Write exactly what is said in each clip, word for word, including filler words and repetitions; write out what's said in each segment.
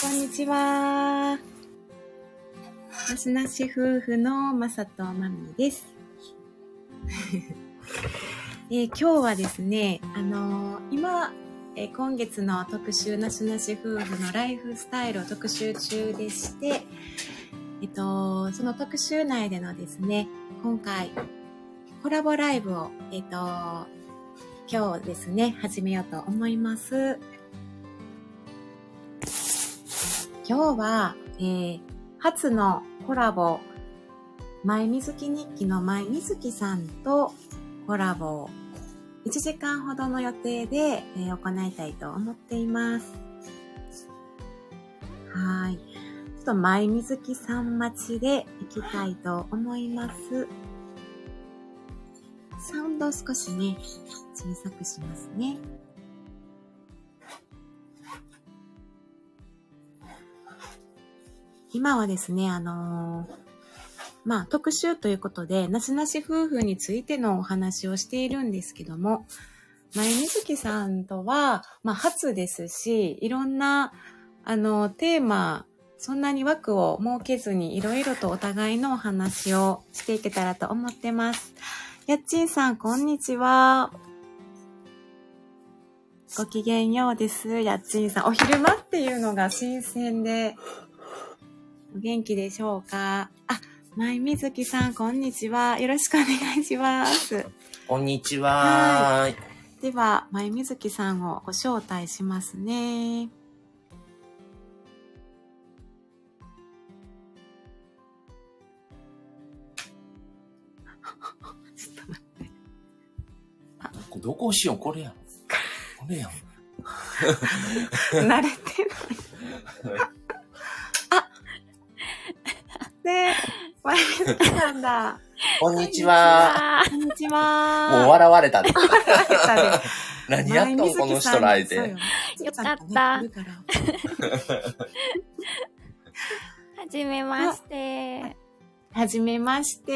こんにちは。なしなし夫婦のまさとまみです、えー、今日はですね、あのー、今、えー、今月の特集なしなし夫婦のライフスタイルを特集中でして、えっと、その特集内でのですね、今回コラボライブを、えっと、今日ですね、始めようと思います。今日は、えー、初のコラボ、まいみずき日記のまいみずきさんとコラボをいちじかんほどの予定で、えー、行いたいと思っています。はい。ちょっとまいみずきさん待ちで行きたいと思います。サウンドを少しね、小さくしますね。今はですね、あのー、まあ、特集ということで、なしなし夫婦についてのお話をしているんですけども、まいみずきさんとは、まあ、初ですし、いろんな、あの、テーマ、そんなに枠を設けずに、いろいろとお互いのお話をしていけたらと思ってます。やっちんさん、こんにちは。ごきげんようです。やっちんさん、お昼間っていうのが新鮮で、お元気でしょうか？あ、まいみずきさん、こんにちは。よろしくお願いします。 こんにちは。はい。 では、まいみずきさんをご招待しますね。ちょっと待って。 あ、どこしよう、これやん。これやん。 慣れてない。ねえ、まいみずきさんだ。 こんにちは。 こんにちは。 もう笑われたで。 笑われたで。 何やったんこの人らいで。 よかった。はじめまして。 はじめまして。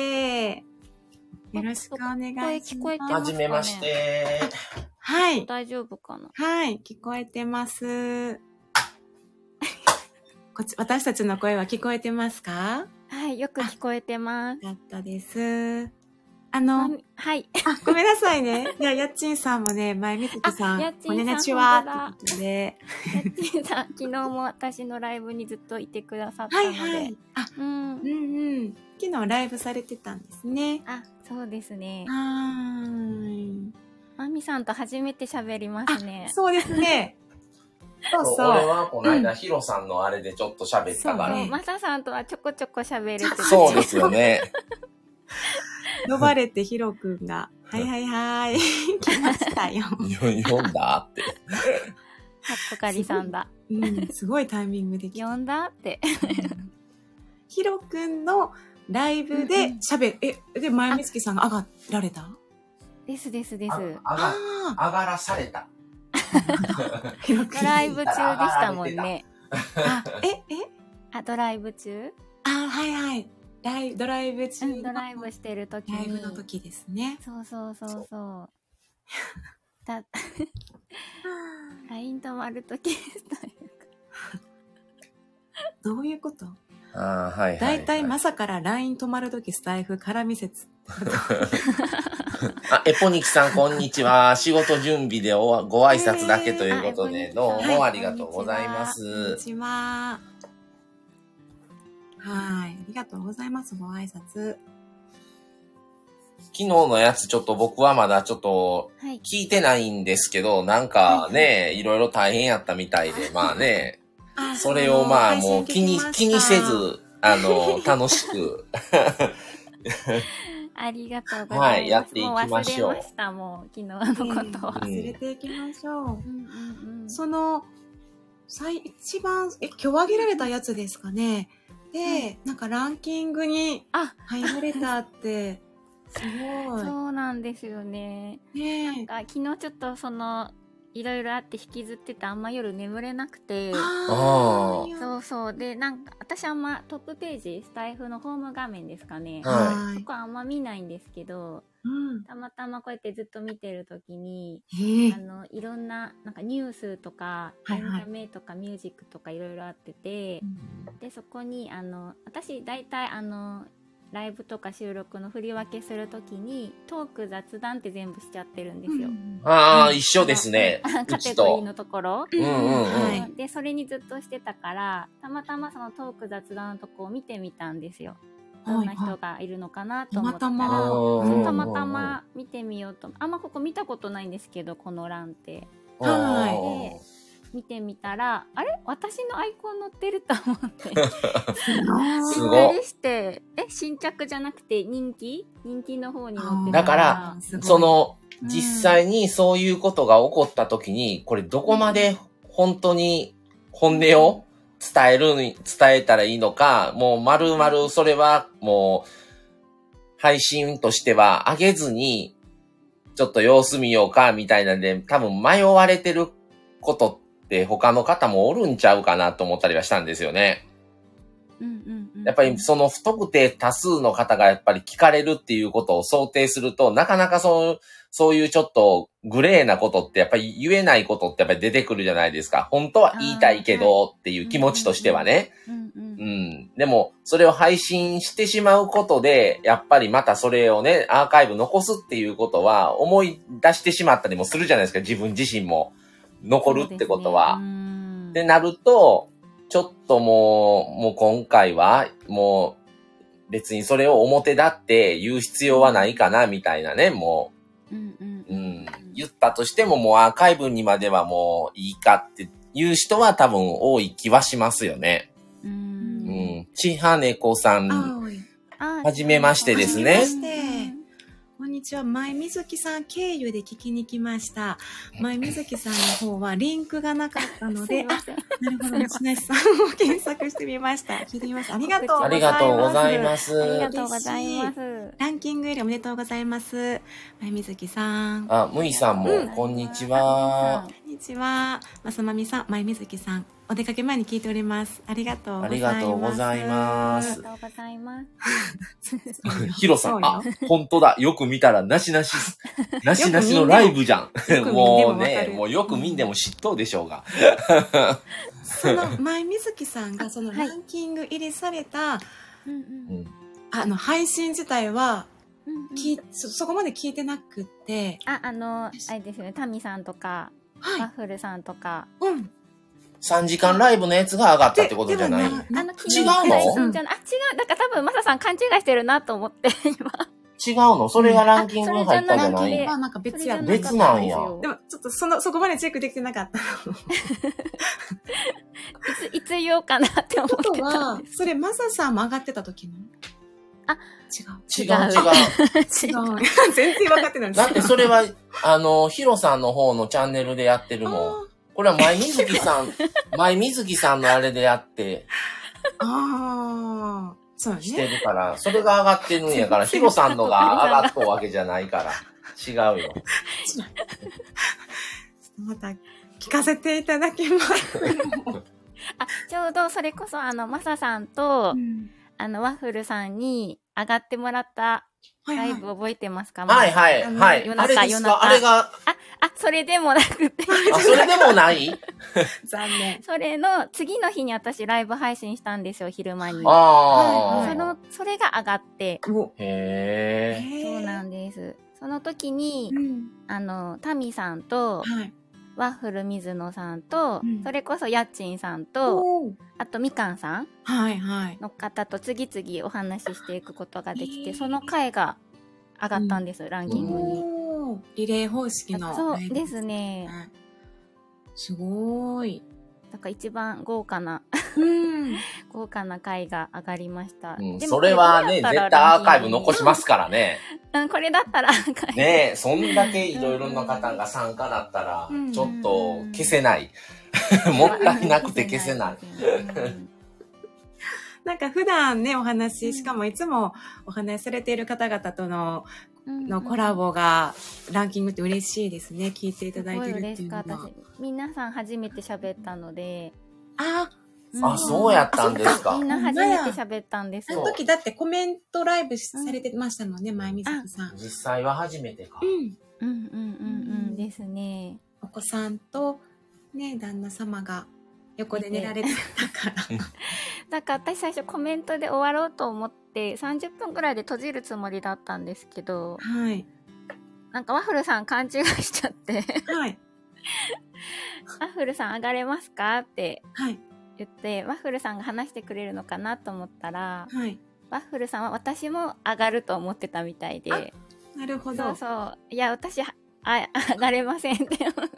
よろしくお願いします。 はじめまして。 はい。 大丈夫かな？ はい、聞こえてます。こっち、私たちの声は聞こえてますか？ はい、よく聞こえてます。 よかったです。あの、 はい。 あ、ごめんなさいね。いや、やっちんさんもね、まいみずきさん、こんにちはってことで。 やっちんさん、昨日も私のライブにずっといてくださったので。はいはい。 あ、うん、うんうん。昨日ライブされてたんですね。 あ、そうですね。 はーい。 まみさんと初めて喋りますね。 そうですね。 そうそう。俺はこの間、ヒロさんのあれでちょっと喋ったから。 そう、まささんとはちょこちょこ喋れてた。 そうですよね。 呼ばれてヒロくんが、はいはいはい、来ましたよ。 読んだって。 はっこかりさんだ。 うん、すごいタイミングで来た。 読んだって。 ヒロくんのライブで喋る、うんうん、え、で、まいみずきさんが上がられた？ ですですです。 上が、上がらされた。 ドライブ中でしたもんね。 あ、え、えあ、ドライブ中？ あ、はいはい。ライドライブ中、うん、 ドライブしてる時に。 ライブの時ですね。 そうそうそうそう。だ、ライン止まる時どういうこと？ あ、はいはいはい。 だいたいまさから ライン 止まる時スタイフ絡み説。 あ、エポニキさん、こんにちは。仕事準備でおご挨拶だけということで、どうもありがとうございます。 こんにちは。はい。ありがとうございます。ご挨拶。 昨日のやつちょっと僕はまだちょっと聞いてないんですけど、はい、なんかね、はいはい、いろいろ大変やったみたいで、まあね、それをまあもう気に、気にせず、あの、楽しく。 ありがとうございます。 はい、やっていきましょう。 もう忘れました、もう、昨日のことは。 忘れていきましょう。うんうんうん、その、最、一番、え、今日あげられたやつですかね。で、はい、なんかランキングに入られたって、すごい。 そうなんですよね。ね、なんか昨日ちょっとその、 いろいろあって引きずっててあんま夜眠れなくて、 あーそうそう。で、なんか私あんまトップページ、スタイフのホーム画面ですかね。 はそこあんま見ないんですけど、 うん。 たまたまこうやってずっと見てるときに、 へえあ。の、いろんな、なんかニュースとか、 はいはいエンタメとかミュージックとかいろいろあってて、で、そこに、あの、私大体あの、ライブとか収録の振り分けするときに、トーク雑談って全部しちゃってるんですよ。 ああ、一緒ですね。 カうちと。 テゴリーのところ。 うんうんうん。 はいで、それにずっとしてたから、たまたまそのトーク雑談のとこを見てみたんですよ。どんな人がいるのかなと思ったら、 たまたまそうたまたま見てみようと。あんまここ見たことないんですけど、この欄って。 はいで、見てみたら、あれ私のアイコン載ってると思って。 すごいびっくりして、え、新着じゃなくて人気人気の方に載ってるだからその、実際にそういうことが起こった時に、これどこまで本当に本音を伝える、伝えたらいいのか、もう丸々それはもう配信としては上げずに、ちょっと様子見ようかみたいなんで、多分迷われてることって他の方もおるんちゃうかなと思ったりはしたんですよね。 うんうんうん、 やっぱりその不特定多数の方がやっぱり聞かれるっていうことを想定すると、なかなかそう、そういうちょっとグレーなことってやっぱり言えないことってやっぱり出てくるじゃないですか。本当は言いたいけどっていう気持ちとしてはね。うん。でも、それを配信してしまうことで、やっぱりまたそれをね、アーカイブ残すっていうことは思い出してしまったりもするじゃないですか。自分自身も残るってことは。ってなると、ちょっともう、もう今回は、もう別にそれを表立って言う必要はないかな、みたいなね、もう、うんうんうん、言ったとしてももうアーカイブにまではもういいかっていう人は多分多い気はしますよね。うん。ちはねこさん、はじめましてですね。 こんにちは。前水木さん経由で聞きに来ました。前水木さんの方はリンクがなかったので、あ、なるほど、なしなしさんを検索してみました。聞いてみます。ありがとうございます。 ありがとうございます。 ありがとうございます。 ランキングよりおめでとうございます。前水木さん。 あ、むいさんも、うん、こんにちは。 こんにちは。まさまみさん、前水木さん。お出かけ前に聞いております。ありがとうございます。 ありがとうございます。 ありがとうございます。 ヒロさん、あ、本当だ。よく見たら、なしなし、なしなしのライブじゃん。もうね、もうよく見んでも知っとうでしょうが。 その、前水木さんがそのランキング入りされた、はいうんうん、あの、配信自体は、うんうん、そ、そこまで聞いてなくって。 あ、あの、あれですよね、タミさんとか、はい、ワッフルさんとか。 うん。 さんじかんライブのやつが上がったってことじゃない？あの、違うの？ じゃあ、違う。だから多分、マサさん勘違いしてるなと思って、今。 違うの？それがランキングに入ったんじゃない？ うん、なんか別や別なんや。 でも、ちょっとその、そこまでチェックできてなかった。 いつ、いつ言おうかなって思ってたんです。 ことは、それマサさんも上がってた時の？ あ、 違う。 違う、違う。 違う。全然分かってないんですだってそれは、あの、ヒロさんの方のチャンネルでやってるもん。これは前水木さん、前水木さんのあれでやって、 ああ、そうね。 してるから、それが上がってるんやから、ヒロさんのが上がっとうわけじゃないから、違うよ。 また聞かせていただきます。 あ、ちょうどそれこそあの、マサさんと、うん、あの、ワッフルさんに上がってもらったライブ覚えてますか？ はいはい、はい。 夜中、夜中。 あれが、 あ、あ、それでもなくて。 あ、それでもない残念。 それの次の日に私ライブ配信したんですよ、昼間に。 ああ、 はい。その、それが上がって。 へえ。そうなんです。その時に、うん、あの、タミさんと、はい、ワッフル水野さんと、うん、それこそやっちんさんと、あとみかんさんの方と次々お話ししていくことができて、その回が上がったんです、うん、ランキングに。 リレー方式の。 そうですね。 すごい。 だから一番豪華な、うん、豪華な回が上がりました。 うん、それはね、絶対アーカイブ残しますからね。 うん、これだったらアーカイブ。 ねえ、そんだけいろいろな方が参加だったら、ちょっと消せない。もったいなくて消せない。 なんか普段ね、お話、しかもいつもお話しされている方々との、のコラボが、ランキングって嬉しいですね。聞いていただいてるっていうのは。すごい嬉しかった。 皆さん初めて喋ったので。 あ、 うん、あ、そうやったんですか。 みんな初めて喋ったんです。 その時だってコメントライブされてましたもんね、前水木さん。 実際は初めてか。 うん。うんうんうんうんですね。 お子さんと、ね、旦那様が横で寝られてたから。 だから私最初コメントで終わろうと思ってさんじゅっぷんぐらいで閉じるつもりだったんですけど、 はい。 なんかワッフルさん勘違いしちゃって、 はい。 ワッフルさん上がれますかってはい言って、ワッフルさんが話してくれるのかなと思ったら、 はい。 ワッフルさんは私も上がると思ってたみたいで、 なるほど。 そうそう。いや、私、あ、上がれませんって思って。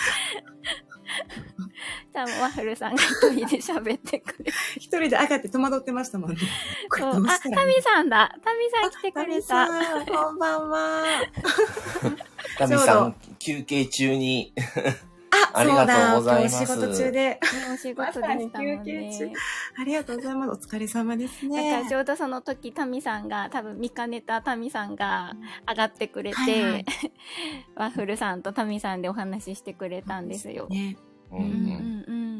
多分ワッフルさんが一人で喋ってくれる。 一人で上がって戸惑ってましたもんね。 そう。あ、タミさんだ。タミさん来てくれた。 タミさん、こんばんは。 タミさん、休憩中に。 あ、 ありがとうございます。 お仕事中で。 お仕事でしたもんね。 ありがとうございます。お疲れ様ですね。 だからちょうどその時、タミさんが、多分見かねたタミさんが上がってくれて、はいはい、ワッフルさんとタミさんでお話ししてくれたんですよ。 ね、 うんうんうん。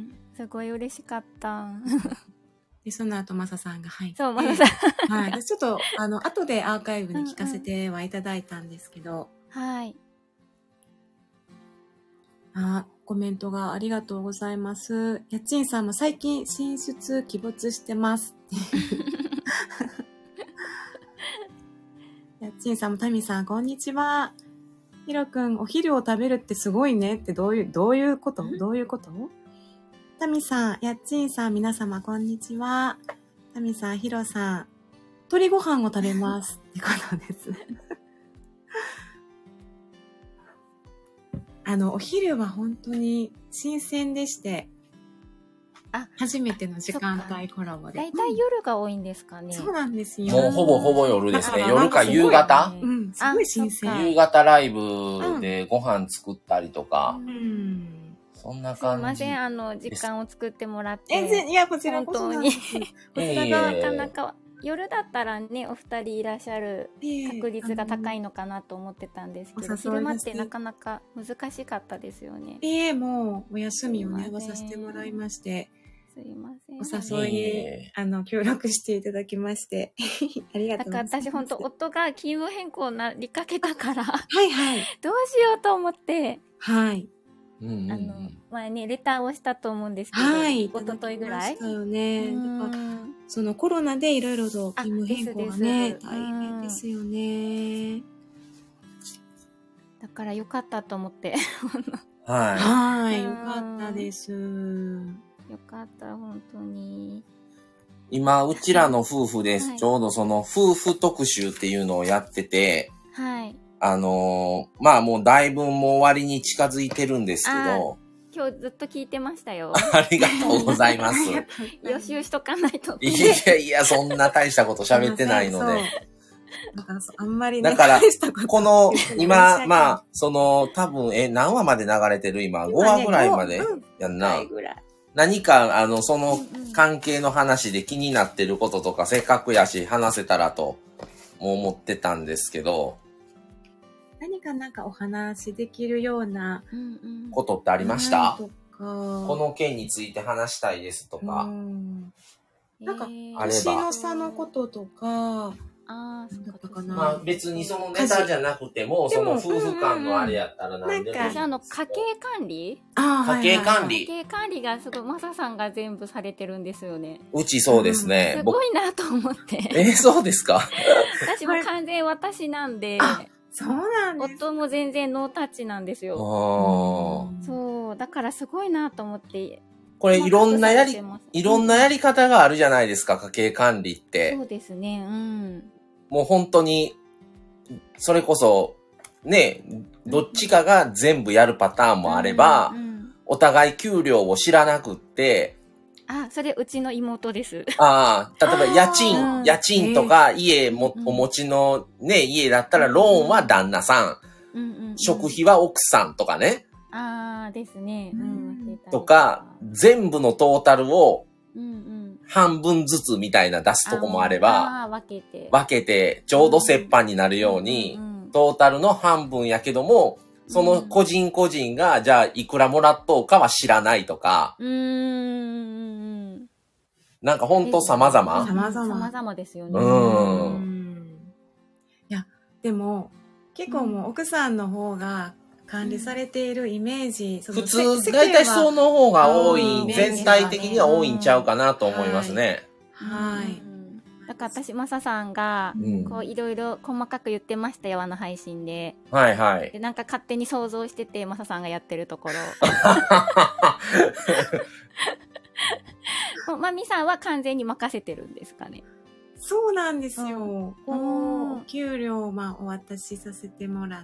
すごい嬉しかった。 で、その後、マサさんが入って。 そう、マサさん。はい。でちょっと、あの、後でアーカイブに聞かせてはいただいたんですけど。 うんうん、はい。 あ、コメントがありがとうございます。やっちんさんも最近進出鬼没してます。やっちんさんもタミさん、こんにちは。ひろくん、お昼を食べるってすごいねってどういう、どういうことどういうことタミさん、やっちんさん、皆様、こんにちは。タミさん、ひろさん、鶏ご飯を食べます。ってことです。あの、お昼は本当に新鮮でして、あ、初めての時間帯コラボで。 だいたい夜が多いんですかね。 そうなんですよ。 もうほぼほぼ夜ですね。夜か夕方、 うん、すごい新鮮。 夕方ライブでご飯作ったりとか。 うん。 そんな感じ。 すいません、あの、時間を作ってもらって。 え、いや、こちらこそ本当に。こちらがなかなか、夜だったらね、お二人いらっしゃる確率が高いのかなと思ってたんですけど、昼間ってなかなか難しかったですよね。 ええ、もうお休みをね、合わさせてもらいまして。 すいません。お誘いに、あの、協力していただきまして。ありがとうございます。 だから私本当夫が勤務変更なりかけたから。 はいはい。 どうしようと思って。 はい。 うんうんうん、 あの、前ね、レターをしたと思うんですけど、 はい。 一昨日ぐらい。 したよね。だからそのコロナでいろいろと勤務変更がね、大変ですよね。 だからよかったと思って。 はい。 はい、よかったです。 よかった、本当に。 今、うちらの夫婦です。はい、ちょうどその夫婦特集っていうのをやってて、 はい。 あのー、まあもうだいぶもう終わりに近づいてるんですけど。 今日ずっと聞いてましたよ。 ありがとうございます。 予習しとかないと。 いやいや、そんな大したこと喋ってないので。 だから、あんまりね。 だから、この、今、まあ、その、多分、え、何話まで流れてる今、ごわぐらいまでやんな。何か、あの、その関係の話で気になってることとか、せっかくやし、話せたらと、もう思ってたんですけど、 何かなんかお話できるようなことってありました？この件について話したいですとか。 なんか、年の差のこととか、 ああ、そうだったかな。 まあ別にそのネタじゃなくても、その夫婦間のあれやったら何でもいい。 私あの、家計管理家計管理。 家計管理がすごい、マサさんが全部されてるんですよね。 うちそうですね。 すごいなと思って。 え、そうですか？ 私も完全私なんで。 そうなんです。 夫も全然ノータッチなんですよ。そう、だからすごいなと思って。 これいろんなやり、いろんなやり方があるじゃないですか、家計管理って。 そうですね、うん。 もう本当に、それこそ、ね、どっちかが全部やるパターンもあれば、うんうん、お互い給料を知らなくって、 あ、それうちの妹です。 ああ、例えば家賃、家賃とか家も、お持ちのね、家だったらローンは旦那さん、うんうんうん、食費は奥さんとかね。 ああ、ですね。うん、 とか、全部のトータルを、 半分ずつみたいな出すとこもあれば、 あ分けて、 分けてちょうど折半になるように、うんうん、トータルの半分やけども、その個人個人が、じゃあいくらもらっとうかは知らないとか、うーんなんかほんと様々。 様々。様々ですよね。 うん。 いや、でも、結構もう奥さんの方が管理されているイメージ、 うん、普通、大体その方が多い、全体的には多いんちゃうかなと思いますね。 はい。はいだから私、マサさんが、こう、いろいろ細かく言ってましたよ、あの配信で。 はいはい。 で、なんか勝手に想像してて、マサさんがやってるところ。もうマミさんは完全に任せてるんですかね。 そうなんですよ。うん、こう、お給料を、まあ、お渡しさせてもらって。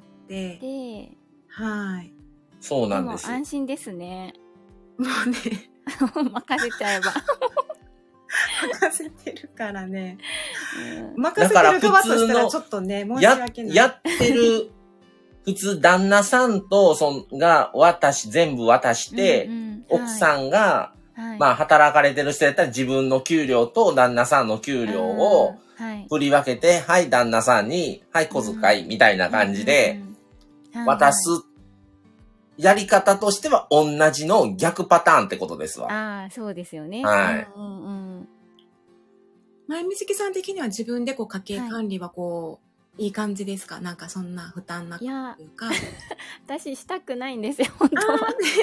で、はい。 そうなんです。 でも安心ですね。 もうね。 任せちゃえば。 任せてるからね。うん、任せてる側としたらちょっとね、申し訳ない。 や、やってる、普通旦那さんと、そんが渡し、全部渡して、うんうん、奥さんが、はい、まあ働かれてる人やったら自分の給料と旦那さんの給料を振り分けて、はい、はい、旦那さんに、はい、小遣いみたいな感じで渡すやり方としては同じの逆パターンってことですわ。 ああ、そうですよね。 はい。 うんうん、 前みずきさん的には自分でこう家計管理はこう、はい、いい感じですか？なんかそんな負担なくというか。 私したくないんですよ、本当は。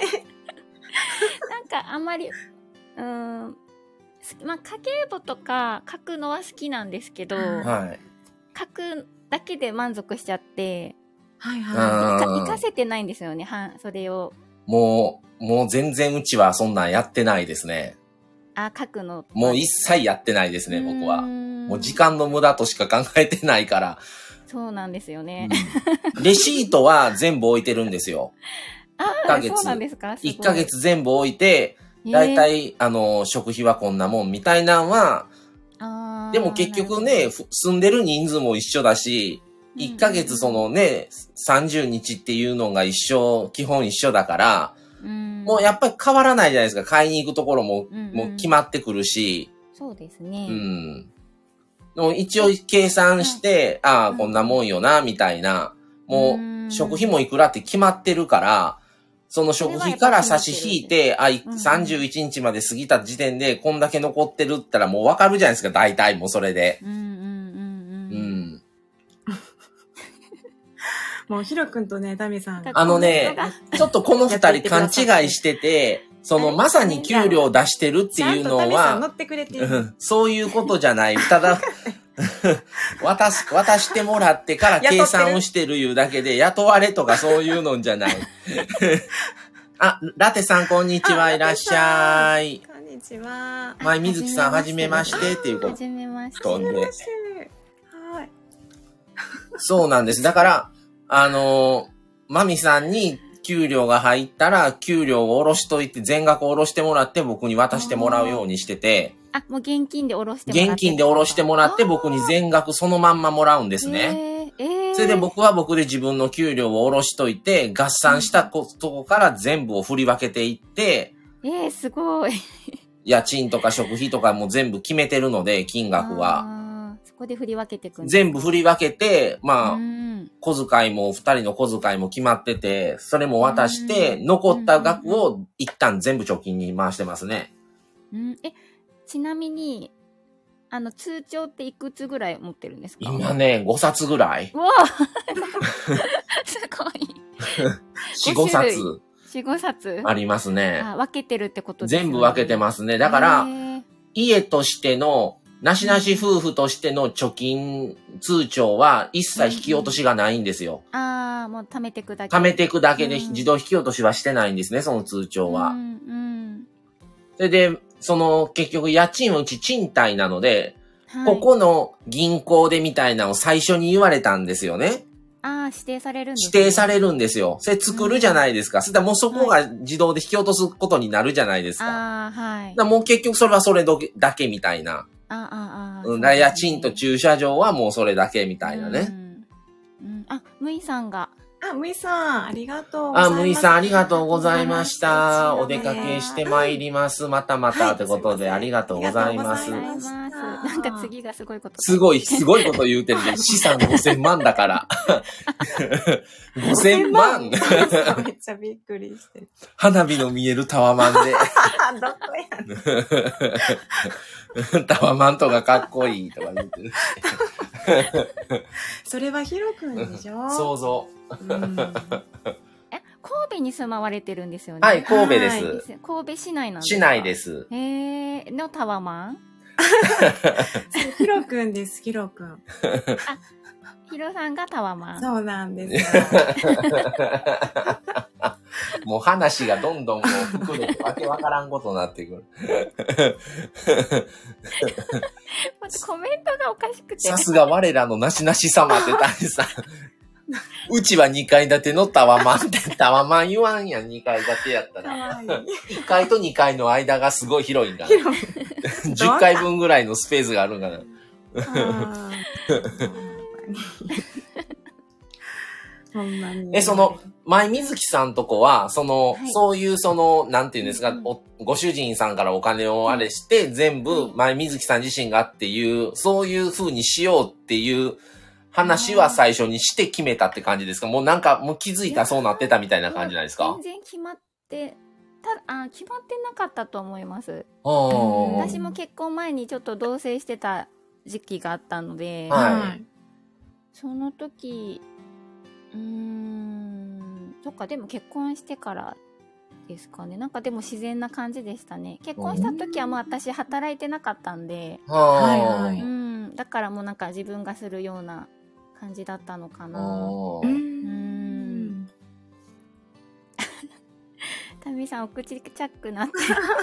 なんかあんまり、うーん、まあ家計簿とか書くのは好きなんですけど、 はい、 書くだけで満足しちゃって、 はいはい。 活かせてないんですよね、はそれを。 もう、もう全然うちはそんなんやってないですね。 あ、書くの。 もう一切やってないですね、僕は。もう時間の無駄としか考えてないから。 そうなんですよね。 うん、レシートは全部置いてるんですよ。 ああ、そうなんですか？すごい。 いっかげつ全部置いて、だいたい、あの、食費はこんなもんみたいなんは、あでも結局ね、住んでる人数も一緒だし、いっかげつそのね、さんじゅうにちっていうのが一緒、基本一緒だから、うん、もうやっぱり変わらないじゃないですか。買いに行くところも、うんうん、もう決まってくるし。 そうですね。 うん。でも一応計算して、うん、ああ、こんなもんよな、みたいな。もう、食費もいくらって決まってるから、その食費から差し引いて、あ、さんじゅういちにちまで過ぎた時点で、こんだけ残ってるって言ったらもうわかるじゃないですか、大体もうそれで。うんうんうんうん。うんもうヒロ君とね、ダミさん。 あのね、ちょっとこの二人勘違いしてて、そのまさに給料出してるっていうのは、そういうことじゃない。ただ、渡す、渡してもらってから計算をしてるいうだけで、雇われとかそういうのじゃない。あ、ラテさんこんにちは、いらっしゃい。 こんにちは。 前水木さんはじめましてっていうこと。 はじめまして。 飛んで。 はい。 そうなんです。だから、あのー、マミさんに給料が入ったら、給料を下ろしといて、全額下ろしてもらって僕に渡してもらうようにしてて。 あ、もう現金で下ろしてもらって。 現金で下ろしてもらって、僕に全額そのまんまもらうんですね。えーえー、それで僕は僕で自分の給料を下ろしといて、合算したとこから全部を振り分けていって、 えー、すごい。 家賃とか食費とかも全部決めてるので、金額は。 そこで振り分けていくんです。 全部振り分けて、まあ、小遣いも、二人の小遣いも決まってて、それも渡して、残った額を一旦全部貯金に回してますね。 うん、え、ちなみに、あの、通帳っていくつぐらい持ってるんですか？ 今ね、ごさつぐらい。 うわすごい。 よん、ごさつ。 よん、ごさつありますね。 あ、分けてるってことですね。 全部分けてますね。だから、家としての、なしなし夫婦としての貯金通帳は一切引き落としがないんですよ。 うん、ああ、もう貯めていくだけ。 貯めていくだけで自動引き落としはしてないんですね、その通帳は。うんうん、それで、その結局家賃はうち賃貸なので、はい、ここの銀行でみたいなのを最初に言われたんですよね。 ああ、指定されるんですね。指定されるんですよ。それ作るじゃないですか。うん、そしたらもうそこが自動で引き落とすことになるじゃないですか。 ああ、はい。 だもう結局それはそれだけみたいな。 ああ、ああ。 うん、家賃と駐車場はもうそれだけみたいなね。 うんうん、あ、むいさんがあ、むいさん、ありがとうございます。 あ、むいさん、ありがとうございました。お出かけしてまいります。またまた、ということで、ありがとうございます。 なんか次がすごいこと。 すごい、すごいこと言うてるね。資産ごせんまんだから。ごせんまん めっちゃびっくりしてる。 花火の見えるタワマンで。 どこやねん。タワマンとかかっこいいとか言ってる。 それはヒロ君でしょ？ 想像。うん、 え、神戸に住まわれてるんですよね。 はい、神戸です。 神戸市内なんですか？ 市内です。 へー、のタワマン？ ヒロくんです、ヒロくん。あ、 ヒロさんがタワマン。 そうなんですよ。 もう話がどんどんもう含めてわけわからんことになってくる。 コメントがおかしくて。 さすが我らのなしなし様って大さん。うちはにかい建てのタワマンって、タワマン言わんやん、にかい建てやったら。いっかいとにかいの間がすごい広いんだな。じゅっかいぶんぐらいのスペースがあるんかな。え、その、前水木さんとこは、その、はい、そういうその、なんていうんですか、うん、おご主人さんからお金をあれして、うん、全部前水木さん自身がっていう、そういう風にしようっていう話は最初にして決めたって感じですか？もうなんか、もう気づいたそうなってたみたいな感じなんですか？ 全然決まって、たあ決まってなかったと思います。私も結婚前にちょっと同棲してた時期があったので、はい、その時、うーん、そっか、でも結婚してからですかね。なんかでも自然な感じでしたね。結婚した時はもう私働いてなかったんで、はいはい、うん、だからもうなんか自分がするような感じだったのかな。うーん。タミさんお口チャックなって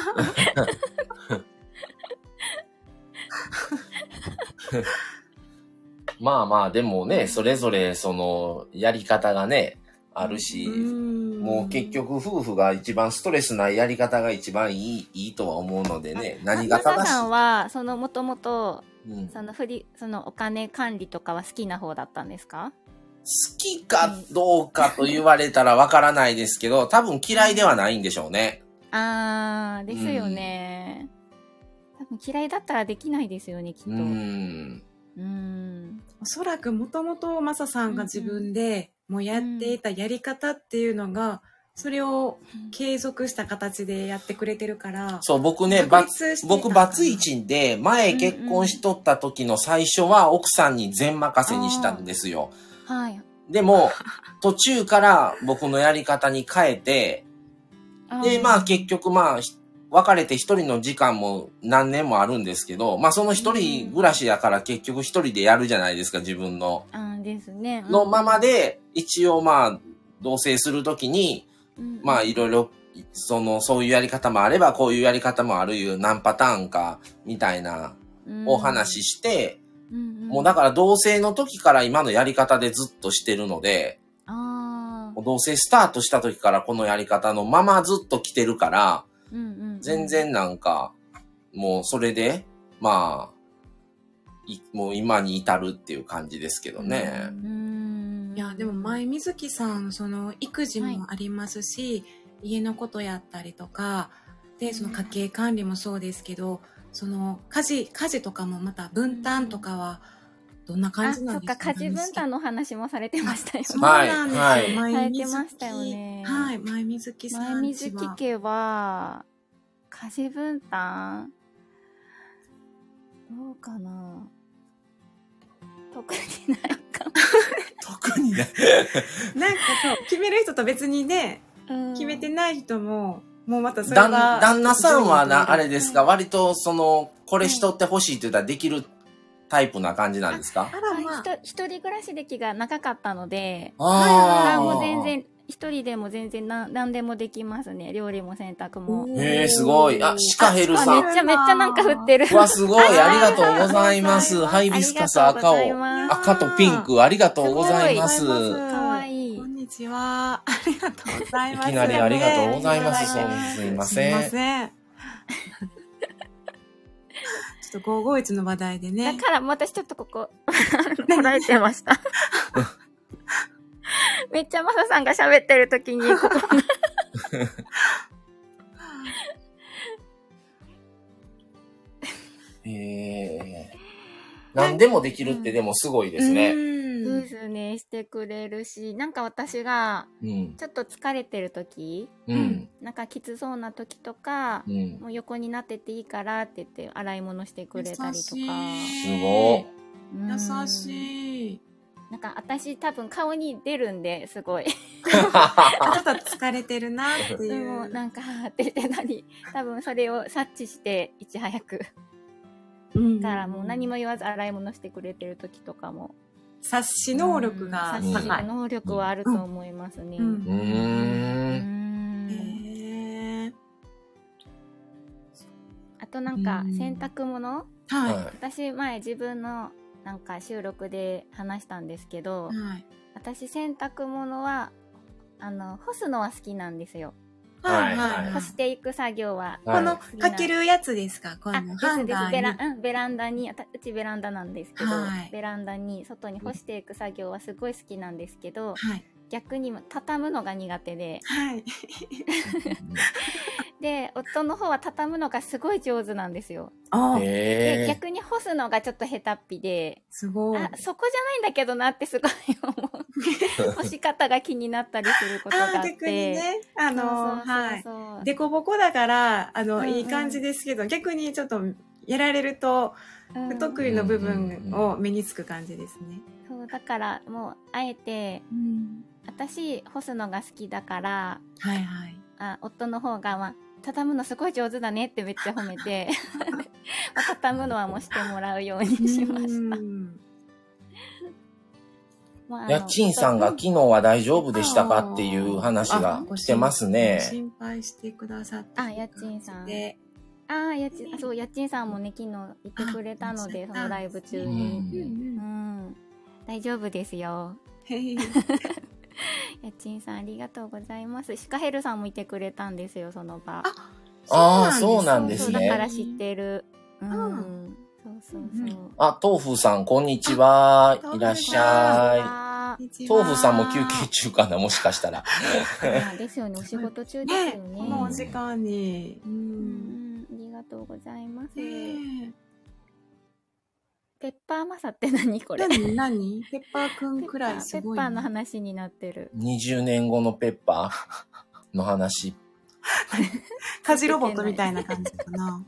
まあまあ、でもね、それぞれそのやり方がね、あるし、うもう結局夫婦が一番ストレスないやり方が一番いい、いいとは思うのでね、何が正しい。 マサさんは、そのもともと、その振り、そのお金管理とかは好きな方だったんですか？ 好きかどうかと言われたらわからないですけど、多分嫌いではないんでしょうね。 あー、ですよね。うん、多分嫌いだったらできないですよね、きっと。うん。 うん、おそらくもともとマサさんが自分でもうやっていたやり方っていうのが、それを継続した形でやってくれてるから。 そう、僕ね、バ僕バツイチで前結婚しとった時の最初は奥さんに全任せにしたんですよ。はい。でも、途中から僕のやり方に変えて、で、まあ結局まあ、別れて一人の時間も何年もあるんですけど、まあその一人暮らしやから結局一人でやるじゃないですか、自分の。 あですね。 のままで、一応まあ、同棲するときに、うん、まあいろいろ、その、そういうやり方もあれば、こういうやり方もあるいう何パターンか、みたいな、お話しして、うんうん、もうだから同棲の時から今のやり方でずっとしてるので、あ同棲スタートした時からこのやり方のままずっと来てるから、うんうんうん、全然なんか、もうそれで、まあ、いもう今に至るっていう感じですけどね。うんうんいや、でも前水木さん、その育児もありますし、はい、家のことやったりとか、で、その家計管理もそうですけど、その家事、家事とかもまた分担とかは、どんな感じなんですか？ あ、そっか、家事分担の話もされてましたよね。 そうなんですよ。はい、 されてましたよね。 はい、前水木さん。 前水木家は、家事分担どうかな特にないかも。 特にない。なんかそう、決める人と別にね、決めてない人も、もうまたそれが。 旦那さんはな、あれですか、割とその、これしとってほしいって言ったらできるタイプな感じなんですか？ あら、まあ、一人暮らし歴が長かったので、ああ、もう全然、一人でも全然な何でもできますね。料理も洗濯も。 へえ、すごい。あ、シカヘルさん。 めっちゃめっちゃなんか振ってる。 わ、すごい。ありがとうございます。ハイビスカス赤を、赤とピンク、ありがとうございます。 かわいい。 こんにちは。ありがとうございます。 いきなりありがとうございます。すいません。すいません。 ちょっとごーごーいちの話題でね。 だから私ちょっとここ、こらえてました。 めっちゃマサさんが喋ってる時にここへえー。何でもできるってでもすごいですね。 そうですね、してくれるし、なんか私がちょっと疲れてる時、うん、なんかきつそうな時とか、うん、もう横になってていいからって言って洗い物してくれたりとか。すごい。 優しい。 なんか私多分顔に出るんですごいちょっと疲れてるなっていう。 もうなんかって言ってたり、多分それを察知していち早く。だからもう何も言わず洗い物してくれてる時とかも察し能力が高い。察し能力はあると思いますね。うん。うん。へー。あとなんか洗濯物、はい。私前自分のなんか収録で話したんですけど、はい、私洗濯物はあの干すのは好きなんですよ。はいはい。干していく作業は。 このかけるやつですか？このハンガーに。 ベラン、うん、ベランダに、うちベランダなんですけど、はい、ベランダに外に干していく作業はすごい好きなんですけど、はい、逆に畳むのが苦手で、はい、で夫の方は畳むのがすごい上手なんですよ。で逆に干すのがちょっと下手っぴで、 すごい。 あ、そこじゃないんだけどなってすごい思う。干し方が気になったりすることがあって。 逆にね、あの、はい。デコボコだから、あの、うんうん、いい感じですけど、逆にちょっとやられると、不得意の部分を目につく感じですね。 そう、だからもう、あえて、うん、私、干すのが好きだから、はいはい。あ、夫の方が、まあ、畳むのすごい上手だねってめっちゃ褒めて、まあ、畳むのはもうしてもらうようにしました。 やっちんさんが昨日は大丈夫でしたかっていう話が来てますね。 心配してくださって。 あ、やっちんさん。ああ、やっちん、そう、やっちんさんもね、昨日いてくれたので、そのライブ中に。うん。大丈夫ですよ。やっちんさんありがとうございます。シカヘルさんもいてくれたんですよ、その場。 ああ、そうなんですね。 だから知ってる。うん。そうそうそう。 あ、豆腐さん、こんにちは。いらっしゃい。豆腐さんも休憩中かな、もしかしたら。 ですよね、お仕事中ですよね。 このお時間に。 うん。ありがとうございます。ペッパーマサって何これ？ 何何ペッパーくんくらいすごい、 ね。ペッパーの話になってる。 にじゅうねんごのペッパーの話。 家事ロボットみたいな感じかな。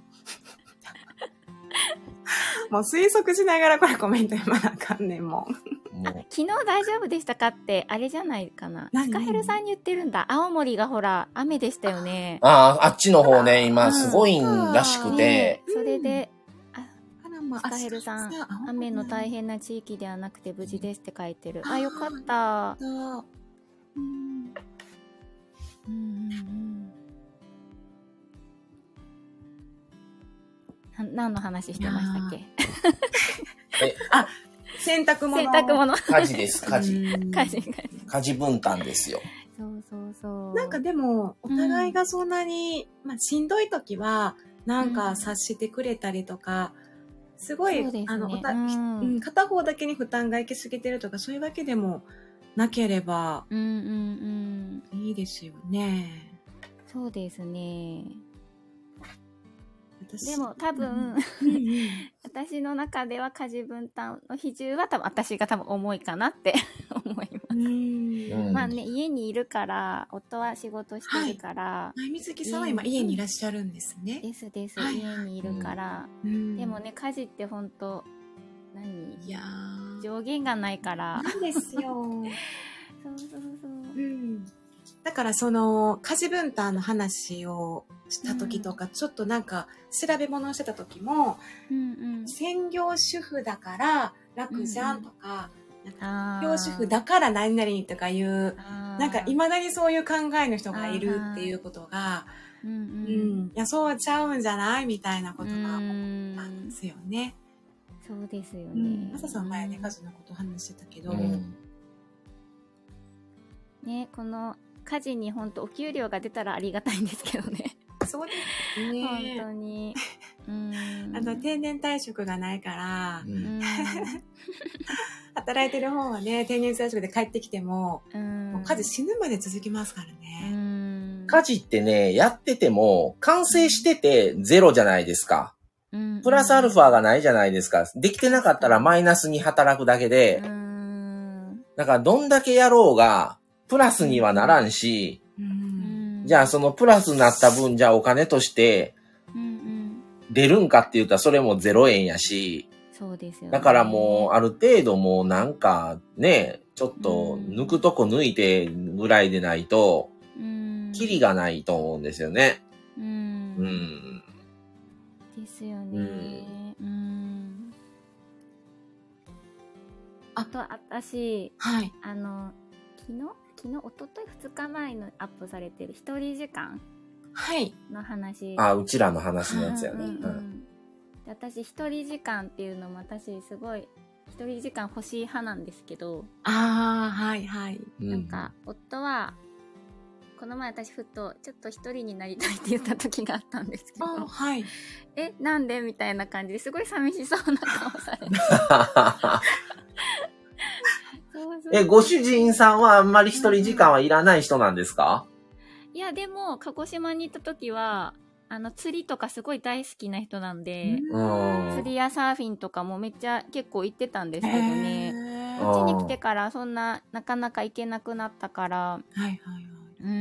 もう推測しながらこれコメント読まなあかんねんもん。 もう昨日大丈夫でしたかってあれじゃないかな。シカヘルさんに言ってるんだ。青森がほら雨でしたよね。 ああ、あっちの方ね、今すごいんらしくて。 ね、それで、シカヘルさん、雨の大変な地域ではなくて無事ですって書いてる。あ、よかった。うん。うんうんうん何の話してましたっけ？ えあ、洗濯物。 洗濯物。 家事です、家事。 家事、 家事分担ですよ。 そうそうそう。 なんかでも、お互いがそんなに、うん、まあしんどい時は、なんか察してくれたりとか、うん、すごい、ね、あの、おた、うん、片方だけに負担が行き過ぎてるとか、そういうわけでもなければ、うんうんうん、いいですよね。 そうですね。でも多分、うん、私の中では家事分担の比重は多分私が多分重いかなって思います。うんまあね、家にいるから、夫は仕事してるから。 はい、みずきさんは今家にいらっしゃるんですね。 ですです、はい、家にいるから。うん、でもね、家事って本当何いや上限がないから。 なんですよ。そうそうそう。うんだからその家事分担の話をした時とか、うん、ちょっとなんか調べ物をしてた時も、うんうん、専業主婦だから楽じゃんとか、うんうん、なんか専業主婦だから何々とかいう、なんかいまだにそういう考えの人がいるっていうことが、うんうんうん、いやそうちゃうんじゃないみたいなことが思ったんですよね。 そうですよね。 マサさん前ね家事のこと話してたけど、うん、 ねこの家事に本当お給料が出たらありがたいんですけどね。 そうですね。 本当に。うんあの定年退職がないから、うん、 働いてる方はね、定年退職で帰ってきても、もう家事死ぬまで続きますからね。 うん家事ってね、やってても、完成しててゼロじゃないですか。プラスアルファがないじゃないですか。できてなかったらマイナスに働くだけで、だからどんだけやろうが、プラスにはならんし、じゃあそのプラスになった分、じゃあお金として、出るんかって言ったらそれもゼロえんやし、 そうですよね。 だからもうある程度もうなんかね、ちょっと抜くとこ抜いてぐらいでないと、キリがないと思うんですよね。うん。うん、 ですよね。うん。うんあと私、はい、あの昨日昨日一昨日ふつかまえのアップされてる一人時間の話、 はい、あうちらの話のやつやね。 うんうんうん、で私一人時間っていうのも私すごい一人時間欲しい派なんですけど、 ああはいはい、 なんか夫はこの前私ふとちょっと一人になりたいって言った時があったんですけど、 はい、 えなんでみたいな感じですごい寂しそうな顔されてえ、ご主人さんはあんまり一人時間はいらない人なんですか？ うん、いや、でも、鹿児島に行った時は、あの、釣りとかすごい大好きな人なんで、釣りやサーフィンとかもめっちゃ結構行ってたんですけどね、こっちに来てからそんな、なかなか行けなくなったから、はいはいはい。 うん、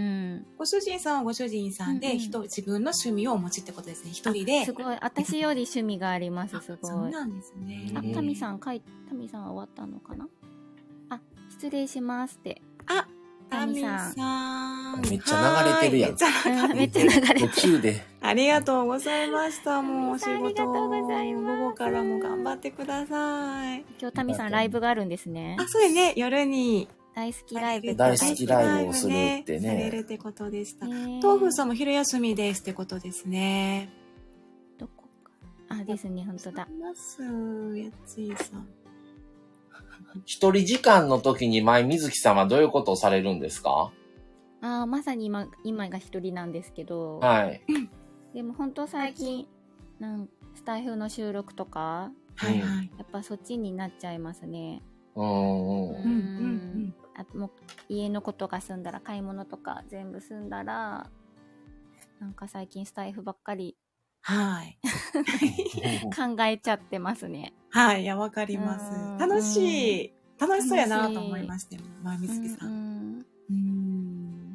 ご主人さんはご主人さんで、うんうん、人自分の趣味をお持ちってことですね。一人で。 すごい。私より趣味があります。すごい。 そうなんですね。 あ、タミさん、かい、タミさんは終わったのかな？あ、失礼しますって。 あ、タミさん。 めっちゃ流れてるやん。 めっちゃ流れてる。 途中で。 ありがとうございました。もうお仕事。 ありがとうございます。 午後からも頑張ってください。 今日タミさんライブがあるんですね。 あ、そうね。夜に。 大好きライブ。 大好きライブをするってね。 されるってことでした。豆腐さんも昼休みですってことですね。 どこか。あ、ですね。本当だ。 ます。やっちーさん。 一人時間の時に前水木さんはどういうことをされるんですか？ ああ、まさに今、今が一人なんですけど。 はい。 でも本当最近、なんスタイフの収録とか、 はいはい。 やっぱそっちになっちゃいますね。 うんうんうん。うんうんあともう家のことが済んだら、買い物とか全部済んだら、なんか最近スタイフばっかり、 はい。 考えちゃってますね。 はい、いや、わかります。楽しい、楽しそうやなと思いましたよ、前水木さん。うん。うん。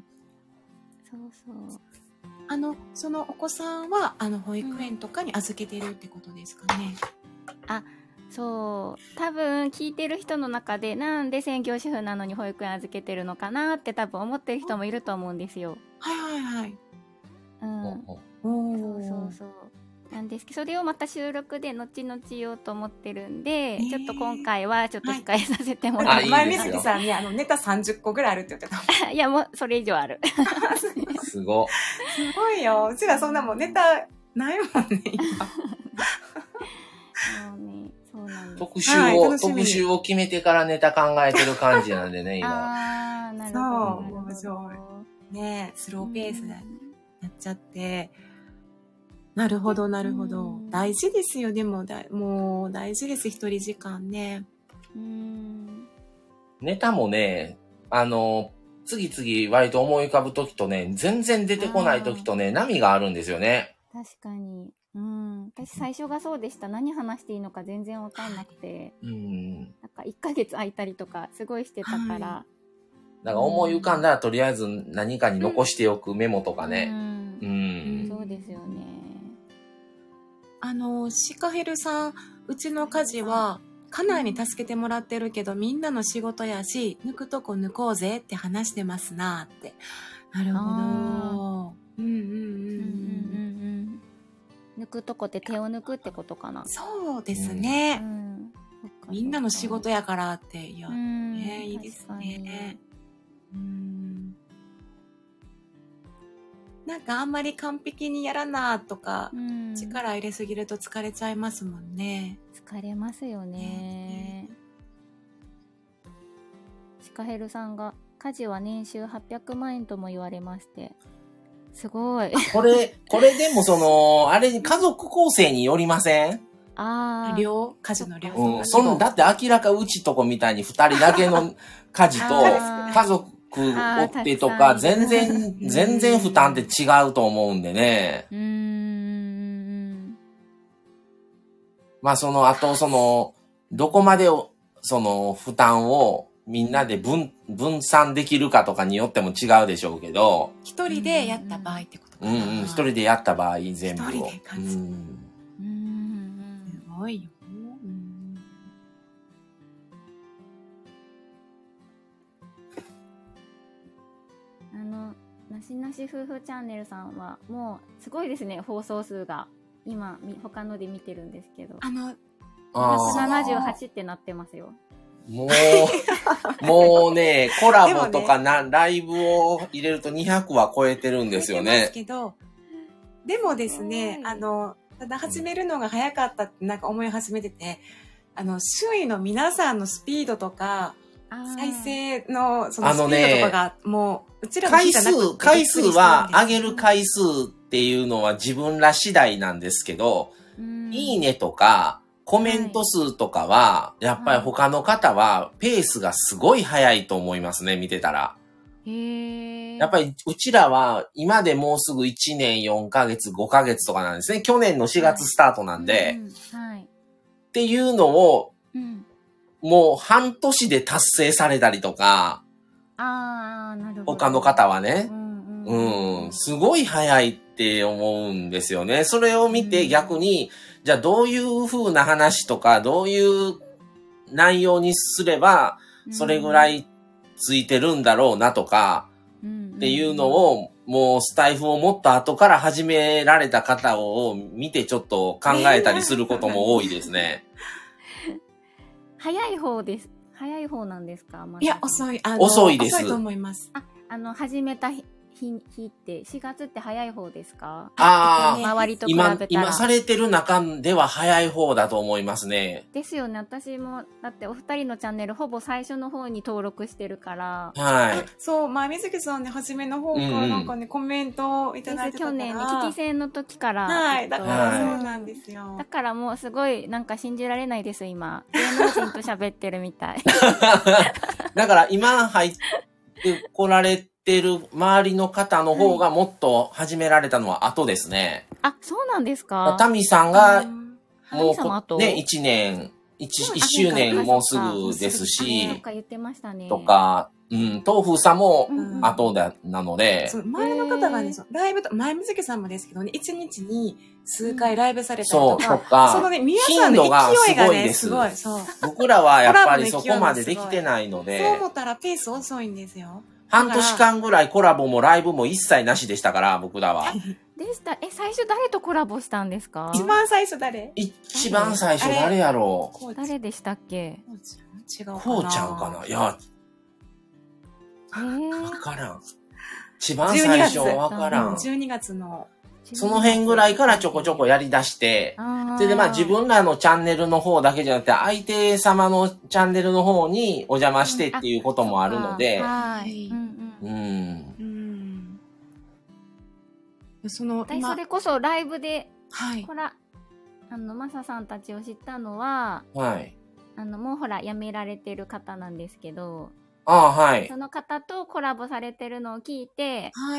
そうそう。 あの、そのお子さんは、あの、保育園とかに預けてるってことですかね。 あ、そう多分聞いてる人の中でなんで専業主婦なのに保育園預けてるのかなって多分思ってる人もいると思うんですよ。 はいはいはい。 うん。そうそうそう。なんですけどそれをまた収録で後々言おうと思ってるんで、えー、ちょっと今回はちょっと控えさせてもらいます。 前水木さんにあのネタさんじゅっこぐらいあるって言ってた。 いやもうそれ以上ある。 すご。 すごいよ。うちらそんなもんネタないもんね今。 そうね。そうなんです。 特集を、はい、特集を決めてからネタ考えてる感じなんでね、今。 ああ、なるほど。 そう、面白い。ねスローペースでなっちゃって。なるほど、なるほど。大事ですよ、でも、だもう大事です、一人時間ね。 うん。 ネタもね、あの、次々割と思い浮かぶときとね、全然出てこないときとね、波があるんですよね。 確かに。うん、私最初がそうでした。何話していいのか全然わかんなくて、 うん、 なんかいっかげつ空いたりとかすごいしてたから、はい、 だから思い浮かんだらとりあえず何かに残しておくメモとかね、うんうんうん、そうですよね。 あのシカヘルさん、うちの家事は家内に助けてもらってるけどみんなの仕事やし、抜くとこ抜こうぜって話してますなって。なるほど。うんうんうんうん。 抜くとこって手を抜くってことかな。 そうですね、うん、みんなの仕事やからっていや、ね、いいですね。うんなんかあんまり完璧にやらなとか、うん、力入れすぎると疲れちゃいますもんね。 疲れますよね。シカヘルさんが家事は年収はっぴゃくまんえんとも言われまして、すごい。 これ、これでもその、あれ、家族構成によりません？ ああ。 量家事の量。 うん。そんだって明らかうちとこみたいに二人だけの家事と家族おってとか、全然、全然負担って違うと思うんでね。うーん。まあその後、その、どこまでその負担をみんなで分、分散できるかとかによっても違うでしょうけど。 一人でやった場合ってことかな。 うんうん。一人でやった場合全部を。一人で家事。うん。うん。すごいよ。うん。 あの、なしなし夫婦チャンネルさんはもうすごいですね、放送数が。今、他ので見てるんですけど。 あの、 ひゃくななじゅうはちってなってますよ。 もう、もうね、コラボとかな、ね、ライブを入れるとにひゃくは超えてるんですよね。 ですけど、でもですね、あの、ただ始めるのが早かったってなんか思い始めてて、あの、周囲の皆さんのスピードとか、再生のそのスピードとかが、もう、うちらの回数、回数は上げる回数っていうのは自分ら次第なんですけど、いいねとか、コメント数とかは、やっぱり他の方はペースがすごい早いと思いますね、見てたら。へー。やっぱりうちらは今でもうすぐいちねんよんかげつ、ごかげつとかなんですね。去年のしがつスタートなんで。はい。っていうのを、うん、もう半年で達成されたりとか、ああ、なるほど。他の方はね、うん、うんうん、すごい早いって思うんですよね。それを見て逆に、じゃあどういう風な話とか、どういう内容にすれば、それぐらいついてるんだろうなとか、っていうのを、もうスタイフをもっと後から始められた方を見てちょっと考えたりすることも多いですね。 早い方です。早い方なんですか？ いや、遅い。 あの遅いです。 遅いと思います。 あ、あの、始めた日、日って、しがつって早い方ですか？ ああ、 周りと比べたら。 今、今されてる中では早い方だと思いますね。 ですよね。私も、だってお二人のチャンネルほぼ最初の方に登録してるから。 はい。 そう、まあ、水木さんね、初めの方からなんかね、うん、コメントをいただいてたから。 去年ね、聞き戦の時から。 はい、だからそうなんですよ。 だからもうすごい、なんか信じられないです、今。芸能人と喋ってるみたい。 だから今入ってこられて、てる周りの方の方がもっと始められたのは後ですね。 はい、あ、そうなんですか？ タミさんがもうね、いちねん、いちしゅうねんもうすぐですし、 とか言ってましたね。 とか、うん、豆腐さんも後だ、なので。 そう、前の方がね、ライブと、前水木さんもですけどね、いちにちに数回ライブされたりとか、そう、とか、そのね、皆さんの勢いがね、すごい、そう。 僕らはやっぱりそこまでできてないので。 そう思ったらペース遅いんですよ。 半年間ぐらいコラボもライブも一切なしでしたから、僕らは。 でした。え、最初誰とコラボしたんですか？ 一番最初誰？ 一番最初誰やろう？誰でしたっけ？ 違うかな。 こうちゃんかな？いや、わからん。一番最初わからん。 じゅうにがつの。 その辺ぐらいからちょこちょこやり出して、それでまあ自分らのチャンネルの方だけじゃなくて、相手様のチャンネルの方にお邪魔してっていうこともあるので、はい。うん。 その、私それこそライブで、はい。ほら、あの、マサさんたちを知ったのは、はい。あの、もうほら、辞められてる方なんですけど、 ああ、はい。 その方とコラボされてるのを聞いて、はい。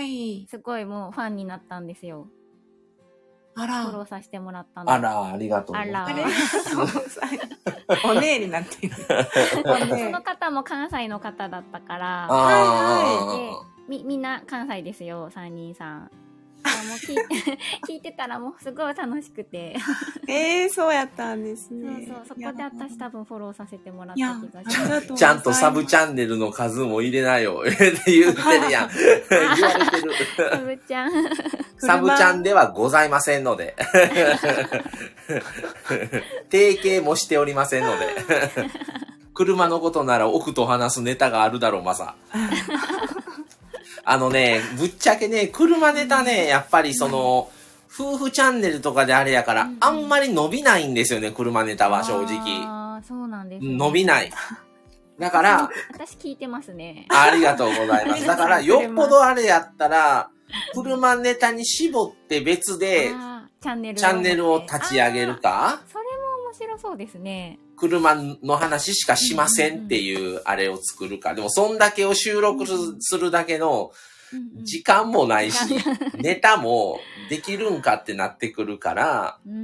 すごいもうファンになったんですよ。あら。フォローさせてもらったの。 あら、ありがとうございます。あら。 おねえになってる。 その方も関西の方だったから、はい。で、み、みんな関西ですよ、さんにんさん。もう聞いて、聞いてたらもうすごい楽しくて。 ええー、そうやったんですね。 そうそう、そこで私多分フォローさせてもらった気がします。 ちゃんとサブチャンネルの数も入れなよ。って言ってるやん。言われてる。 サブチャン。 サブチャンではございませんので。提携もしておりませんので。車のことなら奥と話すネタがあるだろう、まさ。あのね、ぶっちゃけね、車ネタね、やっぱりその、夫婦チャンネルとかであれやから、あんまり伸びないんですよね、車ネタは正直。 ああ、そうなんですね。 伸びない。だから、 私聞いてますね。 ありがとうございます。だから、よっぽどあれやったら、車ネタに絞って別で、チャンネルを立ち上げるか。 それ白そうですね。 車の話しかしませんっていうあれを作るか。でも、そんだけを収録するだけの時間もないし、ネタもできるんかってなってくるから、うん、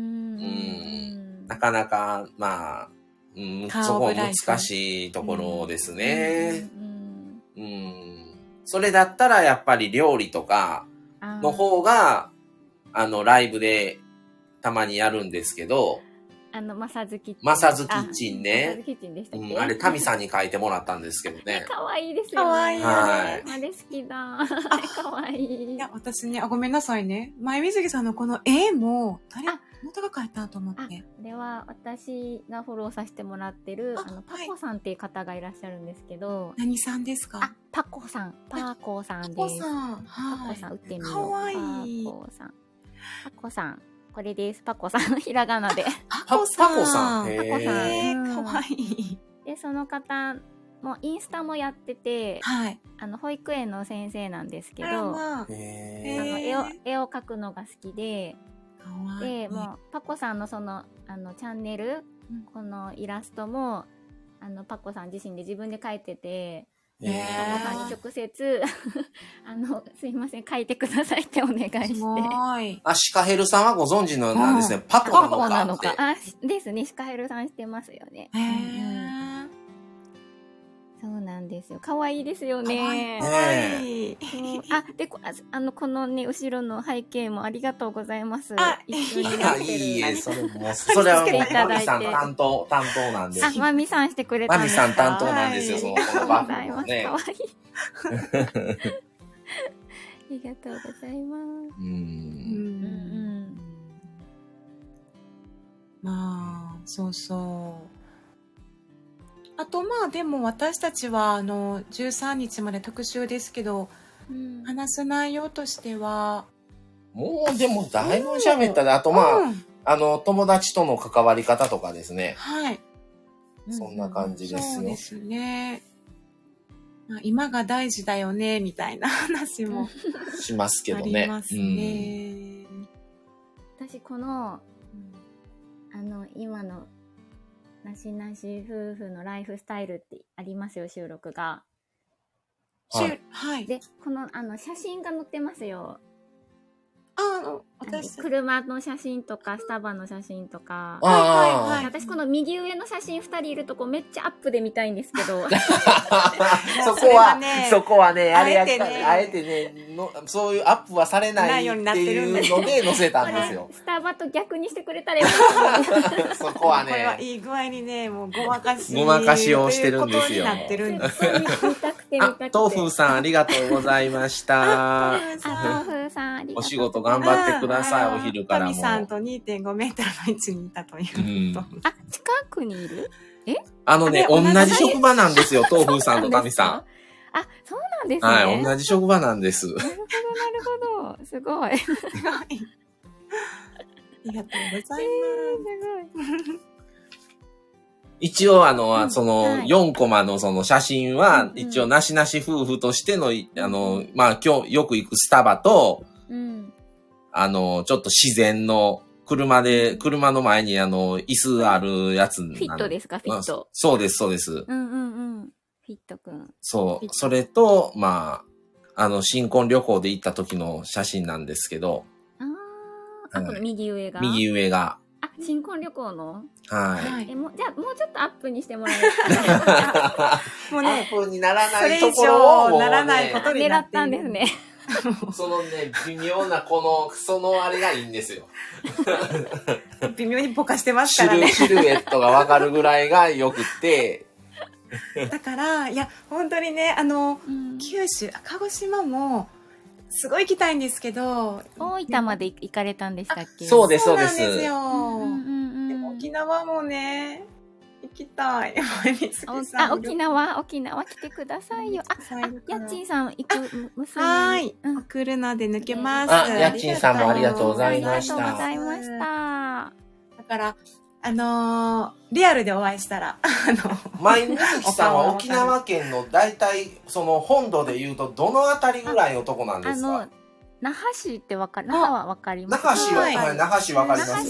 なかなか、まあ、うん、そこは難しいところですね。うん、それだったらやっぱり料理とかの方が、あの、ライブでたまにやるんですけど、 あの、マサズキッチン。 マサズキッチンね。 マサズキッチンでしたっけ、 うん、あれ、タミさんに書いてもらったんですけどね。 かわいいですよね。 かわいい。 はい。あれ好きだ。かわいい。 いや、私ね、あ、ごめんなさいね。前水木さんのこの絵も、誰、あなたが描いたと思って。 あ、これは私がフォローさせてもらってる、あ, あの、パコさんっていう方がいらっしゃるんですけど。はい、 何さんですか？ あ、パコさん。パコさんです。 パコさん。 はい。パコさん、打ってみよう。 かわいい。 パコさん。パコさん。これです。パコさん。ひらがなで。 パコさん。パコさん。 パコさん。 かわいい。 で、その方もインスタもやってて、はい。あの、保育園の先生なんですけど、あの絵を、絵を描くのが好きで、で、もう、パコさんのその、あの、チャンネル、うん、このイラストも、あの、パコさん自身で自分で描いてて、パコさんに直接、あの、すいません、書いてくださいってお願いして。 あ、シカヘルさんはご存知のなんですね。うん、パコなのか。パコなのか。 あ、ですね、シカヘルさんしてますよね。へー。そうなんですよ。可愛いですよね。 かわいい。 あ、で、あの、このね、後ろの背景もありがとうございます。あ、一緒にやってる。 いいえ、それも、それはもう、マミさん担当、担当なんです。 あ、マミさんしてくれたんですか？ マミさん担当なんですよ、その、このバッグもね。 かわいい。ありがとうございます。うん。うん。 まあ、そうそう。あとまあでも私たちはあのじゅうさんにちまで特集ですけど、うん、話す内容としてはもうでもだいぶ喋ったで、あとまあ、うん、あの友達との関わり方とかですね。 はい。 そんな感じですよ。 そうですね。まあ、今が大事だよねみたいな話もしますけどね。 ありますね。 うん、私このあの今のなしなし夫婦のライフスタイルってありますよ、収録が。 はい。はい、 で、この、あの、写真が載ってますよ。 あの、私。 車の写真とか、スタバの写真とか。 はいはいはい。 私、この右上の写真ふたりいるとこめっちゃアップで見たいんですけど。 そこは、ね、そこはね、あれやったね、あえてねの、そういうアップはされないっていうので載せたんですよ。 スタバと逆にしてくれたらよかった。 そこはね。 これはいい具合にね、もうごまかし。 ごまかしをしてるんですよ。 なってるんです。 見たくて見たくて。 あ、豆腐さんありがとうございました。 あ、豆腐さんありがとうございました。 お仕事頑張ってください、お昼からも。 タミさんと にてんごメートルの位置にいたという、 うん。あ、近くにいる？え？ あのね、同じ職場なんですよ、豆腐さんとタミさん。 あ、そうなんですね。 はい、同じ職場なんです。 なるほど、なるほど。すごい。すごい。ありがとうございます。えー、すごい。 一応あの、うん、その、はい、よんコマのその写真は、うんうん、一応なしなし夫婦としての、あの、まあ今日よく行くスタバと、うん、あの、ちょっと自然の車で、車の前にあの、椅子あるやつ。フィットですか、フィット。 そうです、そうです。 うんうんうん。フィットくん。 そう。それと、まあ、あの、新婚旅行で行った時の写真なんですけど。 ああ、あ、この右上が。 右上が。 あ、新婚旅行のはい。 え、もう、じゃあ、もうちょっとアップにしてもらえるかな。もうね、アップにならないところを、ね、 ならないことになって狙ったんですね。 そのね、微妙なこの、そのあれがいいんですよ。 微妙にぼかしてますからね。 シルエットがわかるぐらいがよくって。 だから、いや、本当にね、あの、うん、九州、鹿児島も、すごい行きたいんですけど。 大分まで行かれたんでしたっけ？ そうです、そうです。 そうなんですよ。うんうんうん、でも沖縄もね、行きたい。 あ、沖縄、沖縄来てくださいよ。あ、あやっちんさん行く、娘はい。うん、来るので抜けます。 あ、やっちんさんもありがとうございました。 ありがとうございました。 だから、あのー、リアルでお会いしたら、あの、 前水木さんは沖縄県の大体、その本土で言うと、どのあたりぐらいのとこなんですか？ あの、那覇市ってわかる？那覇はわかります？ 那覇市は、はい、那覇市わかりますよ。 那覇市の、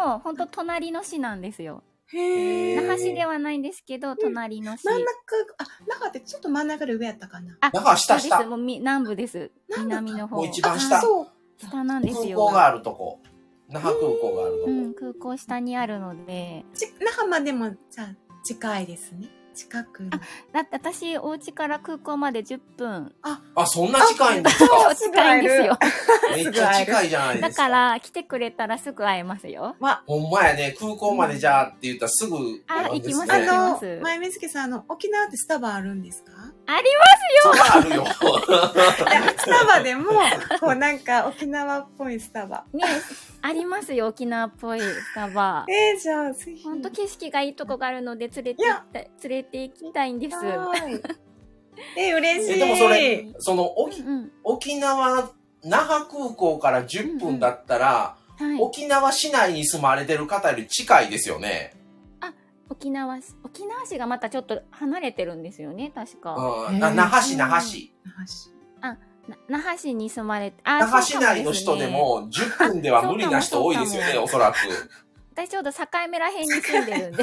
の本当隣の市なんですよ。 へー。那覇市ではないんですけど、隣の市。 真ん中、あ、那覇ってちょっと真ん中で上やったかな。 あ、 那覇下下。 そうです。もう南部です。南の方。 もう一番下。 下なんですよ。 空港があるとこ。那覇空港があるとこ。 うん、空港下にあるので。 那覇までも、じゃあ、近いですね。近く。 あ、だって私、お家から空港までじゅっぷん。 あ、あ、そんな近いんですか？ 近いんですよ。 めっちゃ近いじゃないですか。 だから、来てくれたらすぐ会えますよ。 わ、ほんまやね。空港までじゃあって言ったらすぐ、 あ、行きます、 あ行きます。 前水木さん、あの、沖縄ってスタバあるんですか？ ありますよ。それあるよ。スタバでも、こうなんか沖縄っぽいスタバ。 ね、ありますよ、沖縄っぽいスタバ。 えー、じゃあ、ぜひ。 ほんと景色がいいとこがあるので、連れて行きたい、連れて行きたいんです。 え、嬉しい。 え、でもそれ、その、沖、うん、沖縄、那覇空港からじゅっぷんだったら、うんうんはい、沖縄市内に住まれてる方より近いですよね。 あ、沖縄市、沖縄市がまたちょっと離れてるんですよね、確か。 うん、那覇市、那覇市。 那覇市。 あ、那覇市に住まれて、あ、 那覇市内の人でもじゅっぷんでは無理な人多いですよね、おそらく。 私ちょうど境目らへんに住んでるんで。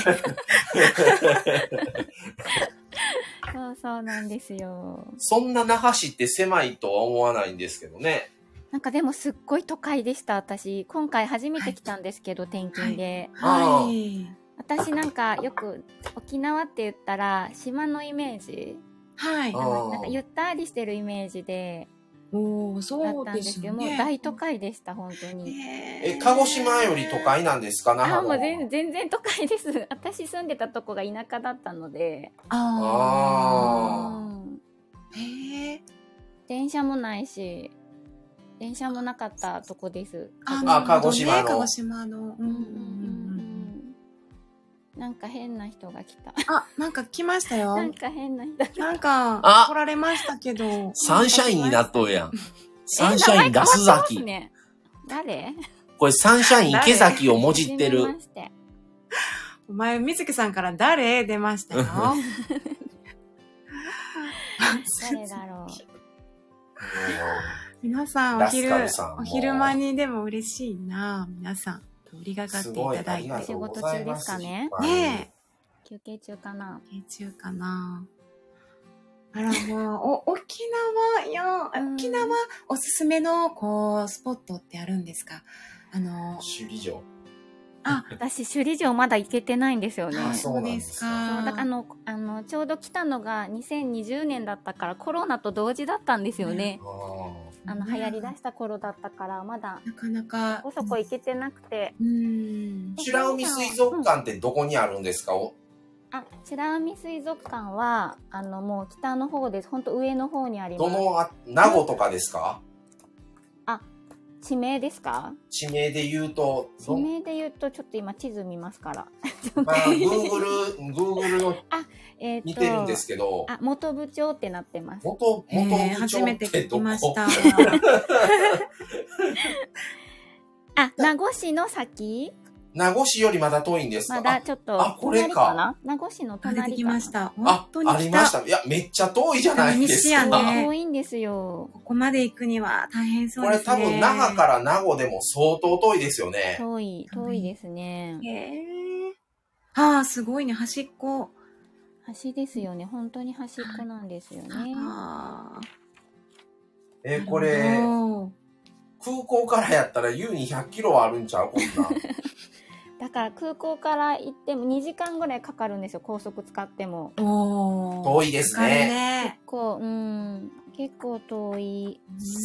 そうそうなんですよ。 そんな那覇市って狭いとは思わないんですけどね。 なんかでもすっごい都会でした、私。今回初めて来たんですけど、はい、転勤で。 はい。 私なんかよく沖縄って言ったら島のイメージ。 はい。 なんかゆったりしてるイメージで。 おー、そうですね。 もう大都会でした、本当に。 え、鹿児島より都会なんですか？那覇あ、もう全全然都会です。私住んでたとこが田舎だったので。 ああ。 へえ。電車もないし、電車もなかったとこです。 あ、鹿児島の。 鹿児島の。うんうんうん。 なんか変な人が来た。 あ、なんか来ましたよ。 なんか変な人が来た。 なんか、来られましたけど。 サンシャインになっとるやん。サンシャインガス崎。 ね、誰？ これサンシャイン池崎をもじってる。 お前、水木さんから誰出ましたよ。 誰だろう。 皆さん、お昼、お昼間にでも嬉しいな、皆さん。通りがかっていただいて。 仕事中ですかね？ ねえ。休憩中かな？ 休憩中かな。あらもう、お、沖縄、いや、沖縄おすすめの、こう、スポットってあるんですか？あの、 首里城。 あ、私、首里城まだ行けてないんですよね。 あ、そうですか。 そうだあの、あの、ちょうど来たのがにせんにじゅうねんだったから、コロナと同時だったんですよね。あの、流行り出した頃だったから、まだ、 なかなか、 そこそこ行けてなくて。 うん。 白海水族館ってどこにあるんですか？うん、 あ、白海水族館は、あの、もう北の方です。本当上の方にあります。 どの、あ、名護とかですか？ あ、地名ですか？ 地名で言うと。 地名で言うと、ちょっと今地図見ますから。 まあ、Google、Google の、 あ、えー、 似てるんですけど。 あ、本部町ってなってます。 元、元部町ってどこ？ 初めて聞きました。 あ、名護市の先？ 名護市よりまだ遠いんですか？ まだちょっと。 あ、これか。 名護市の隣かな。 出てきました。 あ、ありました。いや、めっちゃ遠いじゃないですか。 ね、遠いんですよ。 ここまで行くには大変そうですね。 これ多分、那覇から名護でも相当遠いですよね。 遠い、遠いですね。 へえ。ああ、すごいね。端っこ。 端ですよね。本当に端っこなんですよね。 ああ。 えー、これ、空港からやったら優にひゃくキロはあるんちゃう？こんな。 だから空港から行ってもにじかんぐらいかかるんですよ、高速使っても。 おー、遠いですね。 結構、うん、結構遠い。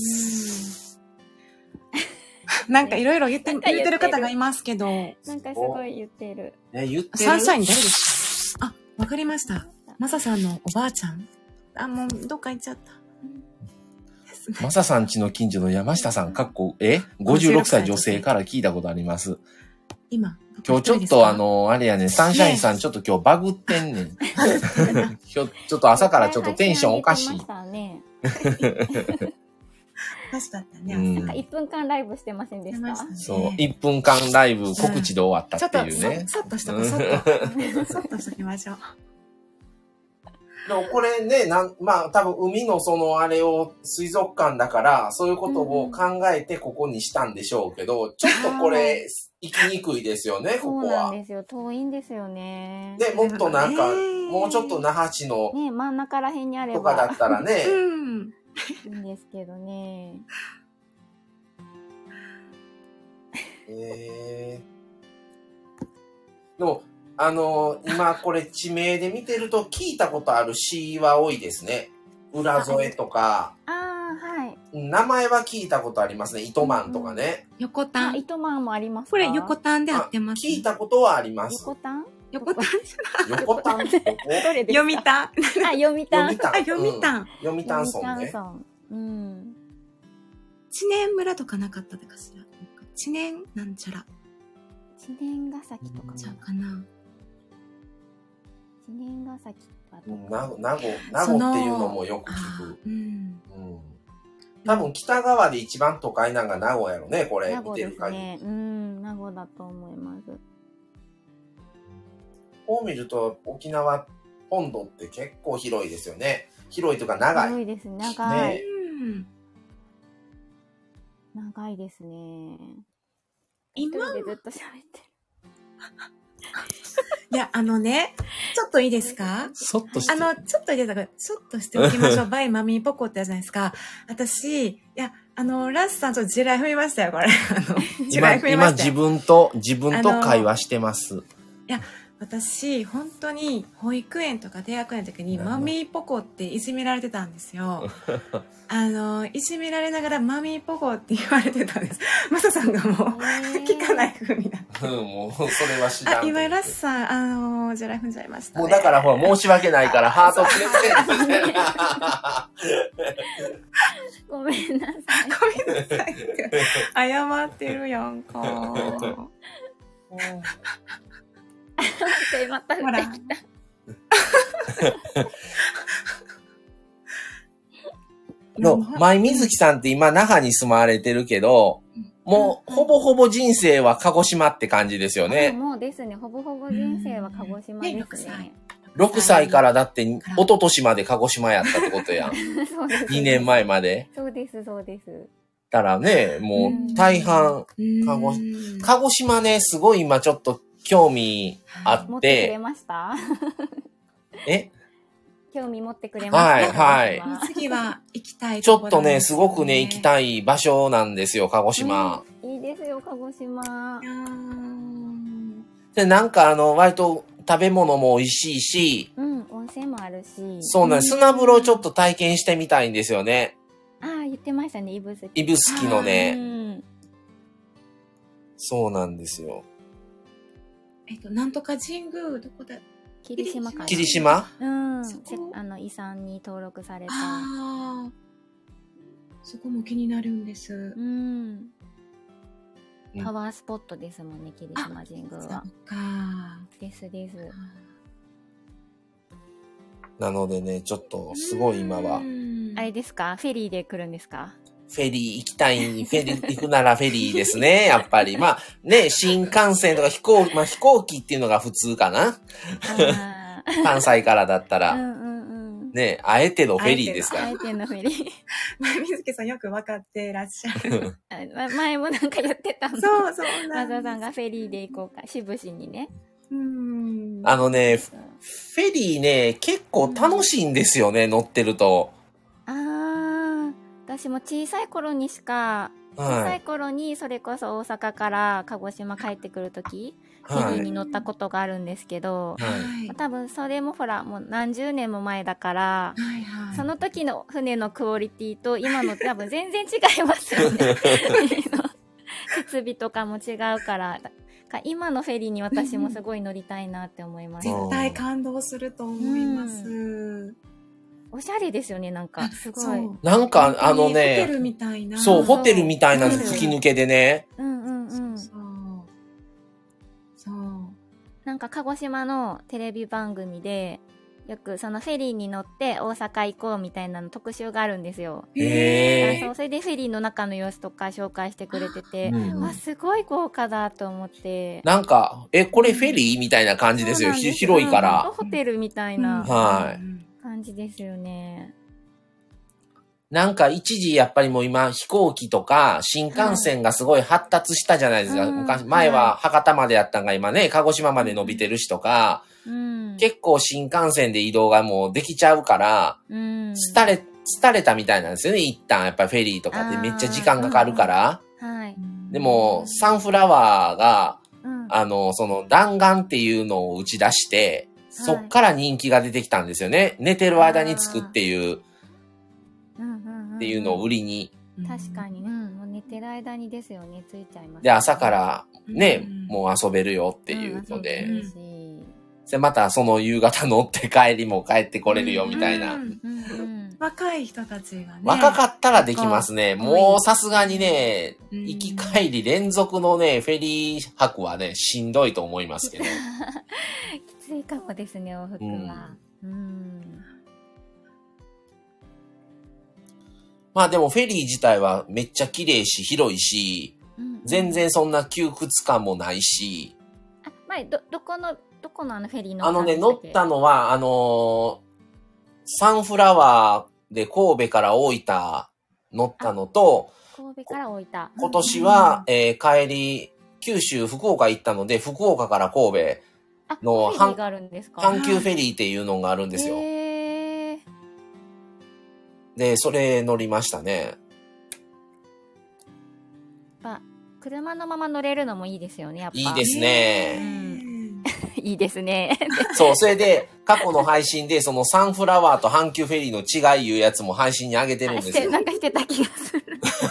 うんなんかいろいろ言って、言ってる方がいますけど。 なんかすごい言ってる。 え、言ってる。 サンシャイン誰ですか？あ、わかりました。マサさんのおばあちゃん。あ、もうどっか行っちゃった。 マサさん家の近所の山下さん、かっこ、え ?ごじゅうろくさい女性から聞いたことあります。 今。 今日ちょっとあの、あれやね、サンシャインさんちょっと今日バグってんねん。ちょっと朝からちょっとテンションおかしい。 おかしかったね。 なんかいっぷんかんライブしてませんでした？ そう、いっぷんかんライブ告知で終わったっていうね。 そっとしとこう、そっと。そっとしときましょう。 でもこれね、なん、まあ多分海のそのあれを水族館だから、そういうことを考えてここにしたんでしょうけど、ちょっとこれ、 行きにくいですよね、ここは。 そうなんですよ。遠いんですよね。 で、もっとなんか、もうちょっと那覇市の、 ね、真ん中ら辺にあれば。 とかだったらね。 うん。 いいんですけどね。 えー、でも、あのー、今これ地名で見てると聞いたことある市は多いですね。浦添とか。 ああ、はい。 名前は聞いたことありますね。糸満とかね。 うん、横丹。 糸満もありますか？ これ横丹で合ってます。 聞いたことはあります。 横丹？ 横丹じゃない。 横丹どれですか？ 読みたん。 あ、読みたん。 読みたん。 あ、読みたん。 読みたん村ね。 うん。 知念村とかなかったかしら。知念なんちゃら。 知念ヶ崎とかじゃかな。 知念ヶ崎はどこ？ 名護、名護っていうのもよく聞く。うん。うん。多分北側で一番都会なんが名護やろね、これ。 名護ですね。うん、名護だと思います。 こう見ると沖縄本土って結構広いですよね。広いというか長い。 広いですね、長い。 ね、 長いですね。 今でずっと喋ってる。 いや、あのね、ちょっといいですか？ そっとして。 あの、ちょっといいですか？ちょっとしておきましょう。バイマミーポコってやつじゃないですか。私、いや、あの、ラスさんちょっと地雷踏みましたよ、これ。あの、地雷踏みましたよ。 今、今自分と、自分と会話してます。いや、私、本当に保育園とか低学年の時にマミーポコっていじめられてたんですよ。あの、いじめられながらマミーポコって言われてたんです。マサさんがもう聞かない風になって。 うん、もうそれは知らん。 あ、今ラスさん、あの、地雷踏んじゃいました、ね。 もうだからほら、申し訳ないからハートくれて。 ごめんなさい。 ごめんなさいって。謝ってるやんか。 またほら。 の、舞水木さんって今那覇に住まわれてるけど、もうほぼほぼ人生は鹿児島って感じですよね。 もうですね、ほぼほぼ人生は鹿児島ですね。 ろくさいからだって、一昨年まで鹿児島やったってことやん。 そうです。 にねんまえまで。 そうです、そうです。 たらね、もう大半、鹿児、鹿児島ね、すごい今ちょっと興味あって。 持ってくれました？ え興味持ってくれました？ はい、はい。 次は行きたい、 ね。ちょっとね、すごくね、行きたい場所なんですよ、鹿児島。 うん、いいですよ、鹿児島。 で、なんかあの、割と食べ物も美味しいし。 うん、温泉もあるし。 そうなんです。砂風呂ちょっと体験してみたいんですよね。 ああ、言ってましたね、指宿。 指宿のね。うん、そうなんですよ。 えっと、なんとか神宮、どこだ？ 霧島か。 霧島？ うん。あの、遺産に登録された。ああ。そこも気になるんです。 うん。パワースポットですもんね、霧島神宮は。そっか。 ですです。 なのでね、ちょっと、すごい今は。 あれですか？フェリーで来るんですか？ フェリー行きたい、フェリー行くならフェリーですね、やっぱり。まあね、新幹線とか飛行、まあ飛行機っていうのが普通かな。関西からだったら。うんうんうん、ね、あえてのフェリーですから。 あえてのフェリー。 水木さんよく分かってらっしゃる。 前もなんか言ってたんです。そうそうなんです。マザさんがフェリーで行こうか、渋市にね。 うんあのね、フェリーね、結構楽しいんですよね、乗ってると。 ああ、私も小さい頃にしか、小さい頃にそれこそ大阪から鹿児島帰ってくるとき、フェリーに乗ったことがあるんですけど、はい、多分それもほら、もう何十年も前だから、はいはい、その時の船のクオリティと今の多分全然違いますよね。設備とかも違うから。今のフェリーに私もすごい乗りたいなって思います。 絶対感動すると思います。うん、 おしゃれですよね、なんか。すごい。 なんか、あのね。 ホテルみたいな。 そう、ホテルみたいな吹き抜けでね。 うんうんうん。 そう。そう。 なんか、鹿児島のテレビ番組で、よくそのフェリーに乗って大阪行こうみたいなの特集があるんですよ。 へー。 そう、それでフェリーの中の様子とか紹介してくれてて、うん、わ、すごい豪華だと思って。 なんか、え、これフェリーみたいな感じですよ。です広いから。 ホテルみたいな感じですよね。 なんか一時やっぱりもう今飛行機とか新幹線がすごい発達したじゃないですか。はい、昔、前は博多までやったんが今ね、鹿児島まで伸びてるしとか、うん、結構新幹線で移動がもうできちゃうから、うん、廃れ、廃れたみたいなんですよね。一旦やっぱりフェリーとかでめっちゃ時間かかるから。はい、でも、サンフラワーが、うん、あの、その弾丸っていうのを打ち出して、そっから人気が出てきたんですよね。はい、寝てる間につくっていう。っていうのを売りに。 確かに、うん、もう寝てる間にですよね、ついちゃいます、ね。 で、朝からね、うん、もう遊べるよっていうので。うん、で、またその夕方乗って帰りも帰ってこれるよみたいな。うんうんうん、若い人たちがね。 若かったらできますね。もうさすがにね、行き帰り連続のね、フェリー泊はね、しんどいと思いますけど。 きついかもですね、往復は。うん、うんまあでもフェリー自体はめっちゃ綺麗し広いし、うんうん、全然そんな窮屈感もないし。 あ、前ど、どこの、どこのあのフェリー乗ったんですか？あのね、乗ったのは、あのー、サンフラワーで神戸から大分乗ったのと、 神戸から大分。 今年は、うん、えー、帰り、九州福岡行ったので、福岡から神戸の阪急フェリーっていうのがあるんですよ。で、それ乗りましたね。 やっぱ、車のまま乗れるのもいいですよね、やっぱ。 いいですね。 うん、いいですね。 そう、それで、過去の配信で、そのサンフラワーと阪急フェリーの違いいうやつも配信に上げてるんですよ。 なんかしてた気がする。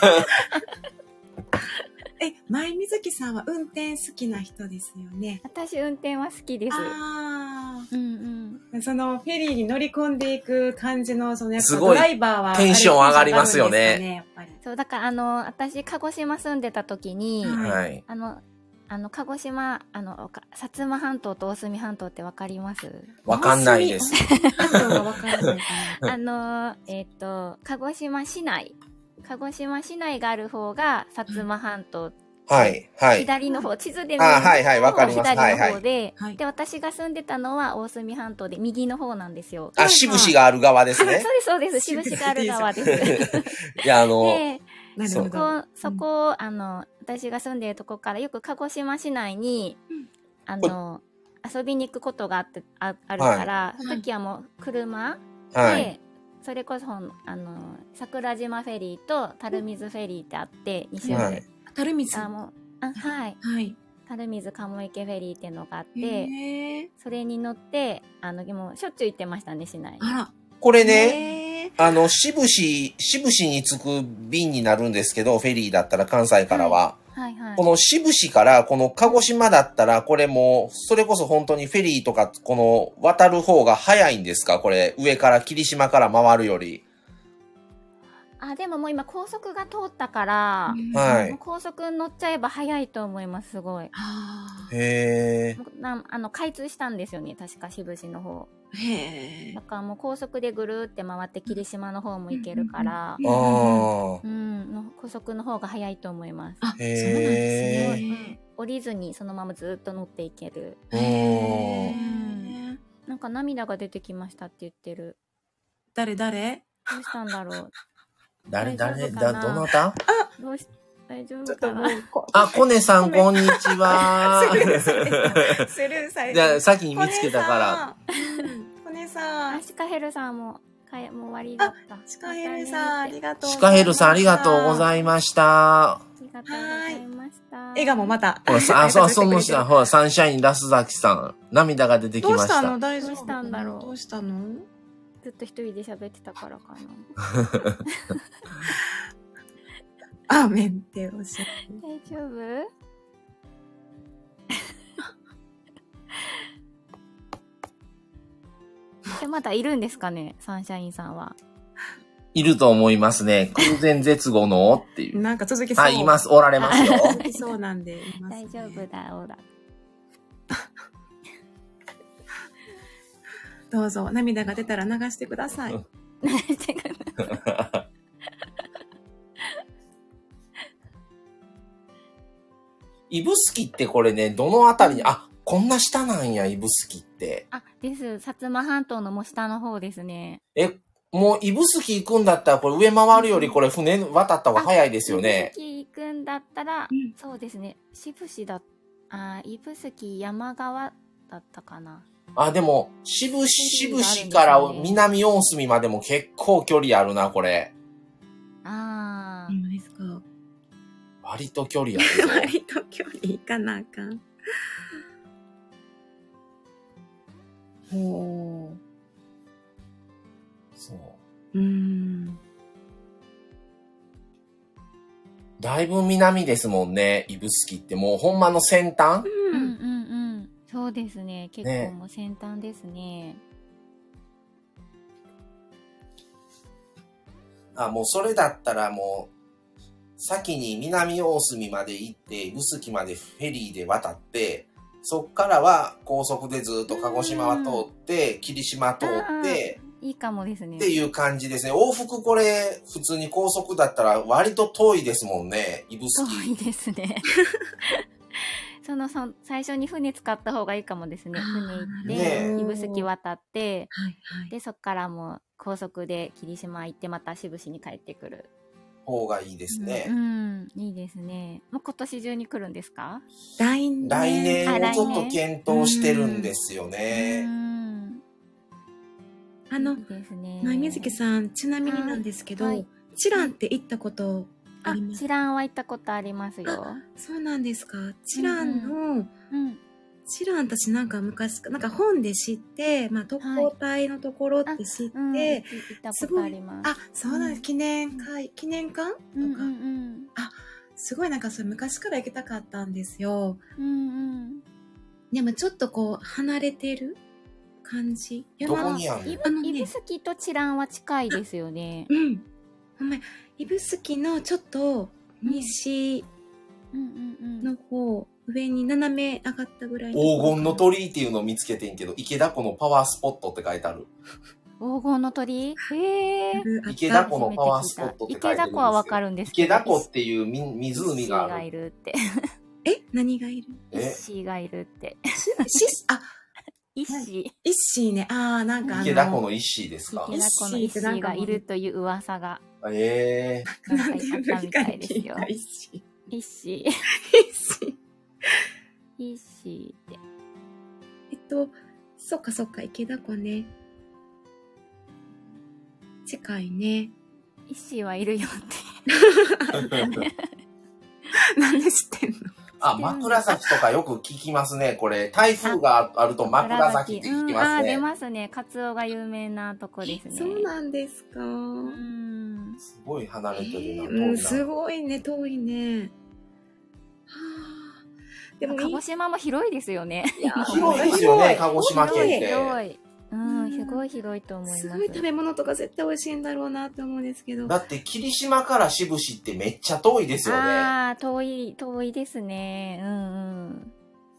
え、前水木さんは運転好きな人ですよね。 私運転は好きです。 ああ。 うんうん。 そのフェリーに乗り込んでいく感じの、そのやっぱドライバーは、 テンション上がりますよね。 やっぱりそう、だからあの、私、鹿児島住んでた時に、はい。あの、あの、鹿児島、あの、薩摩半島と大隅半島ってわかります？ わかんないです。 半島がわからないかな。あの、えっと、鹿児島市内。鹿児島市内がある方が薩摩半島、 はい、はい。 左の方、地図で見るとはいはい、わかります。 左の方で、はいはい、で、私が住んでたのは大隅半島で右の方なんですよ。 あ、志布志がある側ですね。 そうです、そうです。志布志がある側です。 いや、あの、 そこ、そこ、あの、私が住んでるとこからよく鹿児島市内に、うん、あの、遊びに行くことがあって、あ、あるから、はい、その時はもう車で、はい、それこそ、あの、桜島フェリーと垂水フェリーってあって、に種類。はい、 垂水あ、もう、あ、はい。はい。垂水鴨池フェリーっていうのがあって、それに乗って、あの、もうしょっちゅう行ってましたね、市内に。 あら。 これね、あの、志布志、志布志に着く便になるんですけど、フェリーだったら関西からは。 はい、はい、はい。 この志布志からこの鹿児島だったら、これもう、それこそ本当にフェリーとか、この渡る方が早いんですか？これ、上から霧島から回るより。 あ、でももう今高速が通ったから、 はい、 もう高速乗っちゃえば早いと思います、すごい。 へー。なあの、開通したんですよね、確か志布志の方。 へー。 だからもう高速でぐるーって回って霧島の方も行けるから、 うん、 うん、高速の方が早いと思います。 あ、そうなんですね。 降りずにそのままずっと乗っていける。 へー。なんか涙が出てきましたって言ってる。 誰誰？ どうしたんだろう。 誰誰だ、どなた？ あ、どうし、大丈夫かな。 あ、コネさん、こんにちは。 スルーされた。スルーされた。 じゃあ、先に見つけたから。 コネさん。 あ、シカヘルさんも、かえ、もう終わりだった。 シカヘルさん、ありがとう。 シカヘルさん、ありがとうございました。 ありがとうございました。 笑顔もまた。 あ、そう、その人、ほら、サンシャインラスザキさん、涙が出てきました。どうしたの？大丈夫？ どうしたんだろう。 どうしたの？ ずっと一人で喋ってたからかな。アーメンっておっしゃる。 大丈夫？で、まだいるんですかね、サンシャインさんは。 いると思いますね。空前絶後のっていう。 なんか続きそう。 はい、います。おられますよ。 そうなんで、いますね。 大丈夫だ、おら。 どうぞ、涙が出たら流してください。 流してください。 指宿ってこれね、どのあたりに、あ、こんな下なんや、指宿って。 あ、です。薩摩半島のもう下の方ですね。 え、 もう、指宿行くんだったら、これ上回るより、これ船渡った方が早いですよね。 指宿行くんだったら、うん、そうですね。渋市だ、あ、指宿山側だったかな。 あ、でも、渋市、渋市から南大隅までも結構距離あるな、これ。 ああ。 そうですか。 割と距離あるぞ。 割と距離行かなあかん。ほう。 そう。 うーん。 だいぶ南ですもんね、指宿ってもうほんまの先端、 うん、うんうんうんそうですね。結構もう先端ですね。ねあ、もうそれだったらもう、先に南大隅まで行って、指宿までフェリーで渡って、そっからは高速でずっと鹿児島は通って、霧島通って、 いいかもですね。 っていう感じですね。往復これ、普通に高速だったら割と遠いですもんね、指宿。 遠いですね。そのそ最初に船使った方がいいかもですね。船行って、ね、指宿渡って、はいはい、でそっからもう高速で霧島行ってまた志布志に帰ってくる方がいいですね。 うん、うん、いいですね。もう今年中に来るんですか？ 来年。 来年をちょっと検討してるんですよね。 うんあの、前水木さん、ちなみになんですけど、はいはい、チランって行ったことあります？ あ、チランは行ったことありますよ。 そうなんですか。チランの、うんうん、チラン私なんか昔、なんか本で知って、まあ特攻隊のところって知って、はいうん、行ったことあります。 あ、そうなんです。記念会、記念館とか、うんうんうん、あ、すごいなんかそれ昔から行きたかったんですよ。うんうん、でもちょっとこう離れてる感じ。 どこにあるの？指宿とチランは近いですよね。 うん。ほんま指宿のちょっと西の方、上に斜め上がったぐらいの。 黄金の鳥居っていうのを見つけてんけど、池田湖のパワースポットって書いてある。 黄金の鳥居？へー。 池田湖のパワースポットって書いてあるんですよ。 池田湖はわかるんですけど。 池田湖っていう湖がある。 がいるって。 え？何がいる？ イッシーがいるって。 シあイッシー。 イッシーね。ああ、なんかあの。 池田湖のイッシーですか？ 池田湖のイッシーがいるという噂が。 ええー。なんかあったみたいですよ。 イッシー。 イッシー。 イッシー。 イッシーって。 えっと、そっかそっか、池田湖ね。近いね。 イッシーはいるよって。 なんで知ってんの？ あ、枕崎とかよく聞きますね。これ、台風があると枕崎って聞きますね。うん、あ、 出ますね。カツオが有名なとこですね。 そうなんですか。うん。 すごい離れてるな。えー、 うん、すごいね、遠いね。はあ、でも鹿児島も広いですよね。 広いですよね、鹿児島県って。 広い。うん、すごい広いと思います。 すごい食べ物とか絶対美味しいんだろうなって思うんですけど。 だって霧島から志布志ってめっちゃ遠いですよね。 ああ、遠い、遠いですね。うんうん。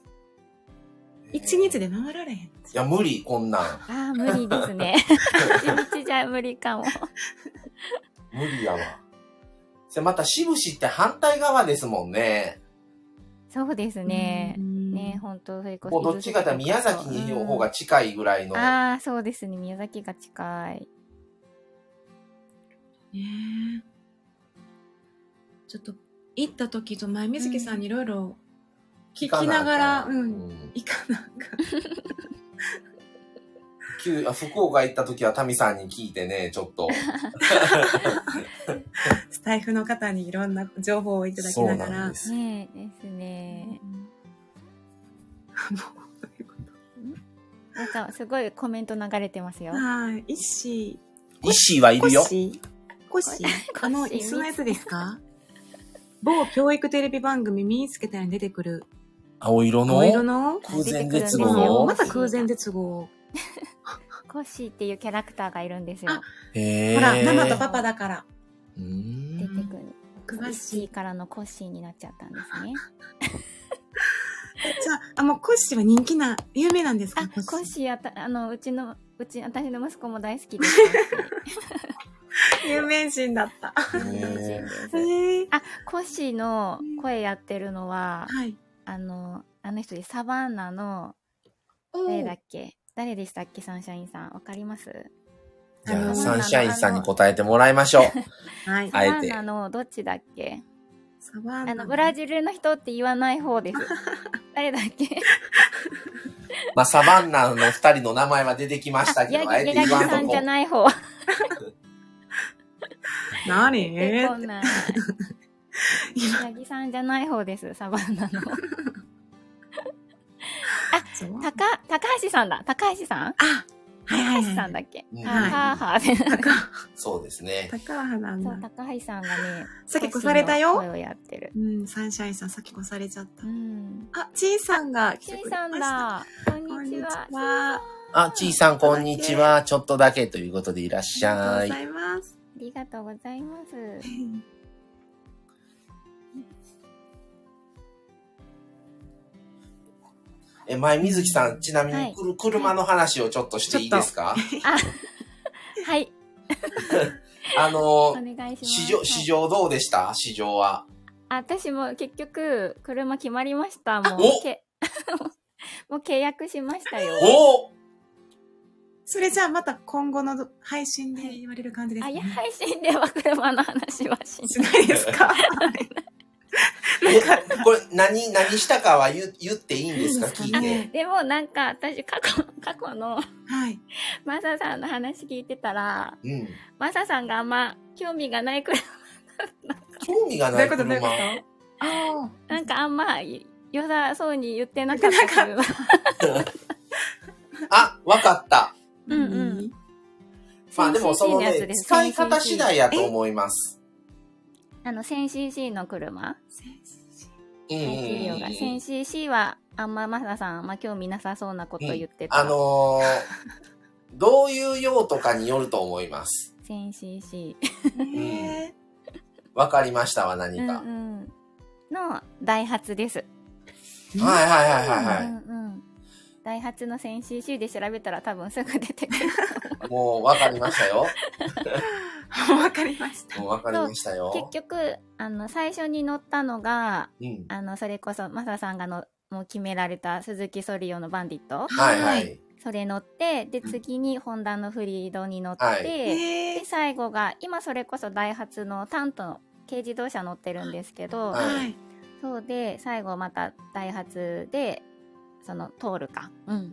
一日で回られへん。いや、無理、こんなん。 ああ、無理ですね。一日じゃ無理かも。 無理やわ。それまた志布志って反対側ですもんね。 そうですね。ね、本当それこそ。 もうどっちかというと宮崎にの方が近いぐらいの。 うん、ああ、そうですね。宮崎が近い。 ねえ。ちょっと行った時と前水木さんにいろいろ聞きながら、うん、うん、行かなんか。 福岡行った時はタミさんに聞いてね、ちょっと。 スタイフの方にいろんな情報をいただきながら。そうなんです。 ねえですね。なんかすごいコメント流れてますよ。 はい。イッシー。イッシーはいるよ。 コッシーコッシーあの、椅子のやつですか？某教育テレビ番組見つけたら出てくる。 青色の青色の空前絶後のまた空前絶後。 コッシーっていうキャラクターがいるんですよ。 へー。 ほら、ママとパパだから。 うーん。 出てくる。詳しいからのコッシーになっちゃったんですね。 じゃあ、あ、もうコッシーは人気な、有名なんですか？ あ、コッシー、あた、あの、うちの、うち、私の息子も大好きです。 有名人だった。 有名人です。えー、あ、コッシーの声やってるのは、はい、あの、あの人でサバンナの、誰だっけ誰でしたっけサンシャインさん。わかります？ じゃあ、サンシャインさんに答えてもらいましょう。 はい。サバンナの、どっちだっけ？サバンナ。あの、ブラジルの人って言わない方です。誰だっけ？ まあ、サバンナの二人の名前は出てきましたけど、 あえて言わんとこ。ヤギさんじゃない方。 何？ 出てこない。ヤギさんじゃない方です、サバンナの。あ、高、高橋さんだ。高橋さん？ あ、はいはい、はい。 高橋さんだっけ？ うん、 高橋。 そうですね。 高橋なんだ。 そう、高橋さんがね、 さっき越されたよ。 声をやってる。 うん、サンシャインさん、さっき越されちゃった。 うん。 あ、ちーさんが来てくれました。ちーさんだ。こんにちは。 あ、ちーさん、こんにちは。ちょっとだけということでいらっしゃい。 ありがとうございます。 ありがとうございます。 え、前水木さん、ちなみに、はい、車の話をちょっとしていいですか？ あ、はい。 あの、 お願いします。 市場、市場どうでした？市場は。 私も結局、車決まりました。もう、けもう契約しましたよ。 おそれじゃあまた今後の配信で言われる感じですね。 あ、いや、配信では車の話はしないですか？ え、これ何、何したかは言、言っていいんですか？聞いて。 でもなんか私過去、過去の、はい。マサさんの話聞いてたら、うん。マサさんがあんま興味がない車。 興味がない車？ どういうこと？どういうこと？ ああ。なんかあんま良さそうに言ってなかった車。 あ、わかった。 うんうん。 まあでもそのね、使い方次第やと思います。 あの、せんシーシー の車。 うんうんうん。 排気量が せんシーシー はあんまマサさん、まあ興味なさそうなこと言ってた。 うん、あのー、どういう用途かによると思います。 せんシーシー。へー。わかりましたわ、何か。 うんうん、の、ダイハツです。 はいはいはいはいはい。 うんうん、ダイハツの せんシーシー で調べたら多分すぐ出てくる。 もうわかりましたよ。 わかりました。 もうわかりましたよ。 結局、あの、最初に乗ったのが、 うん、 あの、それこそ、マサさんがの、もう決められた鈴木ソリオのバンディット。 はいはい。 それ乗って、で、次にホンダのフリードに乗って、はい、で、最後が、今それこそダイハツのタントの軽自動車乗ってるんですけど、 はい、 そうで、最後またダイハツで、その、トールか。うん。うんうん、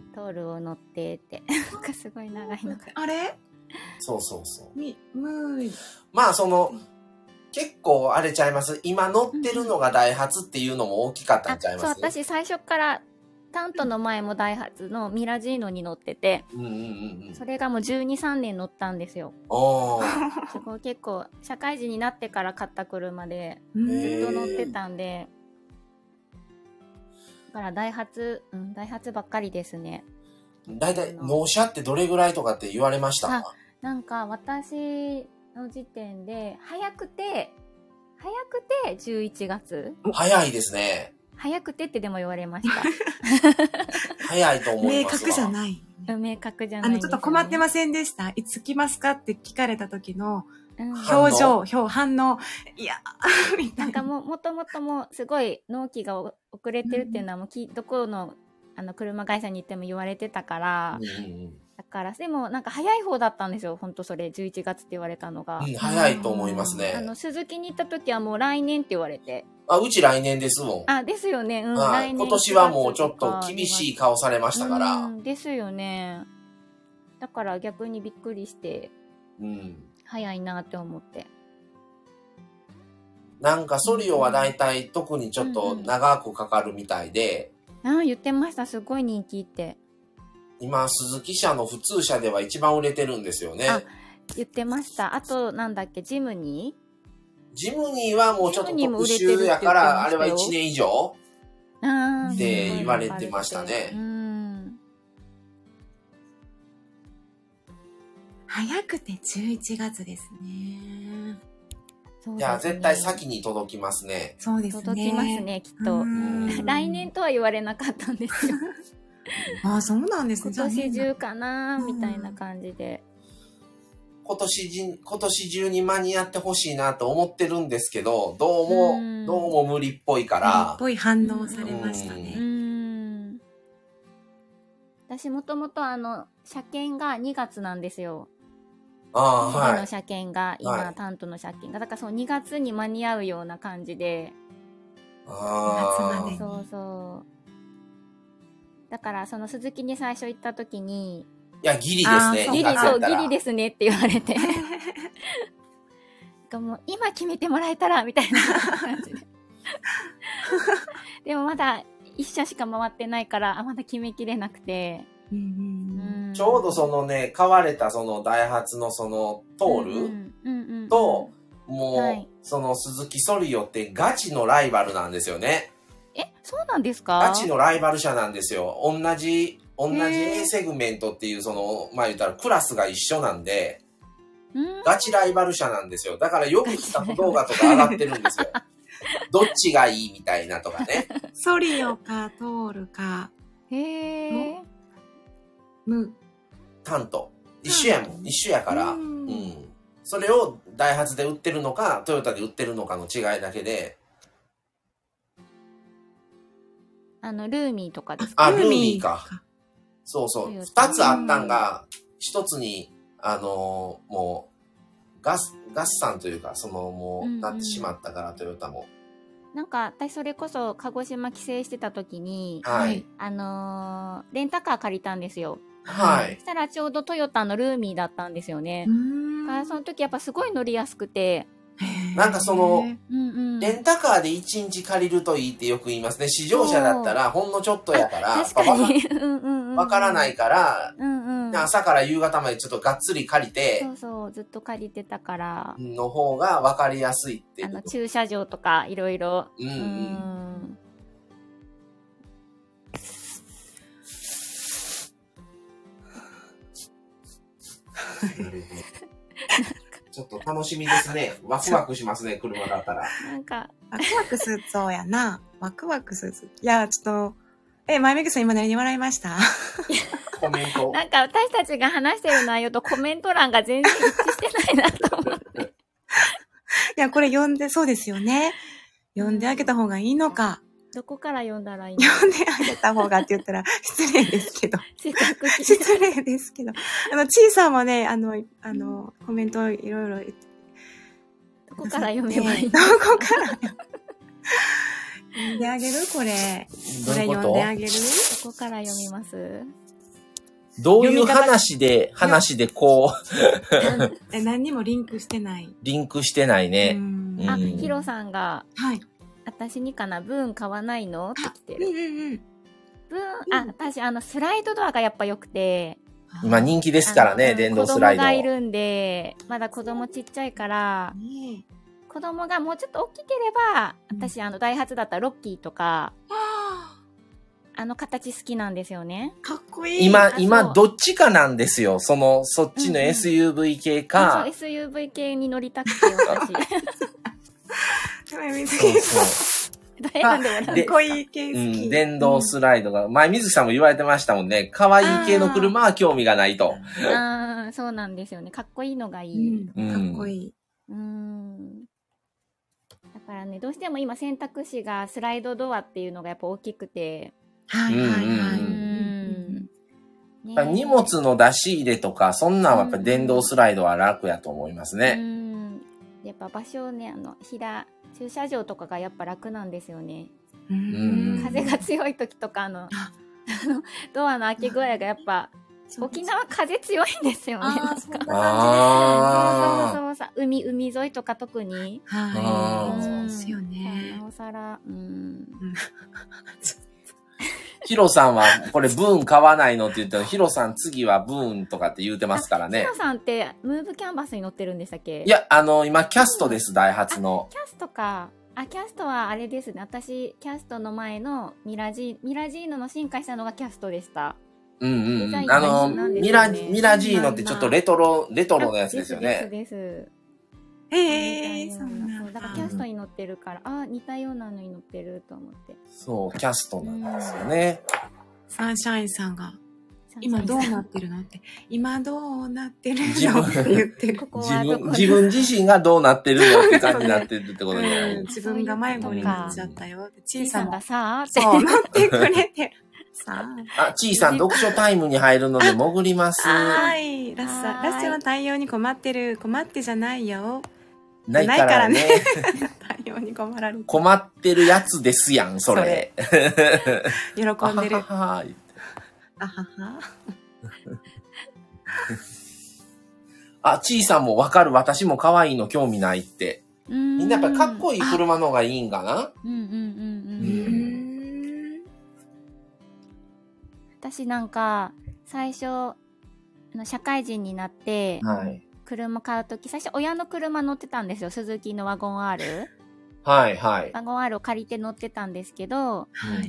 トールを乗ってって、なんかすごい長いのか。 あれ？ そうそうそう。 み、むまあその、結構あれちゃいます。今乗ってるのがダイハツっていうのも大きかったんちゃいます？ そう、私最初からタントの前もダイハツのミラジーノに乗ってて、うんうんうんうん、それがもうじゅうに、さんねん乗ったんですよ。 おすごい結構社会人になってから買った車でずっと乗ってたんで、だからダイハツ、うん、ダイハツばっかりですね。 だいたい納車ってどれぐらいとかって言われましたか？ なんか私の時点で早くて早くてじゅういちがつ。 早いですね。 早くてってでも言われました。 早いと思いますわ。 明確じゃない。 明確じゃない、ね。 あのちょっと困ってませんでした。いつ来ますかって聞かれた時の表情、表反応、いやみたいな。 なんかももともともすごい納期が遅れてるっていうのはもうき、うん、どこのあの車会社に行っても言われてたから。うんだからでもなんか早い方だったんですよ。本当それじゅういちがつって言われたのが、 うん、早いと思いますね。 あの鈴木に行った時はもう来年って言われて、 あうち来年ですもん。 あですよね、うん、 来年今年はもうちょっと厳しい顔されましたから、 うん、ですよね。だから逆にびっくりして、うん、早いなって思って。 なんかソリオはだいたい特にちょっと長くかかるみたいで、 うんうん、あ言ってました。すごい人気って。 今、鈴木社の普通車では一番売れてるんですよね。 あ、言ってました。あと、なんだっけ、ジムニージムニーはもうちょっと特殊やから、あれはいちねん以上って言われてましたね。うん。 早くてじゅういちがつですね。 いや、絶対先に届きますね。 そうですね。 届きますね、きっと。来年とは言われなかったんですよ。 ああ、そうなんですね。 今年中かなみたいな感じで。 今年じ、今年中に間に合ってほしいなと思ってるんですけど、どうも、うどうも無理っぽいから。 無理っぽい反応されましたね。 うん。私もともとあの、車検がにがつなんですよ。 ああ、はい。 の車検が、今、はい、担当の車検が。だからそうにがつに間に合うような感じで。 ああ。 夏まで。 そうそう。だから、その鈴木に最初行った時に、 いや、ギリですね。 ギリ、そう、ギリですねって言われて。もう今決めてもらえたら、みたいな感じで。でもまだ一社しか回ってないから、あ、まだ決めきれなくて。 うんうん、 ちょうどそのね、買われたそのダイハツのそのトールと、もう、はい、その鈴木ソリオってガチのライバルなんですよね。 え、そうなんですか？ ガチのライバル車なんですよ。同じ、同じ A セグメントっていうその、まあ言ったらクラスが一緒なんで、ガチライバル車なんですよ。だからよくスタッフ動画とか上がってるんですよ。どっちがいいみたいなとかね。 ソリオかトールか。 へー。 ム。 タント。一緒やもん。一緒やから。うん。うん。それをダイハツで売ってるのか、トヨタで売ってるのかの違いだけで。 あの、ルーミーとかですか？ あ、ルーミーか。そうそう。二つあったんが、一つに、あのー、もう、ガス、ガスさんというか、その、もう、なってしまったから、うんうん、トヨタも。 なんか、私それこそ、鹿児島帰省してた時に、 はい。 あのー、レンタカー借りたんですよ。 はい。 そしたらちょうどトヨタのルーミーだったんですよね。だからその時やっぱすごい乗りやすくて。 なんかその、うんうん、レンタカーでいちにち借りるといいってよく言いますね。試乗車だったらほんのちょっとやから、 確かにわからないから、 うんうん、 朝から夕方までちょっとがっつり借りて、 そうそう、ずっと借りてたから、 の方がわかりやすいっていう。 あの、駐車場とかいろいろ。 うんうん。うんちょっと楽しみですね。ワクワクしますね、車だったら。 なんか、 ワクワクするそうやな。ワクワクする。いや、ちょっと、え、前めぐさん今何に笑いました？ コメント。 なんか私たちが話してる内容とコメント欄が全然一致してないなと思って。いや、これ読んでそうですよね。読んであげた方がいいのか。 どこから読んだらいいの？ 読んであげた方がって言ったら失礼ですけど。 失礼ですけど。あの、ちいさんもね、あの、あの、コメントいろいろ。 どこから読めばいいの？ どこから読んであげる？これ。これ読んであげる？ どこから読みます？ どういう話で、話でこう。え、何にもリンクしてない。 リンクしてないね。 あ、ヒロさんが。 はい。 私にかな、ブーン買わないのって来てる。 うんうんうん。 ブーン、あ、私、あの、スライドドアがやっぱ良くて。 今人気ですからね、電動スライド。 子供がいるんで、まだ子供ちっちゃいから、ね、子供がもうちょっと大きければ、うん、私、あの、ダイハツだったらロッキーとか、あの形好きなんですよね。 かっこいい。 今、今、どっちかなんですよ。その、そっちの エスユーブイ 系か。 うんうん、そう、エスユーブイ 系に乗りたくて、私。 そうそう。かっこいい系好き、 うん。電動スライドが、前水木さんも言われてましたもんね。可愛い系の車は興味がないと。 ああ、そうなんですよね。かっこいいのがいい。 うん、かっこいい。 うん。だからね、どうしても今選択肢がスライドドアっていうのがやっぱ大きくて。 はいはいはい。 うんね、荷物の出し入れとか、そんなんはやっぱ電動スライドは楽やと思いますね。 うんやっぱ場所をね、あの、平、駐車場とかがやっぱ楽なんですよね。 うん風が強い時とか、あの、あの、ドアの開け具合がやっぱ、沖縄風強いんですよね。なんか。 あそうそうそうそう。海、海沿いとか特に。 はい。そうですよね。 なおさら、うん。 ヒロさんは、これブーン買わないのって言ったら、ヒロさん次はブーンとかって言うてますからね。 ヒロさんって、ムーブキャンバスに乗ってるんでしたっけ？ いや、あの、今、キャストです、ダイハツの。 キャストか。あ、キャストはあれですね。私、キャストの前のミラジー、ミラジーノの進化したのがキャストでした。 うんうん。あの、ミラ、ミラジーノってちょっとレトロ、レトロのやつですよね。 ですですです。 へえー、そうなんだ。だからキャストに乗ってるから、あ、似たようなのに乗ってると思って。 そう、キャストなんですよね。 サンシャインさんが、今どうなってるのって、今どうなってるのって言って、ここは自分、自分自身がどうなってるのって感じになってるってことじゃない、 うん、自分が迷子になっちゃったよって。 小さんがさ、 そう、乗ってくれてる。 さあ。あ、ちいさん、読書タイムに入るので潜ります。 はい。ラッサ、ラッサの対応に困ってる。困ってじゃないよ。 ないからね。 対応に困られて。 困ってるやつですやん、それ。 それ喜んでる。 あははは。 あはは。 あ、ちいさんもわかる。私も可愛いの興味ないって。みんなやっぱりかっこいい車の方がいいんかな。 うんうんうんうん。私なんか、最初、社会人になって、はい、車買うとき、最初親の車乗ってたんですよ。スズキのワゴン R。 はいはい。 ワゴン R を借りて乗ってたんですけど、はい、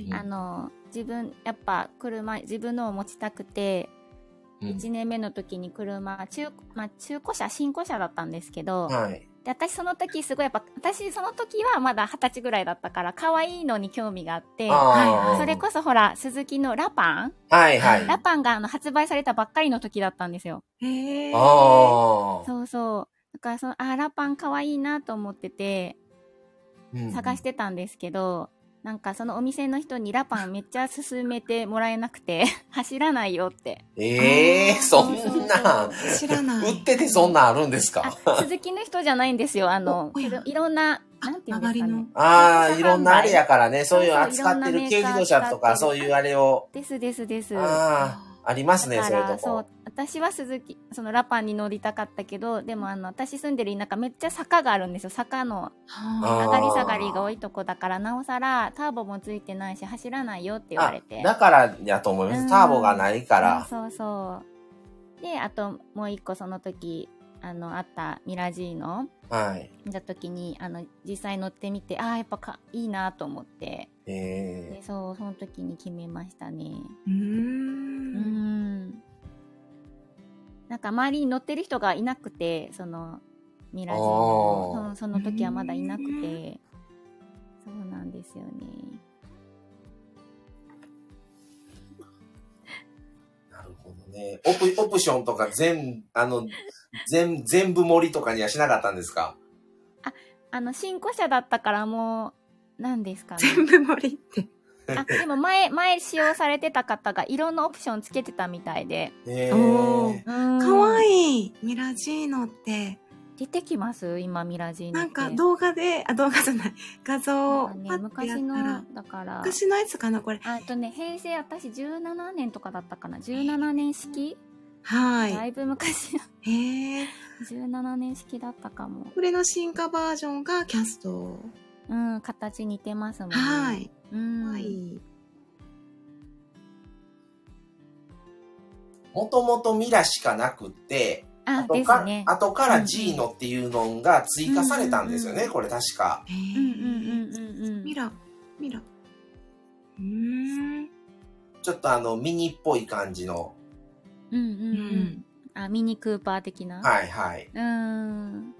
あの、自分、やっぱ車、自分のを持ちたくて、いちねんめの時に車、中、まあ、中古車、新古車だったんですけど、はい、で私その時すごいやっぱ、私その時はまだはたちぐらいだったから、可愛いのに興味があって、はい、それこそほら、スズキのラパン、はいはい、ラパンがあの発売されたばっかりの時だったんですよ。へー。そうそう。だからその、あ、ラパン可愛いなと思ってて、探してたんですけど、なんかそのお店の人にラパンめっちゃ勧めてもらえなくて走らないよって。 ええー、そんな知らない。 売っててそんなんあるんですか？ 鈴木の人じゃないんですよ。あのいろんななんていうんですかね。 ああ、いろんなあれやからね。そういう扱ってる軽自動車とかそういうあれを。 ですですです。 ああ。ありますね、そういうとこ。そう、 私は鈴木、そのラパンに乗りたかったけど、でもあの、私住んでる田舎めっちゃ坂があるんですよ。坂の上がり下がりが多いとこだから、なおさらターボもついてないし、走らないよって言われて。 だからやと思います。ターボがないから。 そうそうそう。で、あともう一個その時、あの、あったミラジーノ。はい。見た時に、あの、実際乗ってみて、ああ、やっぱかいいなと思って。えー、でそう、その時に決めましたね。うーん。うーん。なんか周りに乗ってる人がいなくて、その、ミラジーノの、その時はまだいなくて、そうなんですよね。 なるほどね。オプ、オプションとか全、あの、全、全部盛りとかにはしなかったんですか？ あ、あの、新古車だったからもう、何ですかね。 全部盛りって。 あ、でも前、前使用されてた方が色のオプションつけてたみたいで。 へー。おー。かわいい。ミラジーノって。 出てきます今、ミラジーノって。 なんか動画で、あ、動画じゃない。画像を、 ね、昔の、だから。 昔のやつかな、これ。 あとね、平成、私じゅうななねんとかだったかな。じゅうななねん式はい。 だいぶ昔の。へえ。じゅうななねん式だったかも。 これの進化バージョンがキャスト。 うん、形似てますもんね。 はい。 うん。はい。 もともとミラしかなくって、 あ、後かですね。 後からジーノっていうのが追加されたんですよね、うんうん、これ確か。 へー。うんうんうんうん。 ミラ、ミラ。うーん。 ちょっとあの、ミニっぽい感じの。 うんうんうん。あ、ミニクーパー的な。 はいはい。 うーん。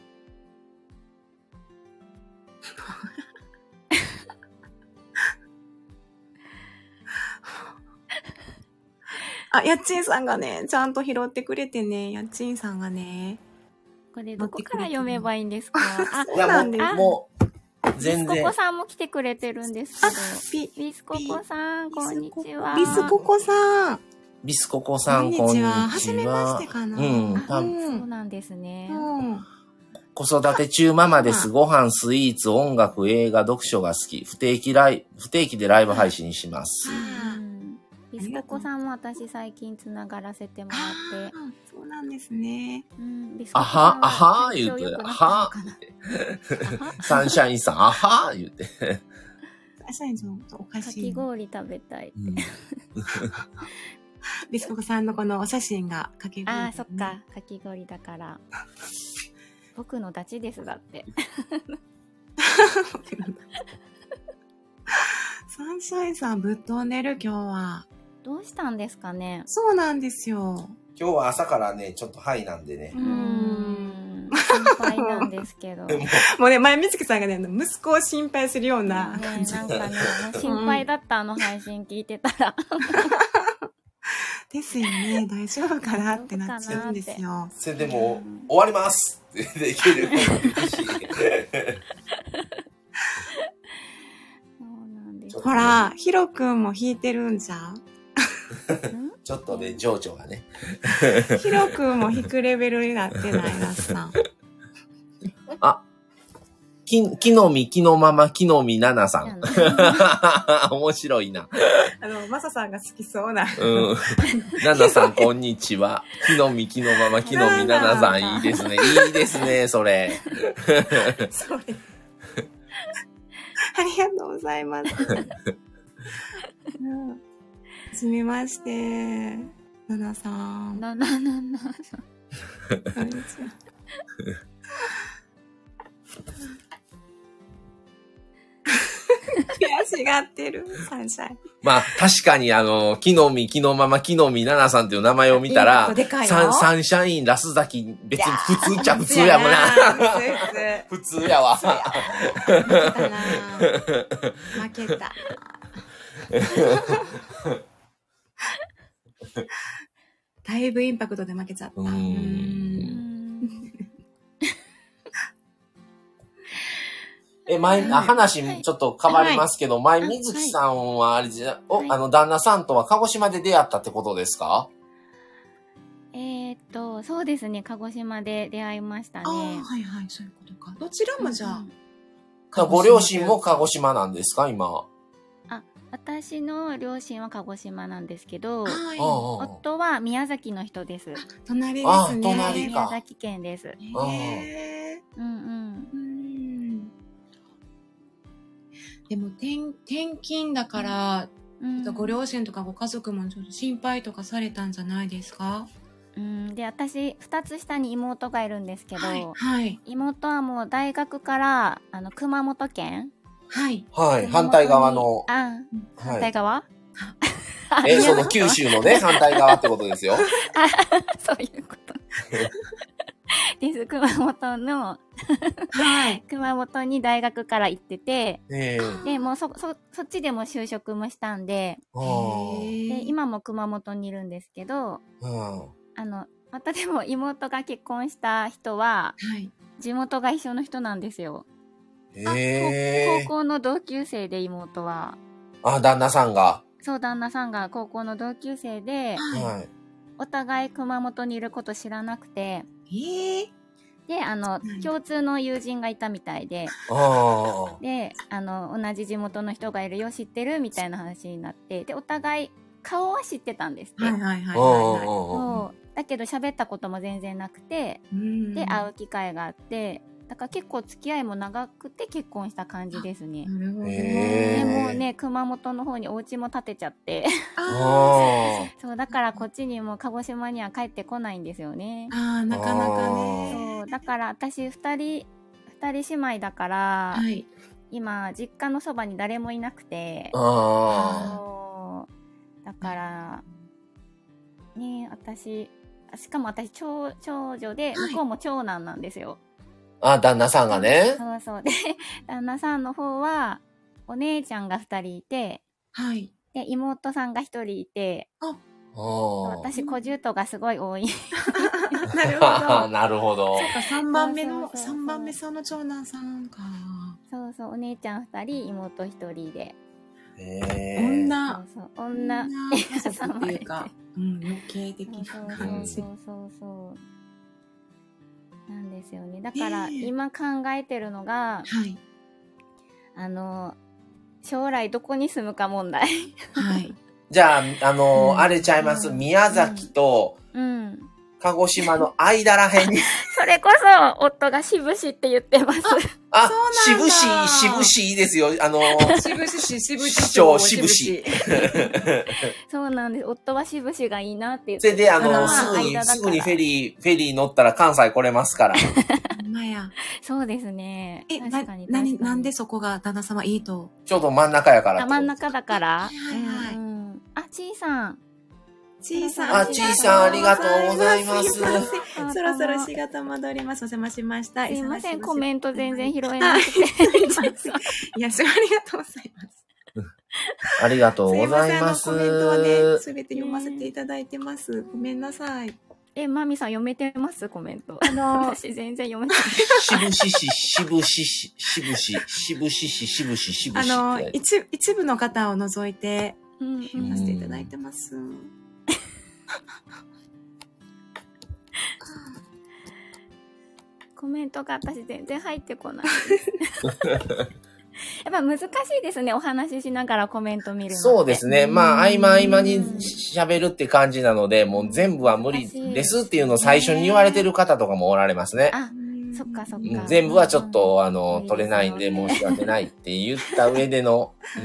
あ、やっちんさんがね、ちゃんと拾ってくれてね、やっちんさんがね。 これどこから読めばいいんですか？あ、 そうなんです。もう、全然。 ビスココさんも来てくれてるんですけど。ビ、ビスココさん、こんにちは。 ビスココさん。 ビスココさん、こんにちは。 はじめましてかな。 うん、 うん。そうなんですね。うん。 子育て中ママです。ご飯、スイーツ、音楽、映画、読書が好き。不定期ライ不定期でライブ配信します。 ビスココさんも私最近つながらせてもらって。 そうなんですね。 うん、ビスココさんはあは、あは言うて、あはサンシャインさん、あは言うて。 サンシャインさん、おかしい。 かき氷食べたい。うん、 ビスココさんのこのお写真がかき氷、ね。 ああ、そっか。かき氷だから。僕のダチです、だって。 サンシャインさんぶっ飛んでる今日は。 どうしたんですかね。 そうなんですよ。 今日は朝からね、ちょっとハイなんでね。 うーん。心配なんですけど。 もうね、前みつきさんがね、息子を心配するような感じ。 ね、なんかね、心配だったあの配信聞いてたら。 ですよね、大丈夫かなってなっちゃうんですよ。 それでも、うん、終わりますってできるし。 ほほら、ヒロくんも弾いてるんじゃん。 ちょっとね、情緒がね。 ヒロくんも弾くレベルになってない、なすさん。 あ、き、木の実、木のまま、木の実ななさん。面白いな。 あの、マサさんが好きそうな。 うん。ななさん、こんにちは。木の実、木のまま、木の実ななさん、いいですね。いいですね、それ。 それ。ありがとうございます。はじめまして。ななさん。 ななななさん。 こんにちは。悔しがってる、サンシャイン。 まあ、確かにあの、木の実、木のまま、木の実ななさんっていう名前を見たら、サン、サンシャイン、ラスザキ、別に普通っちゃ普通やもんな。普通やわ。負けたな負けた。だいぶインパクトで負けちゃった。うーんえ、前、あ、話、ちょっと変わりますけど、前、水木さんは、あれじゃ、お、あの、旦那さんとは鹿児島で出会ったってことですか？ えーっと、そうですね、鹿児島で出会いましたね。ああ、 はいはい、そういうことか。どちらもじゃあ。ご両親も鹿児島なんですか、今。 あ、私の両親は鹿児島なんですけど、はい、夫は宮崎の人です。 隣ですね。 隣か。 宮崎県です。へえ。うんうん。でも転、転勤だから、うん、ご両親とかご家族もちょっと心配とかされたんじゃないですか？ うん、で、私、二つ下に妹がいるんですけど、はいはい、 妹はもう大学から、あの、熊本県はい。 はい、反対側の。 あ、反対側、 はい、え、その九州のね、反対側ってことですよ。 あ、そういうこと。です。熊本の、はい、熊本に大学から行ってて、えー、で、もうそ、そ、そっちでも就職もしたんで、で、今も熊本にいるんですけど、あの、またでも妹が結婚した人は、はい、地元が一緒の人なんですよ。えー、高校の同級生で妹は。 あ、旦那さんが。 そう、旦那さんが高校の同級生で、はい、お互い熊本にいること知らなくて、えー、で、あの、共通の友人がいたみたいで、で、あの、同じ地元の人がいるよ、知ってるみたいな話になって、で、お互い顔は知ってたんですって。はいはいはいはい、そう。だけど喋ったことも全然なくて、で、会う機会があって、だから結構付き合いも長くて結婚した感じですね。なるほど。でもね、熊本の方にお家も建てちゃって。そう、だからこっちにも鹿児島には帰ってこないんですよね。 ああ、なかなかね。 そう、だから私二人、二人姉妹だから、はい、今、実家のそばに誰もいなくて。そう。だから、ね、私、しかも私長、長女で、向こうも長男なんですよ。 あ、旦那さんがね。 そうそう。で、旦那さんの方は、お姉ちゃんが二人いて、はい。で、妹さんが一人いて、あ私、小じゅうとがすごい多い。 なるほど。 なるほど。 そうか、三番目の、三番目さんの長男さんか。 そうそう、お姉ちゃん二人、妹一人で。 へぇ女。 そうそう、女。 女家族っていうか、うん、余計的な感じ。 そうそうそう。なんですよね。だから今考えてるのが、はい、あの将来どこに住むか問題。 はい。じゃああの、うん、あれちゃいます、うん、宮崎と、うん、鹿児島の間らへんに。 それこそ夫が志布志って言ってます。 あ、志布志、志布志いいですよ。あの志布志市、志布志町、志布志。 そうなんです。夫は志布志がいいなって言って。 それで、あの、すぐに、すぐにフェリー、フェリー乗ったら関西来れますから。 まや。そうですね。 え、確かに。な、な、なんでそこが旦那様いいと？ ちょうど真ん中やから。 あ、真ん中だから。はいはい。うん、あ、ちいさん。 ちいさん。 あ、ちいさん、ありがとうございます。 そろそろ仕事戻ります。お邪魔しました。 すいません、コメント全然拾えなくて。 いや、すごいありがとうございます。 ありがとうございます。 すいません、あのコメントはね、すべて読ませていただいてます。ごめんなさい。 え、マミさん読めてますコメント。あのー、私全然読めてない。 しぶしし、しぶしし、しぶし、しぶしし、しぶし、しぶし。 あのー、一、一部の方を除いて、読ませていただいてます。 コメントが私全然入ってこない。やっぱ難しいですね。お話ししながらコメント見るのって。 そうですね。まあ、合間合間に喋るって感じなので、もう全部は無理ですっていうのを最初に言われてる方とかもおられますね。 あ、そっかそっか。 全部はちょっと、あの、取れないんで申し訳ないって言った上での、うん。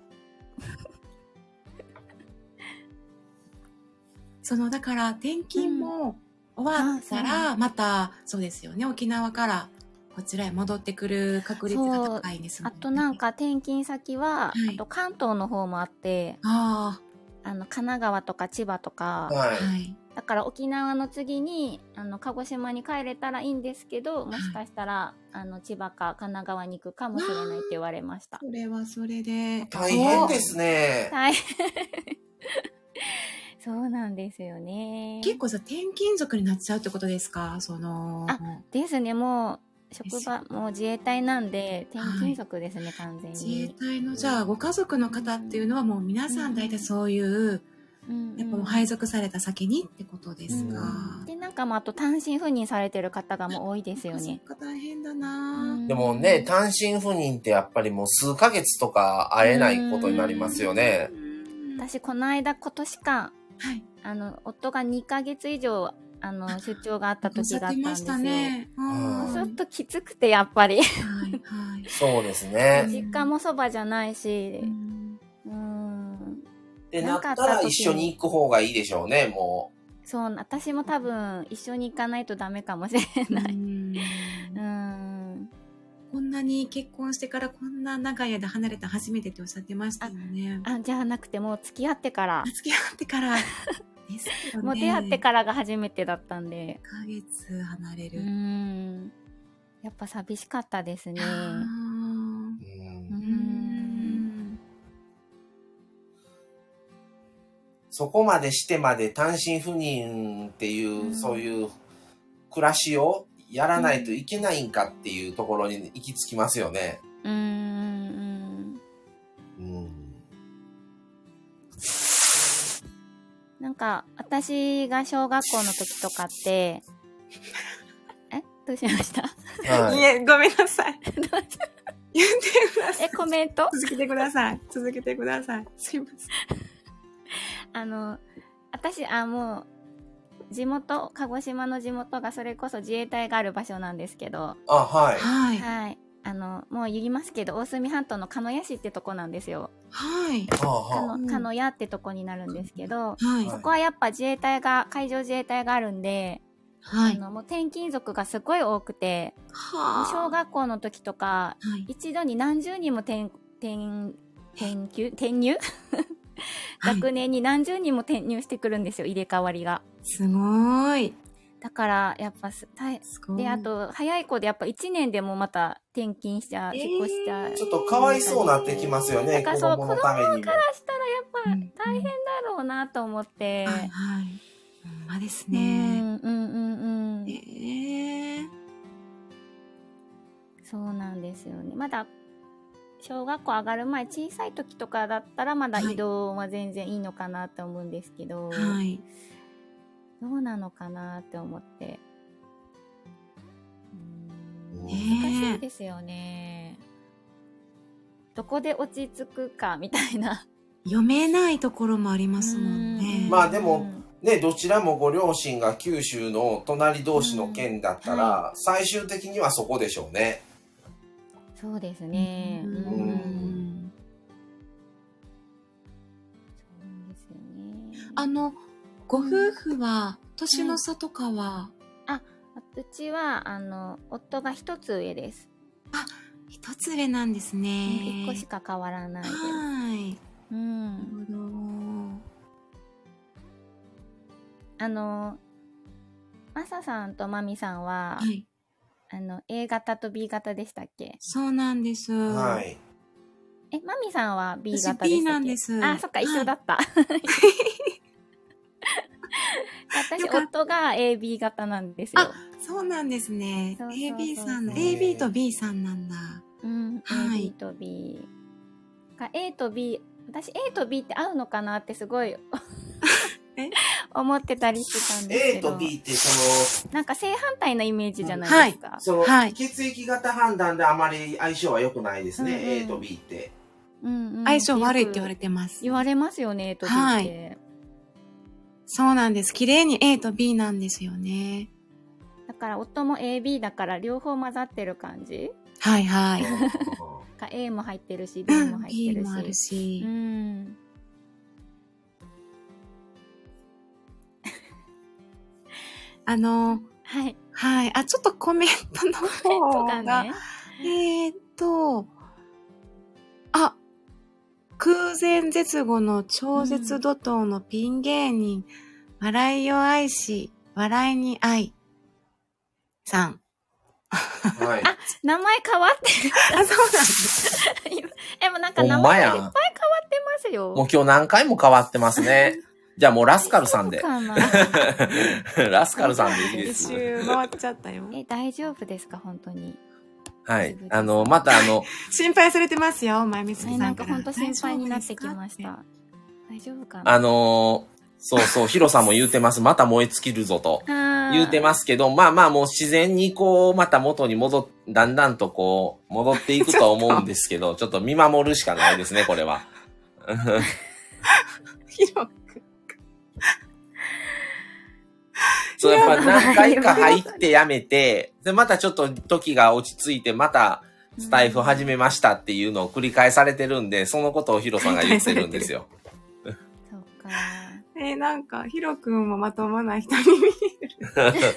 その、だから、転勤も終わったら、また、そうですよね、沖縄から、こちらへ戻ってくる確率が高いんですもんね。 あとなんか転勤先は、はい、あと関東の方もあって、ああの神奈川とか千葉とか、はい、だから沖縄の次にあの鹿児島に帰れたらいいんですけど、もしかしたら、はい、あの千葉か神奈川に行くかもしれないって言われました。 それはそれで大変ですね。 大変。そうなんですよね。 結構さ、転勤族になっちゃうってことですか？そのあですね、もう。職場も自衛隊なんで転勤族ですね、はい、完全に。 自衛隊のじゃあご家族の方っていうのはもう皆さん大体そういう、うん、やっぱもう配属された先にってことですか。 うん、でなんかもあと単身赴任されてる方がもう多いですよね。 そっか大変だな、 うん、でもね、単身赴任ってやっぱりもう数ヶ月とか会えないことになりますよね。 私この間今年か、はい、あの夫がにかげつ以上あの出張があった時があったんですよ。ね、ちょっときつくてやっぱり、はいはい、そうですね。 実家もそばじゃないし、うん。 でなったら一緒に行く方がいいでしょうね、もう。そう、私も多分一緒に行かないとダメかもしれない。うんうん。 こんなに結婚してからこんな長い間離れた初めてっておっしゃってましたよね。 あ、あじゃなくてもう付き合ってから。 付き合ってから。 ですよね、もう出会ってからが初めてだったんで。 いっかげつ離れる。 うん。やっぱ寂しかったですね。うんうんそこまでしてまで単身赴任っていう、うん、そういう暮らしをやらないといけないんかっていうところに行き着きますよね。うんうんうんなんか私が小学校の時とかってえどうしました？ はい、いえごめんなさい。言ってください。 えコメント？ 続けてください。続けてください。すいません。 あの私あもう地元鹿児島の地元がそれこそ自衛隊がある場所なんですけど。 あはいはいはいあのもう言いますけど大隅半島の鹿屋市ってとこなんですよ。 はい。 鹿屋ってとこになるんですけど、はい、そこはやっぱ自衛隊が海上自衛隊があるんで、はい、あのもう転勤族がすごい多くて、は小学校の時とか、はい、一度に何十人も転転転級転入学年に何十人も転入してくるんですよ、入れ替わりが。 すごい。 だからやっぱすであと早い子でやっぱいちねんでもまた転勤しちゃう、引っ越しちゃう、 ちょっとかわいそうなってきますよね。 だからそう子供からしたらやっぱ大変だろうなと思って、うん、はいはいほんまですね。うんうんうんうんえー、そうなんですよね。まだ小学校上がる前小さい時とかだったらまだ移動は全然いいのかなって思うんですけど、はいどうなのかなって思って。うーん難しいですよね。どこで落ち着くかみたいな。 読めないところもありますもんね。 まあでも、ね、どちらもご両親が九州の隣同士の県だったら、はい、最終的にはそこでしょうね。 そうですね。うん。うんそうですよね。あの、ご夫婦は、年の差とかは、 うん、あ、うちは、あの、夫が一つ上です。 あ、一つ上なんですね。 一個しか変わらないです。 はい。 うん。なるほど。あの、マサさんとマミさんは、はい、あの、A 型と B 型でしたっけ？ そうなんです。 はい。 え、マミさんは B 型でしたっけ？ 私 B なんです。 あ、そっか、一緒だった。はい私私、夫が エービー 型なんですよ。あ、 そうなんですね。そうそうそうそう エービー さん、エービー と B さんなんだ。 うん、はい、エービー と B。A と B、私 A と B って合うのかなってすごい思ってたりしてたんですけど。 A と B ってその、 なんか正反対のイメージじゃないですか。 はい、その、はい、血液型判断であまり相性は良くないですね、うんうん、A と B って。 うんうん、相性悪いって言われてます。 言われますよね、A と B って。はい、 そうなんです。綺麗に A と B なんですよね。 だから夫も エービー だから両方混ざってる感じ。 はいはい。 か A も入ってるし B も入ってるし、うん、B もあるし、うん、あのはいはいあちょっとコメントの方がが、ね、えー、っとあ空前絶後の超絶怒涛のピン芸人、うん、笑いを愛し笑いに愛さん。 はい、 あ、名前変わってる。 あ、そうなんです。 でもなんか名前いっぱい変わってますよ。 もう今日何回も変わってますね。じゃあもうラスカルさんで。ラスカルさんでいいです。 一周回っちゃったよ。 え、大丈夫ですか本当に。 はい。あの、またあの。 心配されてますよ、前見つけさんから。 なんか本当心配になってきました。大丈夫かな。 あのー、そうそう、ヒロさんも言うてます。また燃え尽きるぞと。言うてますけど、まあまあもう自然にこう、また元に戻っ、だんだんとこう、戻っていくとは思うんですけど、ちょっと見守るしかないですね、これは。 ヒロ君。 そう、やっぱ何回か入ってやめて、で、またちょっと時が落ち着いて、またスタイフ始めましたっていうのを繰り返されてるんで、そのことをヒロさんが言ってるんですよ。 そうか。 えー、なんか、ヒロ君もまともな人に見える。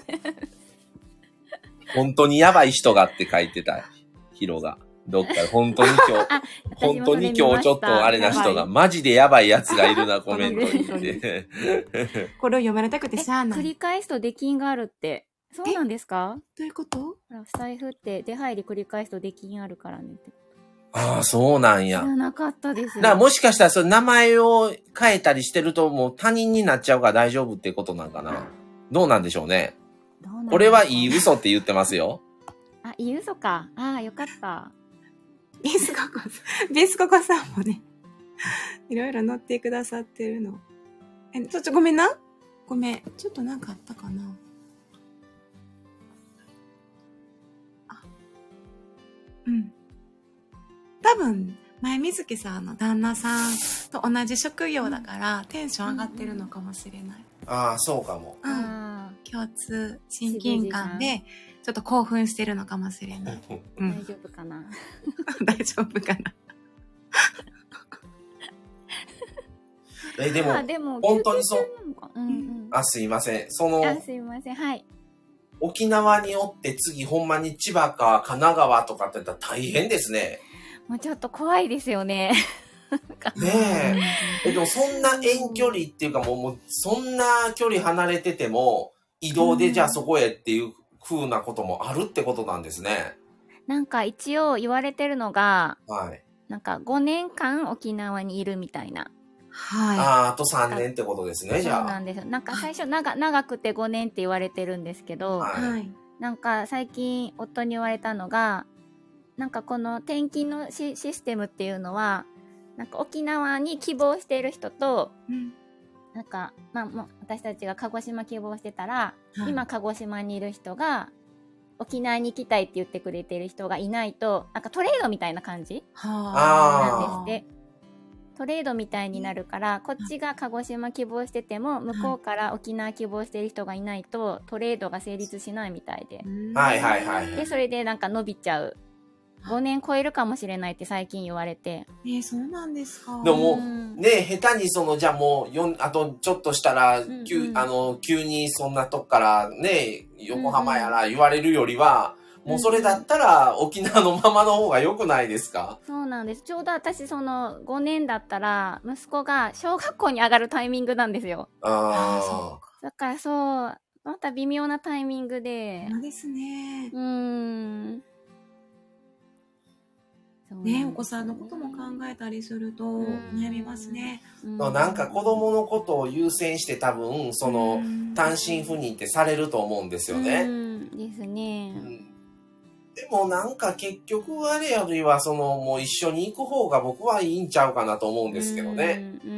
本当にやばい人がって書いてた、ヒロが。どっか、本当に今日、本当に今日ちょっとあれな人が、マジでやばいやつがいるな、コメントにって。 これを読まれたくてしゃあない。 繰り返すと出禁があるって。そうなんですか？ どういうこと？ スタイフって出入り繰り返すと出禁あるからねって。 ああ、そうなんや。 知らなかったですよ。 だからもしかしたらその名前を変えたりしてるともう他人になっちゃうから大丈夫ってことなんかな。どうなんでしょうね。これはいい嘘って言ってますよ。 あ、いい嘘か。ああ、よかった。 ビスココさん、ビスココさんもね、いろいろ乗ってくださってるの。え、ちょっとごめんな。ごめん。ちょっとなんかあったかな。あ、うん。多分、前水木さんの旦那さんと同じ職業だから、うん、テンション上がってるのかもしれない。 うん、ああ、そうかも。 うん。共通、親近感で、ちょっと興奮してるのかもしれない。 うん、大丈夫かな大丈夫かなえ、でも、 でも本当にそう。 うんうん、 あ、すいません。その、 あ、すいません。はい。 沖縄におって次ほんまに千葉か神奈川とかって言ったら大変ですね。 もうちょっと怖いですよね。 ねえ。え、でもそんな遠距離っていうかもう、もうそんな距離離れてても移動でじゃあそこへっていう風なこともあるってことなんですね。 なんか一応言われてるのが、 はい。 なんかごねんかん沖縄にいるみたいな。 はい。 ああ、あとさんねんってことですね、じゃあ。 そうなんですよ。なんか最初長長くてごねんって言われてるんですけど、 はい、 なんか最近夫に言われたのが、なんかこの転勤のシステムっていうのは、なんか沖縄に希望している人と、うん、なんか、まあ、もう私たちが鹿児島希望してたら、はい、今鹿児島にいる人が沖縄に行きたいって言ってくれてる人がいないと、なんかトレードみたいな感じなんですって。トレードみたいになるから、こっちが鹿児島希望してても、向こうから沖縄希望してる人がいないとトレードが成立しないみたいで。 はいはいはい。 で、それでなんか伸びちゃう。ごねん超えるかもしれないって最近言われて。 えー、そうなんですか。 でも、ね、下手にその、じゃあもう、よん、あとちょっとしたら、うんうん、急、あの、急にそんなとこからね、横浜やら言われるよりは、うんうん、もうそれだったら沖縄のままの方が良くないですか？ そうなんです。ちょうど私そのごねんだったら、息子が小学校に上がるタイミングなんですよ。 ああ。だからそう、また微妙なタイミングで。 そうですね。 うーん。 ね、お子さんのことも考えたりすると悩みますね。 うん、なんか子供のことを優先して多分その単身赴任ってされると思うんですよね。 うん、ですね。うん、 でもなんか結局あれよりはそのもう一緒に行く方が僕はいいんちゃうかなと思うんですけどね。うん、うん、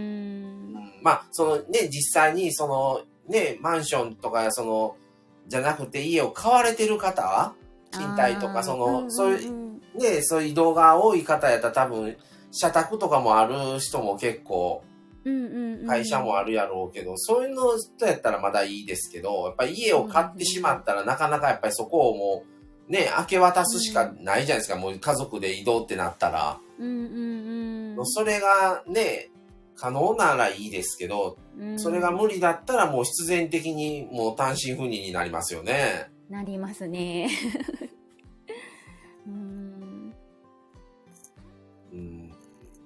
まあそのね実際にそのねマンションとかそのじゃなくて家を買われてる方、賃貸とかその、うんうん、そういうね、そういう移動が多い方やったら多分社宅とかもある人も結構会社もあるやろうけど、うんうんうん、そういうの人やったらまだいいですけど、やっぱり家を買ってしまったらなかなかやっぱりそこをもうね明け渡すしかないじゃないですか、うん、もう家族で移動ってなったら、うんうんうん、それがね可能ならいいですけど、うん、それが無理だったらもう必然的にもう単身赴任になりますよね。 なりますね。うん、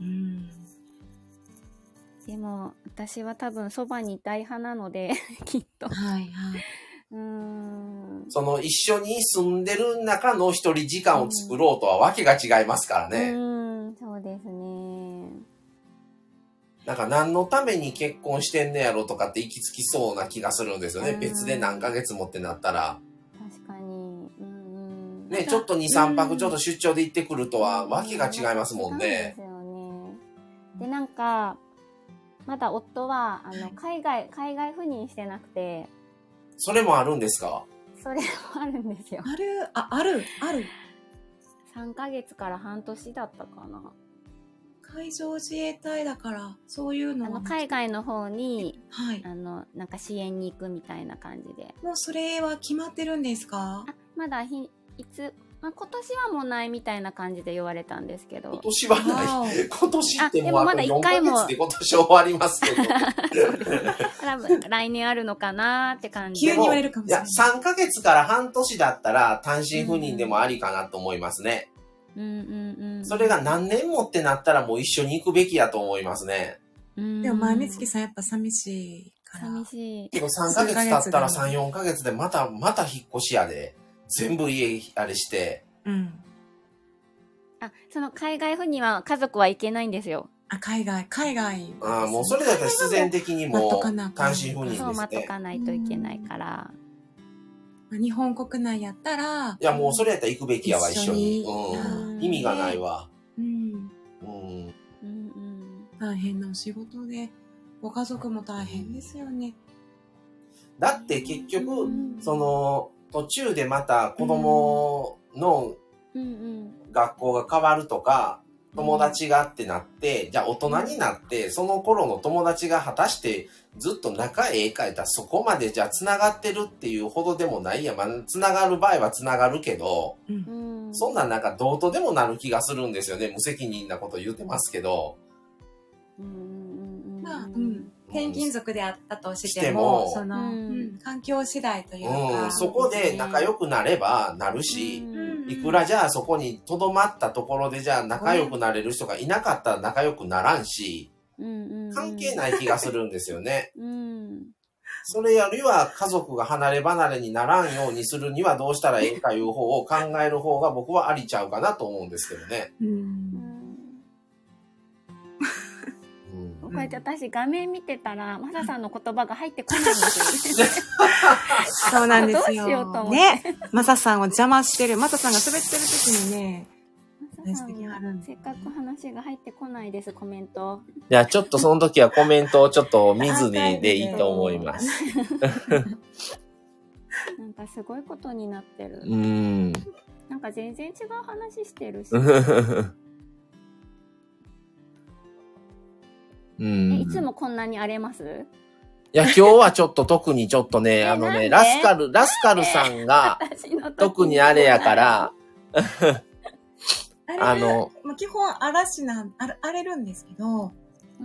でも私は多分そばにいたい派なのできっと、はいはい、 うーんその一緒に住んでる中の一人時間を作ろうとはわけが違いますからね。 うん、そうですね。 なんか何のために結婚してんねやろとかって行き着きそうな気がするんですよね。別で何ヶ月もってなったら。 確かに。うんね、ちょっとに、さんぱくちょっと出張で行ってくるとはわけが違いますもんね。 そうですよね。で、なんか、まだ夫は、あの、海外、海外赴任してなくて。 それもあるんですか？ それもあるんですよ。 ある、あ、ある、ある。 さんかげつから半年だったかな。 海上自衛隊だから、そういうのは。 あの、海外の方に、はい。あの、なんか支援に行くみたいな感じで。 もうそれは決まってるんですか？ あ、まだひ、いつ、まあ、今年はもうないみたいな感じで言われたんですけど。 今年はない。今年ってもうあとよんかげつで今年終わりますけど。 多分来年あるのかなって感じ。 急に言われるかもしれない。 いや、さんかげつから半年だったら単身赴任でもありかなと思いますね。うんうんうん、それが何年もってなったらもう一緒に行くべきやと思いますね。 うん、でも前みつきさんやっぱ寂しいから。 寂しい。 けどさんかげつ経ったらさん、よんかげつでまた、また引っ越しやで。全部家あれして。うん。 あ、その海外赴任は家族は行けないんですよ。 あ、海外、海外。 ああ、もうそれだったら必然的にもう単身赴任ですね。 そう、待っとかないといけないから。 日本国内やったら。 いや、もうそれやったら行くべきやわ、一緒に。うん。意味がないわ。うん。うん。うんうん。大変なお仕事で、ご家族も大変ですよね。 だって結局、その、途中でまた子供の学校が変わるとか、友達がってなって、じゃあ大人になって、その頃の友達が果たしてずっと仲ええかいたらそこまでじゃあ繋がってるっていうほどでもないや。まあ、繋がる場合は繋がるけど、うん、そんなんなんかどうとでもなる気がするんですよね。無責任なこと言ってますけど。 うんまあ、うん転勤族であったとしても、その、うん、環境次第というか、 うん、そこで仲良くなればなるし、うん、いくらじゃあそこに留まったところでじゃあ仲良くなれる人がいなかったら仲良くならんし、うん、関係ない気がするんですよね。うん、それよりは家族が離れ離れにならんようにするにはどうしたらええかいう方を考える方が僕はありちゃうかなと思うんですけどね。うんこうやって私画面見てたらマサさんの言葉が入ってこないんですよね。 そうなんですよ。 どうしようと思って。 ね。マサさんを邪魔してる。マサさんが滑ってる時にね。 マサさんせっかく話が入ってこないです、コメント。 いや、ちょっとその時はコメントをちょっと見ずにでいいと思います。 なんかすごいことになってる。うん。なんか全然違う話してるし。うん、いつもこんなに荒れます？ いや、今日はちょっと特にちょっとね、あのね、ラスカル、ラスカルさんが、特にあれやから、 あの、基本嵐なん、荒れるんですけど、 うん、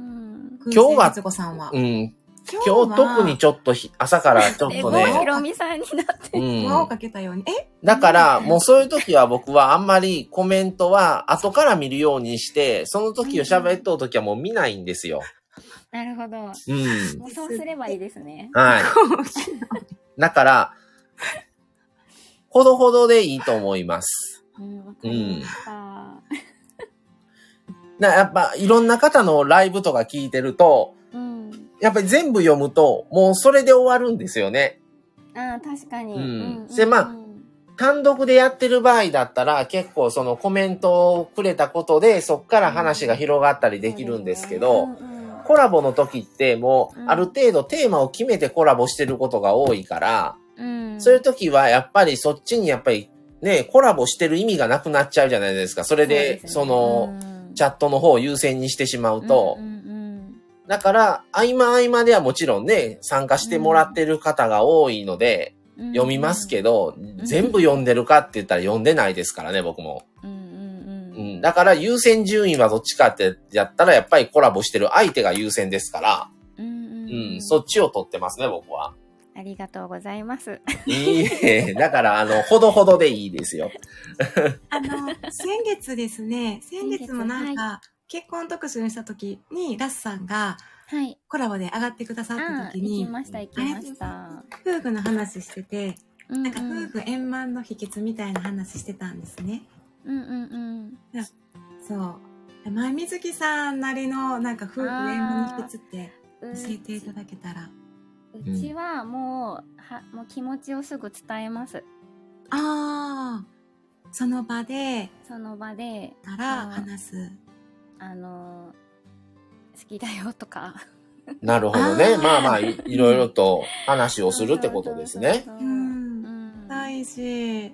今日は、うん、今日特にちょっと朝からちょっとね。 ひろみさんになって。 うん。輪をかけたように。えだから、もうそういう時は僕はあんまりコメントは後から見るようにして、その時を喋っとう時はもう見ないんですよ。 なるほど。うん。もうそうすればいいですね。 はい。だから、ほどほどでいいと思います。うん、わかりました。 なやっぱいろんな方のライブとか聞いてると、うん、やっぱり全部読むと、もうそれで終わるんですよね。 ああ、確かに。うん。で、まあ、単独でやってる場合だったら、結構そのコメントをくれたことで、そっから話が広がったりできるんですけど、うんうん、コラボの時ってもう、ある程度テーマを決めてコラボしてることが多いから、うん、そういう時はやっぱりそっちにやっぱりね、コラボしてる意味がなくなっちゃうじゃないですか。それで、その、うん、チャットの方を優先にしてしまうと、うんうんうん、だから、合間合間ではもちろんね、参加してもらってる方が多いので、うん、読みますけど、うん、全部読んでるかって言ったら読んでないですからね、僕も。うんうんうんうん、だから優先順位はどっちかってやったら、やっぱりコラボしてる相手が優先ですから、うんうんうんうん、そっちを取ってますね、僕は。 ありがとうございます。 いいえ、だから、あの、ほどほどでいいですよ。 あの、先月ですね、先月もなんか、はい、結婚特集にした時に、ラスさんが、はい、コラボで上がってくださった時に、 行きました、行きました。 夫婦の話してて、うんうん、なんか夫婦円満の秘訣みたいな話してたんですね。うんうんうん。そう。前水木さんなりの、なんか夫婦円満の秘訣って教えていただけたら。 うちはもう、は、もう気持ちをすぐ伝えます。 ああ、その場で、 その場で、 から話す。 あの、好きだよとか。 なるほどね。あまあまあい、いろいろと話をするってことですね。 うん。大事。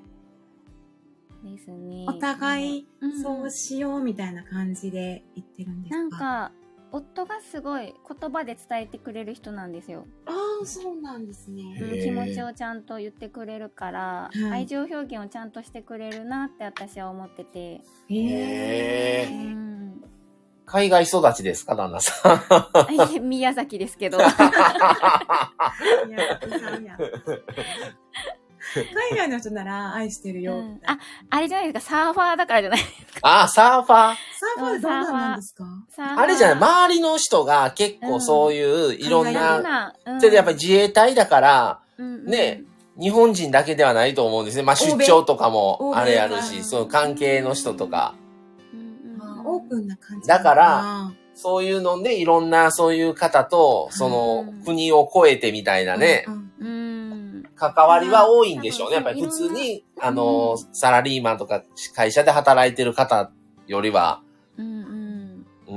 ですね。 お互い、そうしようみたいな感じで言ってるんですか？ なんか、夫がすごい言葉で伝えてくれる人なんですよ。 ああ、そうなんですね。 気持ちをちゃんと言ってくれるから、はい、愛情表現をちゃんとしてくれるなって私は思ってて。 へー。うん、海外育ちですか、旦那さん。宮崎ですけど。 海外の人なら愛してるよ、うん、 あ、あれじゃないですか、サーファーだからじゃないですか。 あ、サーファー。 サーファーどんなんですか？ あれじゃない、周りの人が結構そういういろんな、うん、それでやっぱり自衛隊だから、うん、ね、日本人だけではないと思うんですね。まあ出張とかもあれあるし、そう関係の人とか。 うんうん、オープンな感じだから、そういうのでいろんなそういう方と、その国を越えてみたいなね、うんうん関わりは多いんでしょうね。やっぱり普通に、あの、サラリーマンとか会社で働いてる方よりは、うんうん。うん。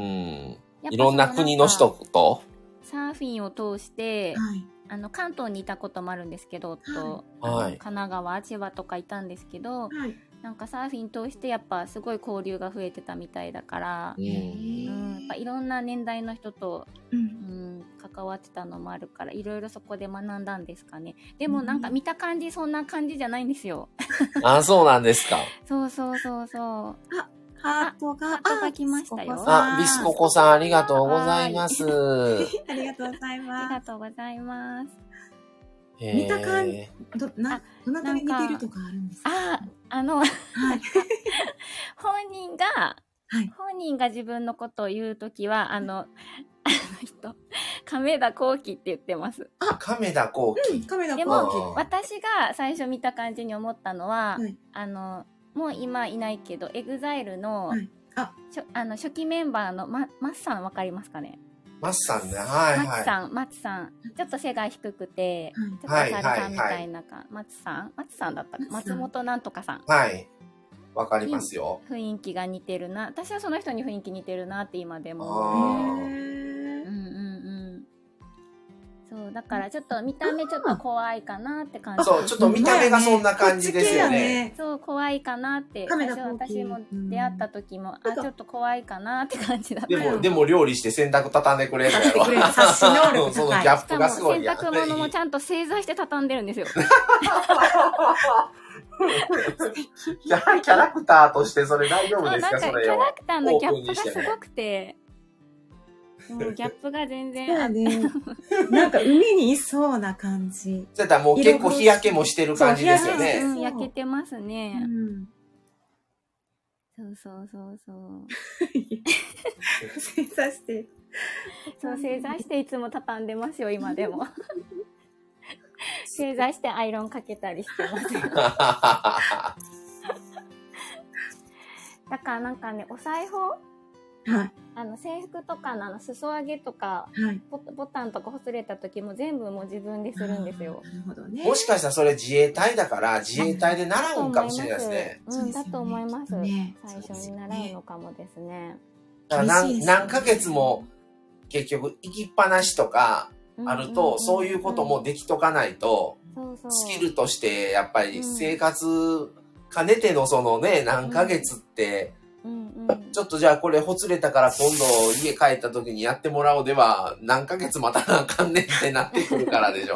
いろんな国の人と。 サーフィンを通して、はい、あの、関東にいたこともあるんですけど、と、はい、神奈川、千葉とかいたんですけど、はい、なんかサーフィン通してやっぱすごい交流が増えてたみたいだから、うん、うん、やっぱいろんな年代の人と、うんうん、関わってたのもあるからいろいろそこで学んだんですかね。でもなんか見た感じそんな感じじゃないんですよ。 あ、そうなんですか。 そうそうそうそう。 あ、ハートが、ハートが来ましたよ。 あ、ビスココさんありがとうございます。 ありがとうございます。 ありがとうございます。 見た感じ、ど、な、どなたに似てるとかあるんですか？ あ、あの、はい、本人が、はい、本人が自分のことを言うときは、あの、あの人、亀田光輝って言ってます。 あ、亀田光輝。 うん、亀田光輝。でも、私が最初見た感じに思ったのは、はい、あの、もう今いないけど、エグザイルの、はい、あ、あの初期メンバーのま、マッさんわかりますかね？ マツさんね、はいはい。 マツさん、マツさん。ちょっと背が低くて、ちょっとサルさんみたいなか、マツさんマツさんだったか松本なんとかさん。 はい。わかりますよ。 雰囲気が似てるな。私はその人に雰囲気似てるなって今でも。うんうんうん。そう、だからちょっと見た目ちょっと怖いかなって感じ。 そう、ちょっと見た目がそんな感じですよね。 そう、怖いかなって。私も出会った時も、あ、ちょっと怖いかなって感じだった。 でも、でも料理して洗濯畳んでくれるやろ。 察し能力そのギャップがすごい。 洗濯物もちゃんと正座して畳んでるんですよ。 キャラクターとしてそれ大丈夫ですか？それキャラクターのギャップがすごくて。もうギャップが全然あって、ね、 なんか海にいそうな感じ。 そうやったらもう結構日焼けもしてる感じですよね。 うん、焼けてますね。うん、そうそうそうそう。 正座して。 そう、正座していつも畳んでますよ、今でも。正座してアイロンかけたりしてますよ。だからなんかね、お裁縫はい、あの制服とかのあの裾上げとか、はい、ボ, ボタンとかほつれた時も全部もう自分でするんですよ。 なるほどね。 もしかしたらそれ自衛隊だから自衛隊で習うんかもしれないですね。 うん、だと思います。ね、最初に習うのかもですね。 だから 何, 何ヶ月も結局行きっぱなしとかあると、そういうこともできとかないと、スキルとしてやっぱり生活兼ねてのそのね、何ヶ月って、ちょっとじゃあこれほつれたから今度家帰った時にやってもらおうでは何ヶ月待たなあかんねんってなってくるからでしょう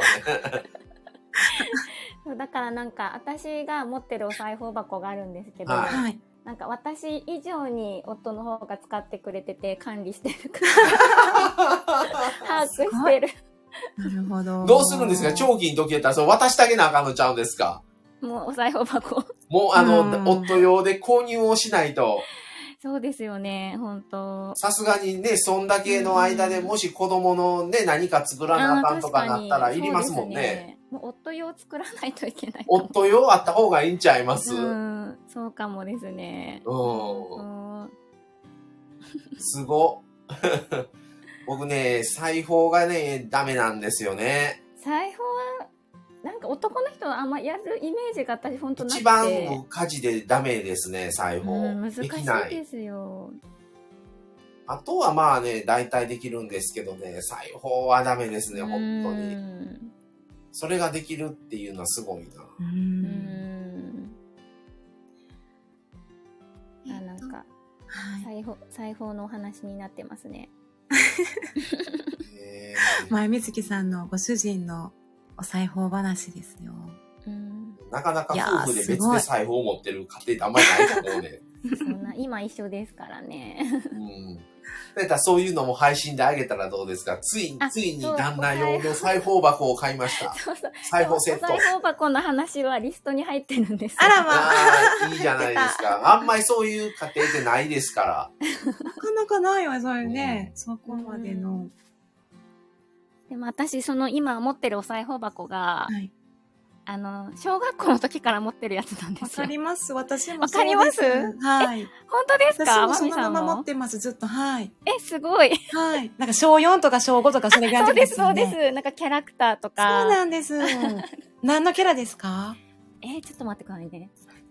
ね。だからなんか私が持ってるお裁縫箱があるんですけど、はい、なんか私以上に夫の方が使ってくれてて管理してるから把握してる。 なるほど。 どうするんですか？長期の時やったらそう渡してあげなあかんのちゃうんですか？ もうお裁縫箱。 もうあの、夫用で購入をしないと。 そうですよね、本当。 さすがにね、そんだけの間でもし子供のね、何か作らなあかんとかなったらいりますもんね。 もう夫用作らないといけない。 夫用あった方がいいんちゃいます？ うん、そうかもですね。 うん。すご。僕ね、裁縫がね、ダメなんですよね。 裁縫は、なんか男の人はあんまやるイメージが私本当なくて。 一番家事でダメですね、裁縫。 うん、難しいですよ。 あとはまあね、大体できるんですけどね、裁縫はダメですね、本当に。それができるっていうのはすごいな。うん。 あ、なんか、裁縫、裁縫のお話になってますね。 前水木さんのご主人のお裁縫話ですよ。 うん、なかなか夫婦で別で裁縫を持ってる家庭ってあんまりないと思うね。 そんな今一緒ですからね。 うん。だからそういうのも配信であげたらどうですか？ついついに旦那用の裁縫箱を買いました。そうそう、裁縫セット。 裁縫箱の話はリストに入ってるんですよ。 あらまあ。 あ、いいじゃないですか。あんまりそういう家庭ってないですから。 なかなかないわ、それね。うん、そこまでの。 でも私、その今持ってるお裁縫箱が、はい、あの、小学校の時から持ってるやつなんですよ。 わかります。私もわかります？はい。本当ですか？ 私もそのまま持ってます、ずっと。はい。 え、すごい。 はい。なんか小よんとか小ごとかそれぐらいの時ですよね。 そうです、そうです。なんかキャラクターとか。 そうなんです。何のキャラですか？ えー、ちょっと待ってくださいね。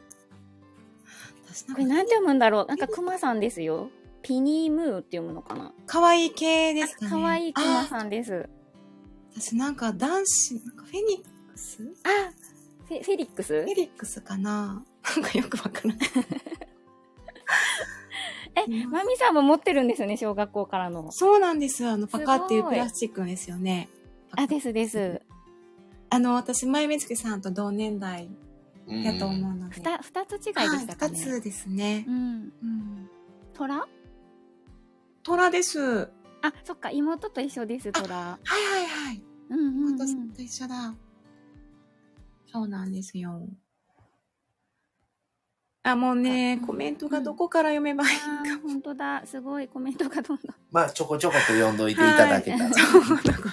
これなんて読むんだろう。なんかクマさんですよ。ピニームーって読むのかな。 かわいい系ですかね。 かわいいクマさんです。 私なんか男子、なんかフェニックス？ あ、フェ、フェリックス？ フェリックスかな？なんかよくわからない。 え、マミさんも持ってるんですよね、小学校からの。 そうなんです。あの、パカっていうプラスチックですよね。 あ、ですです。 あの、私、前水木さんと同年代やと思うので。 ふた、二つ違いでしたかね。 二つですね。うん。うん。 トラ？ トラです。 あ、そっか、妹と一緒です、トラ。 はいはいはい。うんうん、うん。妹と一緒だ。そうなんですよ。あ、もうね、コメントがどこから読めばいいか。 あ、本当だ。すごいコメントがどんどん。 まあ、ちょこちょこと読んどいていただけたら。ちょこちょこ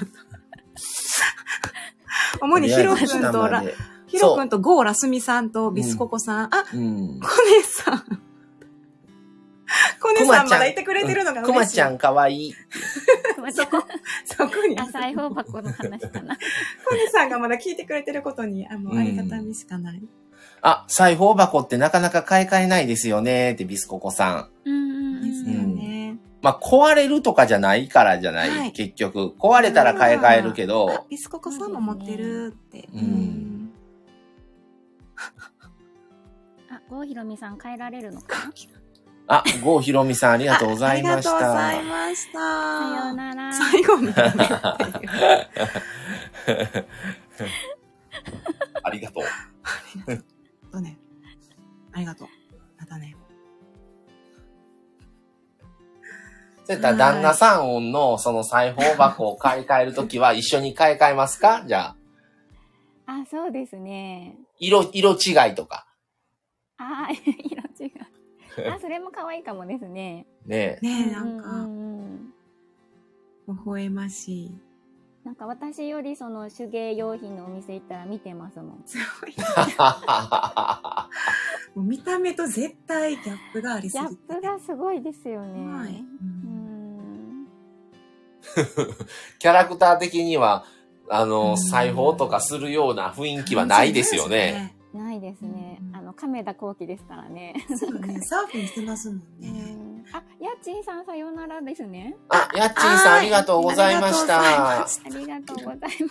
主にヒロ君とラ、ヒロ君とゴーラスミさんとビスココさん。うん、あ、うん、コネさん。コネさんまだいてくれてるのが嬉しい。 コマちゃんかわいい。 そこ、そこに。 あ、裁縫箱の話かな。 コネさんがまだ聞いてくれてることに、あの、ありがたみしかない。うん、 あ、裁縫箱ってなかなか買い替えないですよねってビスココさん。 うんうんですよね。 まあ、壊れるとかじゃないからじゃない、はい、結局。壊れたら買い替えるけど。 ビスココさんも持ってるって。うん。 あ、郷ひろみさん変えられるのかな？ あ、郷ひろみさんありがとうございました。 ありがとうございました。 さようなら。 最後に。 ありがとう。 ありがとうね。ありがとう。またね。 そういった旦那さんのその裁縫箱を買い替えるときは一緒に買い替えますか？じゃあ。あ、そうですね。 色、色違いとか。 ああ、色違い。あ、それも可愛いかもですね。 ねえ。ねえ、なんか、うん、微笑ましい。 なんか私よりその手芸用品のお店行ったら見てますもん。 すごい。 もう見た目と絶対ギャップがありすぎて。 ギャップがすごいですよね。はい。うん、 キャラクター的には、あの、裁縫とかするような雰囲気はないですよね。 ないですね。あの、亀田光輝ですからね。 そうね、サーフィンしてますもんね。 あ、やっちんさんさようならですね。 あ、やっちんさんありがとうございました。 ありがとうございました。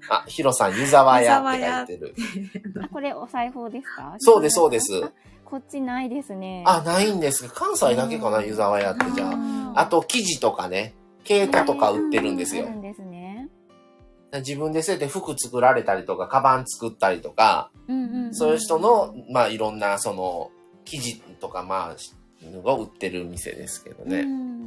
あ、ひろさん、湯沢屋って書いてる。 あ、これお裁縫ですか？ そうです、そうです。 こっちないですね。 あ、ないんですか。関西だけかな、湯沢屋ってじゃあ。あと、生地とかね、毛糸とか売ってるんですよ。 あるんですね。 自分でそうやって服作られたりとか、カバン作ったりとか、そういう人の、まあ、いろんな、その、生地とか、まあ、を売ってる店ですけどね。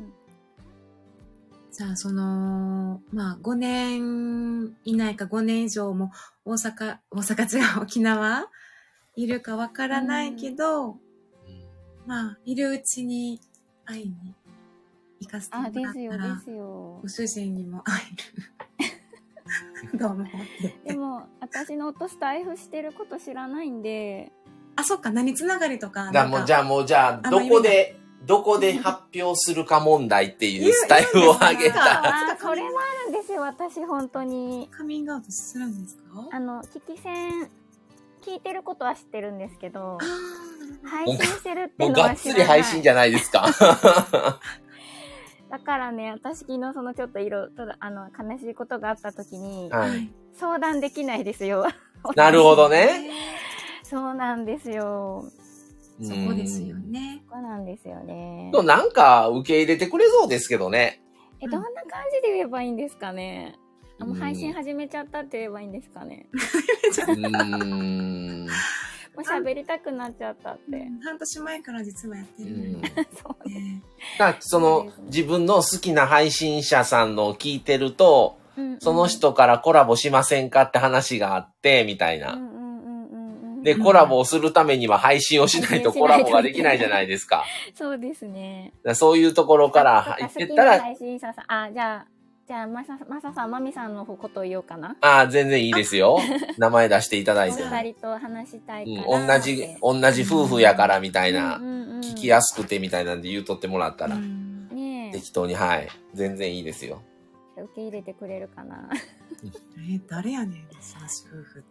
じゃあ、その、まあ、ごねん以内かごねん以上も大阪、大阪違う、沖縄いるかわからないけど、まあ、いるうちに会いに行かせてもらったら、ですよ、ですよ。ご主人にも会える。どうも。 でも、私の夫スタイフしてること知らないんで。 あ、そっか、何つながりとか。 だもうじゃあもう、じゃあ、どこで、どこで発表するか問題っていうスタイルを上げた。 あ、それもあるんですよ、私、本当に。 カミングアウトするんですか？ あの、聞き戦、聞いてることは知ってるんですけど、配信してるっていうのは知らない。もうがっつり配信じゃないですか。 だからね、私昨日そのちょっといろいろ、あの、悲しいことがあった時に、はい、相談できないですよ。 なるほどね。 そうなんですよ。 そうですよね。 そうなんですよね。 なんか受け入れてくれそうですけどね。 え、どんな感じで言えばいいんですかね。あ、もう配信始めちゃったって言えばいいんですかね。うーん。もう喋りたくなっちゃったって。 半年前から実はやってる。うん、 そうね。 その、自分の好きな配信者さんのを聞いてると、うんうん、その人からコラボしませんかって話があって、みたいな。うんで、コラボをするためには配信をしないとコラボができないじゃないですか。 そうですね。 そういうところから入ってったら。 配信者さん、あ、じゃあ、じゃあ、まさ、まささん、まみさんのことを言おうかな。 ああ、全然いいですよ。名前出していただいて。 お二人と話したいから、 うん。同じ、同じ夫婦やからみたいな、聞きやすくてみたいなんで言うとってもらったら、ね、適当に、はい。全然いいですよ。 受け入れてくれるかな。 え、誰やねん、さし夫婦って。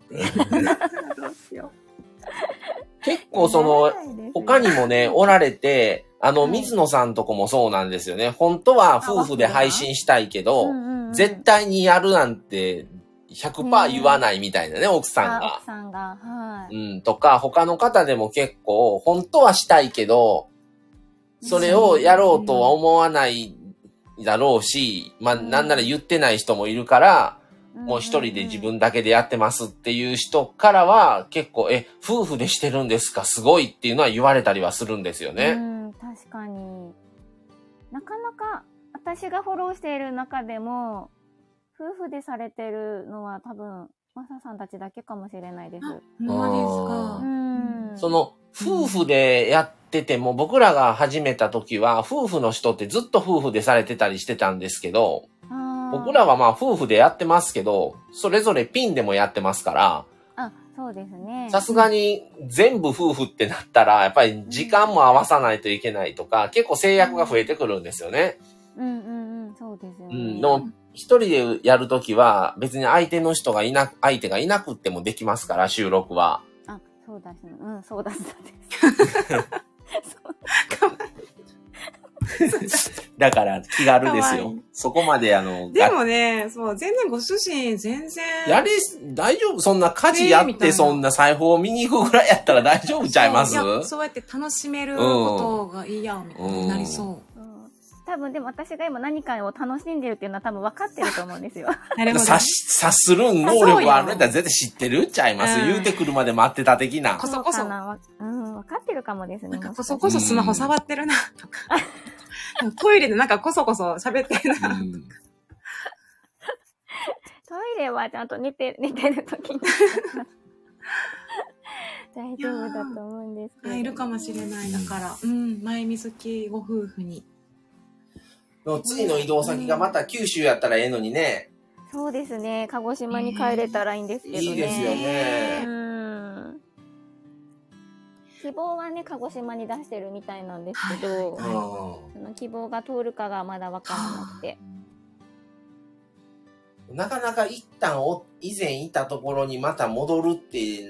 どうしよう。結構その、他にもね、おられて、あの、水野さんとこもそうなんですよね。本当は夫婦で配信したいけど、絶対にやるなんて ひゃくパーセント 言わないみたいなね、奥さんが。 奥さんが。はい。 うん、とか、他の方でも結構、本当はしたいけど、それをやろうとは思わないだろうし、まあ、なんなら言ってない人もいるから、もう一人で自分だけでやってますっていう人からは結構、え、夫婦でしてるんですかすごいっていうのは言われたりはするんですよね。 うん、確かに。なかなか私がフォローしている中でも、夫婦でされてるのは多分、マサさんたちだけかもしれないです。あ、 そうですか。 うん。 その、夫婦でやってても、僕らが始めた時は、夫婦の人ってずっと夫婦でされてたりしてたんですけど、僕らはまあ夫婦でやってますけど、それぞれピンでもやってますから、 あ、そうですね。 さすがに全部夫婦ってなったら、やっぱり時間も合わさないといけないとか、結構制約が増えてくるんですよね。 うんうんうん、そうですよね。 うん、でも一人でやるときは、別に相手の人がいな、相手がいなくってもできますから、収録は。 あ、そうだし、うん、そうだったです。 だから気軽ですよ。そこまであの。 でもね、そう、全然ご主人、全然。 やれ、大丈夫そんな家事やって、そんな裁縫を見に行くぐらいやったら大丈夫ちゃいます？ そう、そうやって楽しめることがいいやん、みたいになりそう。うんうん、 多分でも私が今何かを楽しんでるっていうのは多分分かってると思うんですよ。 なるほど。察する能力はあるんだ絶対知ってるちゃいます、うん。言うてくるまで待ってた的な。 こそこそ。うん、分かってるかもですね。 なんかこそこそスマホ触ってるな、とか。トイレでなんかこそこそ喋ってるな、うん。トイレはちゃんと寝て、寝てるときに。大丈夫だと思うんですけど、ね。 いるかもしれない。だから、うん、前水木ご夫婦に。 次の移動先がまた九州やったらええのにね。 そうですね。鹿児島に帰れたらいいんですけどね。 いいですよね。 うん。 希望はね、鹿児島に出してるみたいなんですけど、はいはいはい、その希望が通るかがまだわからなくて。 なかなか一旦お以前いたところにまた戻るって、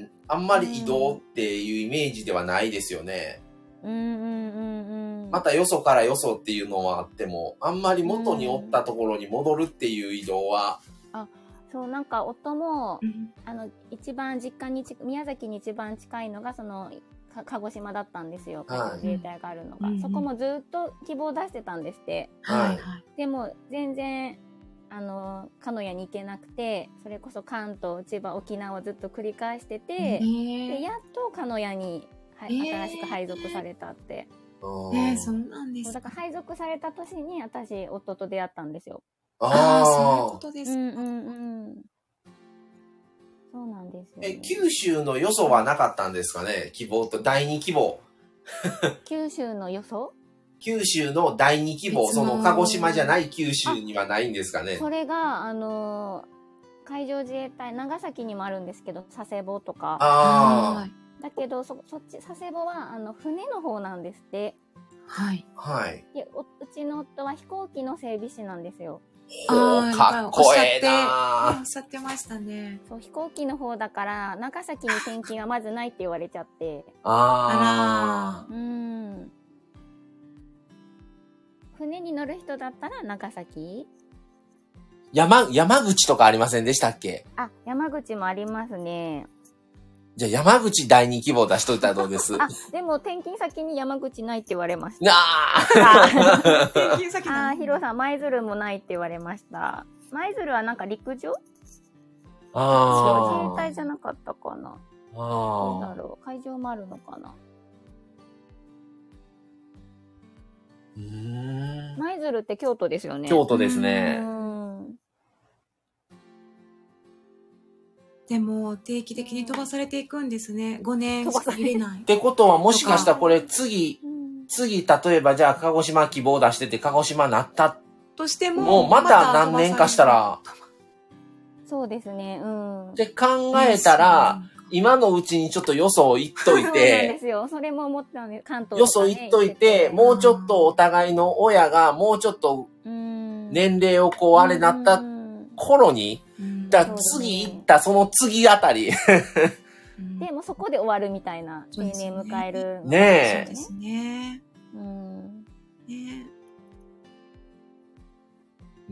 あんまり移動っていうイメージではないですよね。 うんうんうんうん。 またよそからよそっていうのはあっても、あんまり元におったところに戻るっていう移動は。 あ、そう、なんか夫も、うん、あの、一番実家に、宮崎に一番近いのが、その、鹿児島だったんですよ。海上自衛隊があるのが。はい、そこもずっと希望を出してたんですって。はい。でも、全然、あの、鹿屋に行けなくて、それこそ関東、千葉、沖縄をずっと繰り返してて、で、やっと鹿屋に、はい、新しく配属されたって。 えー、そうなんですか。だから配属された年に私、夫と出会ったんですよ。 ああ、そういうことですか。 うんうんうん。そうなんですよ、ね。 え、九州のよそはなかったんですかね、希望と、第二希望。 九州のよそ九州の第二希望、その鹿児島じゃない九州にはないんですかね。 それが、あのー、海上自衛隊、長崎にもあるんですけど、佐世保とか。ああ。だけど、そ、そっち、佐世保は、あの、船の方なんですって。 はい。 はい。 で、お、うちの夫は飛行機の整備士なんですよ。 ああ、かっこええなおっしゃってましたね。 そう、飛行機の方だから、長崎に転勤はまずないって言われちゃって。 ああらー。うん。船に乗る人だったら長崎？ 山、山口とかありませんでしたっけ？ あ、山口もありますね。 じゃあ山口第二希望出しといたらどうです？ あ、でも転勤先に山口ないって言われました。 なあ転勤先あ、ヒロさん、舞鶴もないって言われました。舞鶴はなんか陸上？ ああ。 自衛隊じゃなかったかな。 ああ。 どうだろう。海上もあるのかな。 うーん。 舞鶴って京都ですよね。 京都ですね。 でも定期的に飛ばされていくんですね。ごねんしか入れない。 ってことはもしかしたらこれ次、次例えばじゃあ鹿児島希望出してて鹿児島なったとしても、 もうまた何年かしたら。 そうですね。うん。 って考えたら、今のうちにちょっとよそを言っといて。そうなんですよ。それも思ったんで、関東、ね、 よそ言っといて、もうちょっとお互いの親がもうちょっと年齢をこうあれなった頃に、だから次行ったその次あたり。 で、もうそこで終わるみたいな、定年迎える。 ねえ。 そうですね。 うん。 ねうん。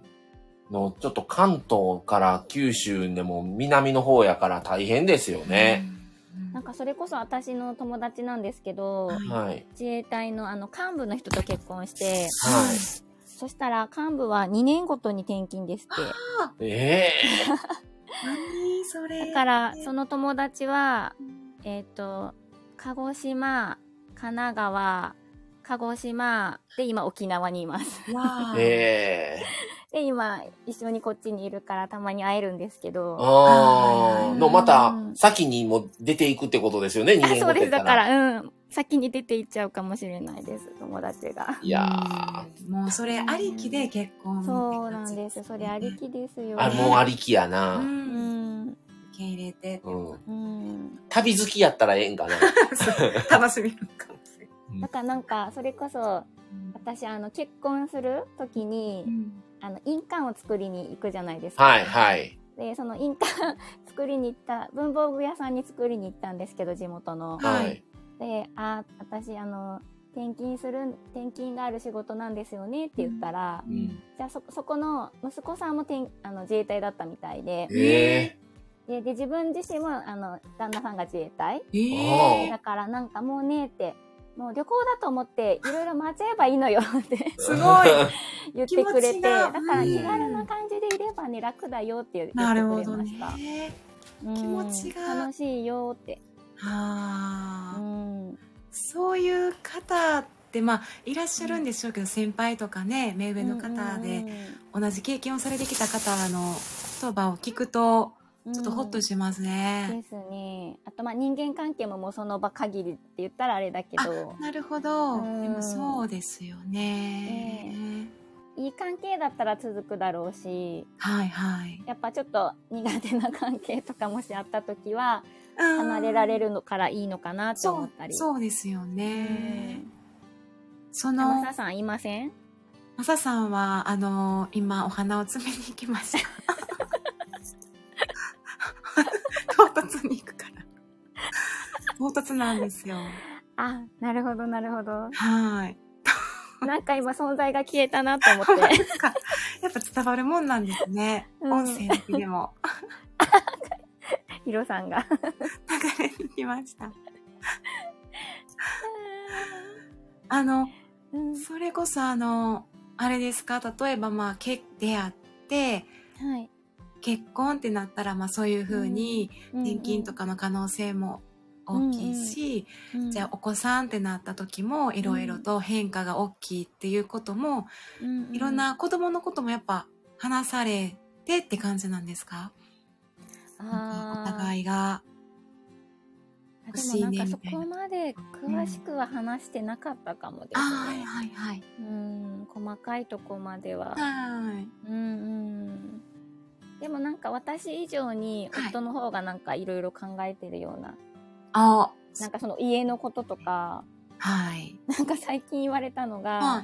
の、ちょっと関東から九州でも南の方やから大変ですよね。 うん、なんかそれこそ私の友達なんですけど、 はい、 自衛隊のあの幹部の人と結婚して、 はい、 そしたら幹部はにねんごとに転勤ですって。ええー。 何それ。 だからその友達は、えっと、鹿児島、神奈川、鹿児島で今沖縄にいます。 わー。 えー、で今一緒にこっちにいるからたまに会えるんですけど。 ああ。のまた先にも出ていくってことですよね。にねんごそうです。だからうん先に出ていっちゃうかもしれないです友達が。 いやーもうそれありきで結婚。 そうなんです。それありきですよ。 あもうありきやな。 うん。受け入れて。 うん。 うん、 旅好きやったらええんかな。 楽しみるかもしれない。 だからなんかそれこそ私あの結婚する時に、うん、あの印鑑を作りに行くじゃないですか。 はいはい。 でその印鑑作りに行った文房具屋さんに作りに行ったんですけど地元の。 はい。 であ私あの転勤する転勤がある仕事なんですよねって言ったら、うん、じゃあそそこの息子さんも転あの自衛隊だったみたいで。 えーで, で自分自身もあの旦那さんが自衛隊、 えー、 だからなんかもうねってもう旅行だと思っていろいろ回っちゃえばいいのよってすごい言ってくれてだから気軽な感じでいればね楽だよって言ってくれました、 ねうん、気持ちが楽しいよってはあ、 うん、 そういう方ってまあいらっしゃるんでしょうけど、うん、先輩とかね目上の方で同じ経験をされてきた方の言葉を聞くとちょっとホッとしますね。 うん、ですね。あとまあ人間関係ももうその場限りって言ったらあれだけど。 なるほど、うん。でもそうですよね。 ねいい関係だったら続くだろうし、 はいはい。 やっぱちょっと苦手な関係とかもしあった時は、離れられるのからいいのかなって思ったり。 そう、そうですよね。その、 マサさんいません？ マサさんは、あの、今お花を摘みに行きました。唐突に行くから。唐突なんですよ。 あ、なるほどなるほど。 はい。 なんか今存在が消えたなと思って。 やっぱ伝わるもんなんですね。うん、音声だけでも。 ヒロさんが流れに来ました。あの、うん、それこそあの、あれですか、例えばまあ、け出会って、 はい、 結婚ってなったらまあそういう風に転勤とかの可能性も大きいし、うんうん、じゃあお子さんってなった時もいろいろと変化が大きいっていうことも、うんうん、いろんな子供のこともやっぱ話されてって感じなんですか？あ、お互いが欲しいねみたいな。でもなんかそこまで詳しくは話してなかったかもですね。 うん、はいはいはい。 うん、細かいとこまでは。 はい。 うんうん。でもなんか私以上に夫の方がなんかいろいろ考えてるような。 あ、 なんかその家のこととか、 はい。 なんか最近言われたのが、はい、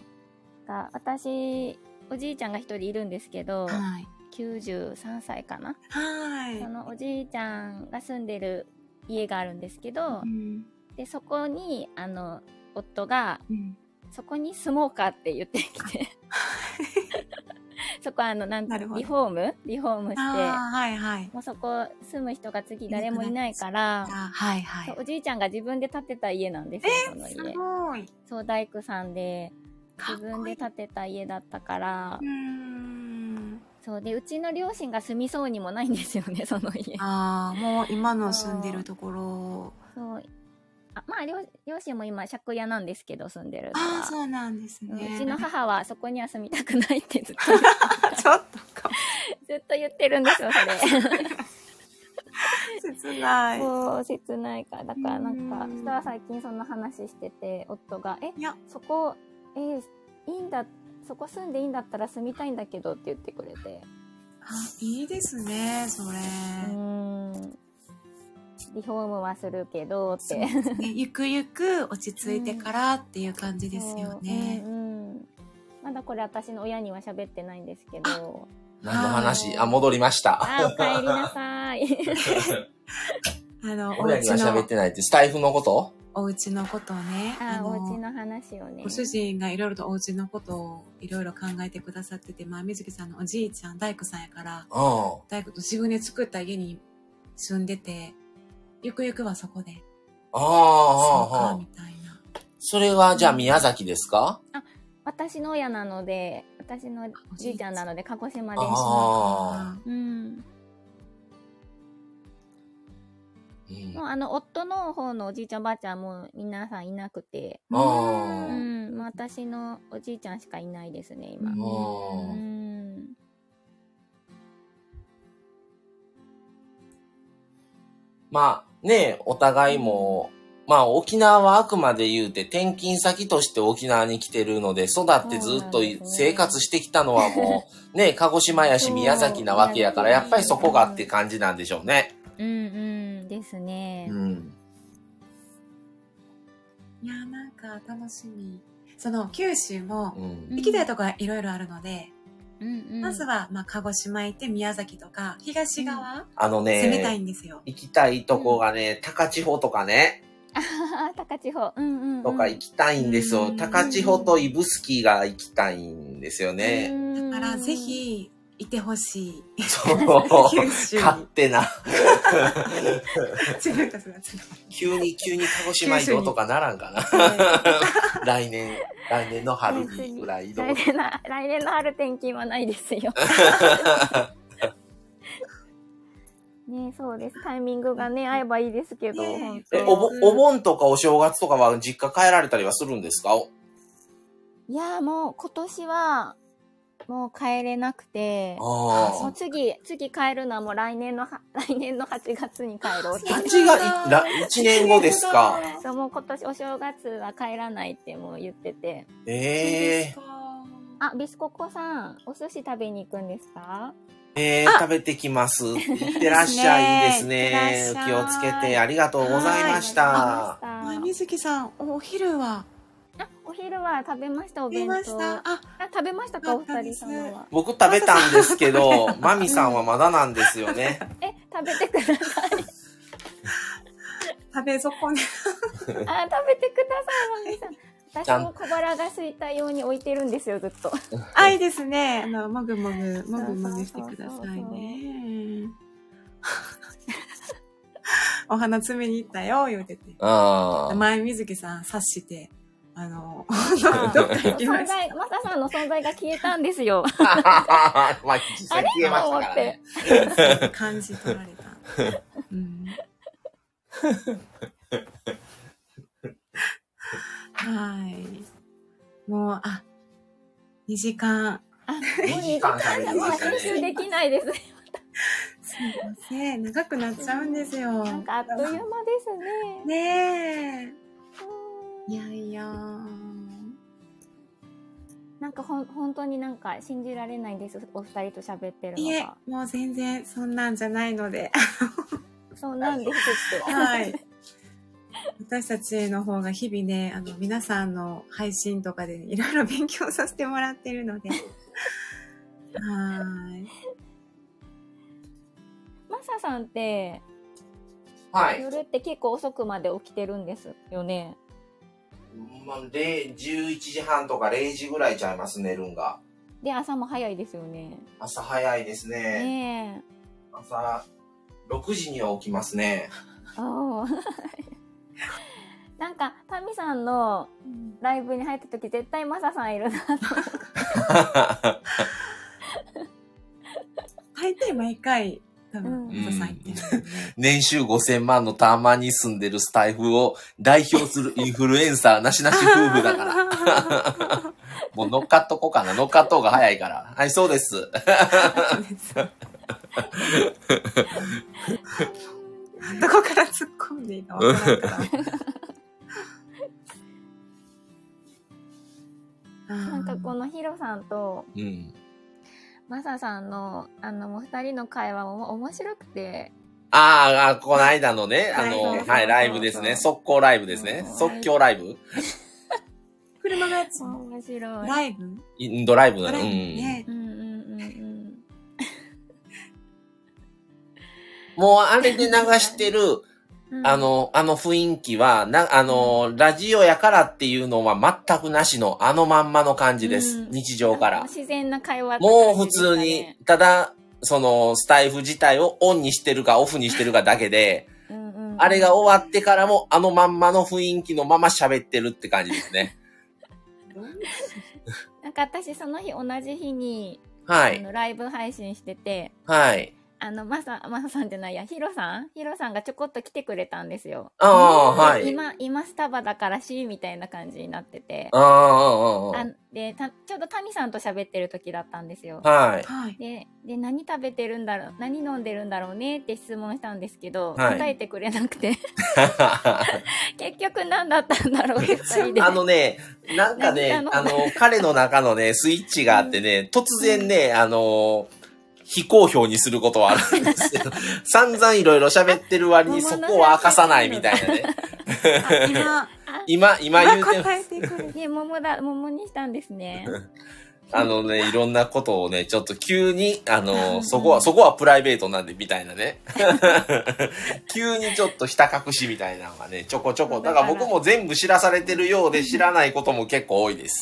が私、おじいちゃんが一人いるんですけど、はい、きゅうじゅうさんさいかな。 はい。 そのおじいちゃんが住んでる家があるんですけど、 うん、 で、そこに、あの、夫が、 うん、 そこに住もうかって言ってきて、そこはあの、なんて、リフォームリフォームして、 はいはい、 もうそこ住む人が次誰もいないから、 はいはい、 おじいちゃんが自分で建てた家なんですよ、その家。 すごい。 そう、大工さんで、自分で建てた家だったから、 うーん、 そうで、うちの両親が住みそうにもないんですよね、その家。 ああ、もう今の住んでるところ。 そう。あ、まあ両、両親も今、借家なんですけど、住んでるのは。 ああ、そうなんですね。 うちの母はそこには住みたくないってずっと言ってちょっとかずっと言ってるんですよ、それ。 切ない。 そう、切ないから。だからなんか、人は最近そんな話してて、夫が、え、そこ、えー、いいんだ、そこ住んでいいんだったら住みたいんだけどって言ってくれて。 あ、いいですね、それ。 うーん。リフォームはするけどって。 ね、ゆくゆく落ち着いてからっていう感じですよね。 うんうんうん、まだこれ私の親には喋ってないんですけど。 何の話？あ、戻りました。 あ、お帰りなさい。 あの、 親には喋ってないって、スタイフのこと？ お家のことをね。 あ、あお家の話をね。 ご主人がいろいろとお家のことをいろいろ考えてくださってて、まあ、水木さんのおじいちゃん、大工さんやから、大工と自分で作った家に住んでて、ゆくゆくはそこで。 ああ、 そうか、みたいな。 それは、じゃあ宮崎ですか？ あ、私の親なので、私のじいちゃんなので、鹿児島です。 ああ。 うん。もうあの、夫の方のおじいちゃんおばあちゃんも皆さんいなくて。 ああ。 うん。私のおじいちゃんしかいないですね、今。うん。 まあね、お互いも、まあ沖縄はあくまで言うて転勤先として沖縄に来てるので、育ってずっと生活してきたのはもうね、鹿児島やし宮崎なわけやから、やっぱりそこがって感じなんでしょうね。 うんうんですね。 うん。 いや、なんか楽しみ。その九州も行きたいところいろいろあるので、 うんうん、 まずは、まあ、鹿児島行って宮崎とか、東側、うん、 あのね、 攻めたいんですよ。 行きたいとこがね、うん、高千穂とかね。 ああ、高千穂。うんうんうん。 とか行きたいんですよ。高千穂と指宿が行きたいんですよね。 だから、ぜひ、いてほしい。 そう。勝手な。急に、急に鹿児島移動とかならんかな。来年、来年の春にぐらい移動。 来年の、来年の春転勤はないですよ。ね、そうです。タイミングがね、合えばいいですけど、本当。 おぼ、お盆とかお正月とかは実家帰られたりはするんですか？ いや、もう今年は、もう帰れなくて、もう次、次帰るのはもう来年の、来年のはちがつに帰ろうって。 はちがつ、いちねんごですか？ そう、もう今年お正月は帰らないってもう言ってて。 ええー。 あ、ビスココさん、お寿司食べに行くんですか？ えー、食べてきます。いってらっしゃいですね。気をつけてありがとうございました。 はい、みずきさん、お昼はあ、お昼は食べました、お弁当。食べました。あ、あ食べましたか、お二人様は。 僕食べたんですけど、マミさんはまだなんですよね。 え、食べてください。 食べ損ね。 あ、食べてください、マミさん。私も小腹が空いたように置いてるんですよ、ずっと。 あ、いいですね。あの、もぐもぐ、もぐもぐしてくださいね。お花摘みに行ったよ、言うてて。ああ。前水木さん察して、あの、どっか行きました。 マサさんの存在が消えたんですよ。 まあ、実際消えましたからね。 感じ取られた。うんはい。もう、あ、にじかん。 あ、もうにじかん喋りましたね。編集できないです。 すいません。長くなっちゃうんですよ。 なんかあっという間ですね。ねえ。いやいや。 なんかほん、本当になんか信じられないです。お二人と喋ってるのが。 いえ、もう全然そんなんじゃないので。 そうなんですって。 はい。私たちの方が日々ね、あの、皆さんの配信とかでいろいろ勉強させてもらってるので。はい。 マサさんって、 はい。 夜って結構遅くまで起きてるんですよね。 まあ、じゅういちじはんとかれいじぐらいちゃいます、寝るんが。 で、朝も早いですよね。 朝早いですね。 ねえ。 朝ろくじには起きますね。 ああ。なんかタミさんのライブに入った時絶対マサさんいるなと思って。 大抵毎回多分マサさんいてる、ね、 年収ごせんまんのターマンに住んでるスタイフを代表するインフルエンサーなしなし夫婦だから。もう乗っかっとこうかな。乗っかっとうが早いから。はい、そうです。 どこから突っ込んでいいかわからんから。 なんかこのヒロさんと、 うん、 マサさんのあのもう二人の会話も面白くて。 ああ、この間のね、あの、はい、ライブですね。速攻ライブですね。即興ライブ。 車のやつ面白い。 ライブインドライブなの。 うん。 うんうんうんうん。 もうあれで流してる、うん、あの、あの雰囲気は、な、あの、うん、ラジオやからっていうのは全くなしのあのまんまの感じです。うん、日常から。 自然な会話、 ね、もう普通に、ただ、その、スタイフ自体をオンにしてるかオフにしてるかだけで、うんうんうん、あれが終わってからもあのまんまの雰囲気のまま喋ってるって感じですね。 なんか私その日同じ日に、 はい、 あのライブ配信してて、 はい。 あの、まさ、まささんじゃないや、ヒロさんヒロさんがちょこっと来てくれたんですよ。 ああ、はい。 今、今スタバだからし、みたいな感じになってて。 ああ、 あでた、ちょうどタミさんと喋ってる時だったんですよ。 はい。 で、で、何食べてるんだろう、何飲んでるんだろうねって質問したんですけど、はい、答えてくれなくて。結局何だったんだろうって、二人で。 あのね、なんかね、あの、彼の中のね、スイッチがあってね、うん、突然ね、あの、非公表にすることはあるんですよ。散々いろいろ喋ってる割にそこは明かさないみたいなね。今、今言うてます。 ね、桃だ、桃にしたんですね。 あのね、いろんなことをね、ちょっと急に、あの、そこは、そこはプライベートなんで、みたいなね。急にちょっとひた隠しみたいなのがね、ちょこちょこ。だから僕も全部知らされてるようで知らないことも結構多いです。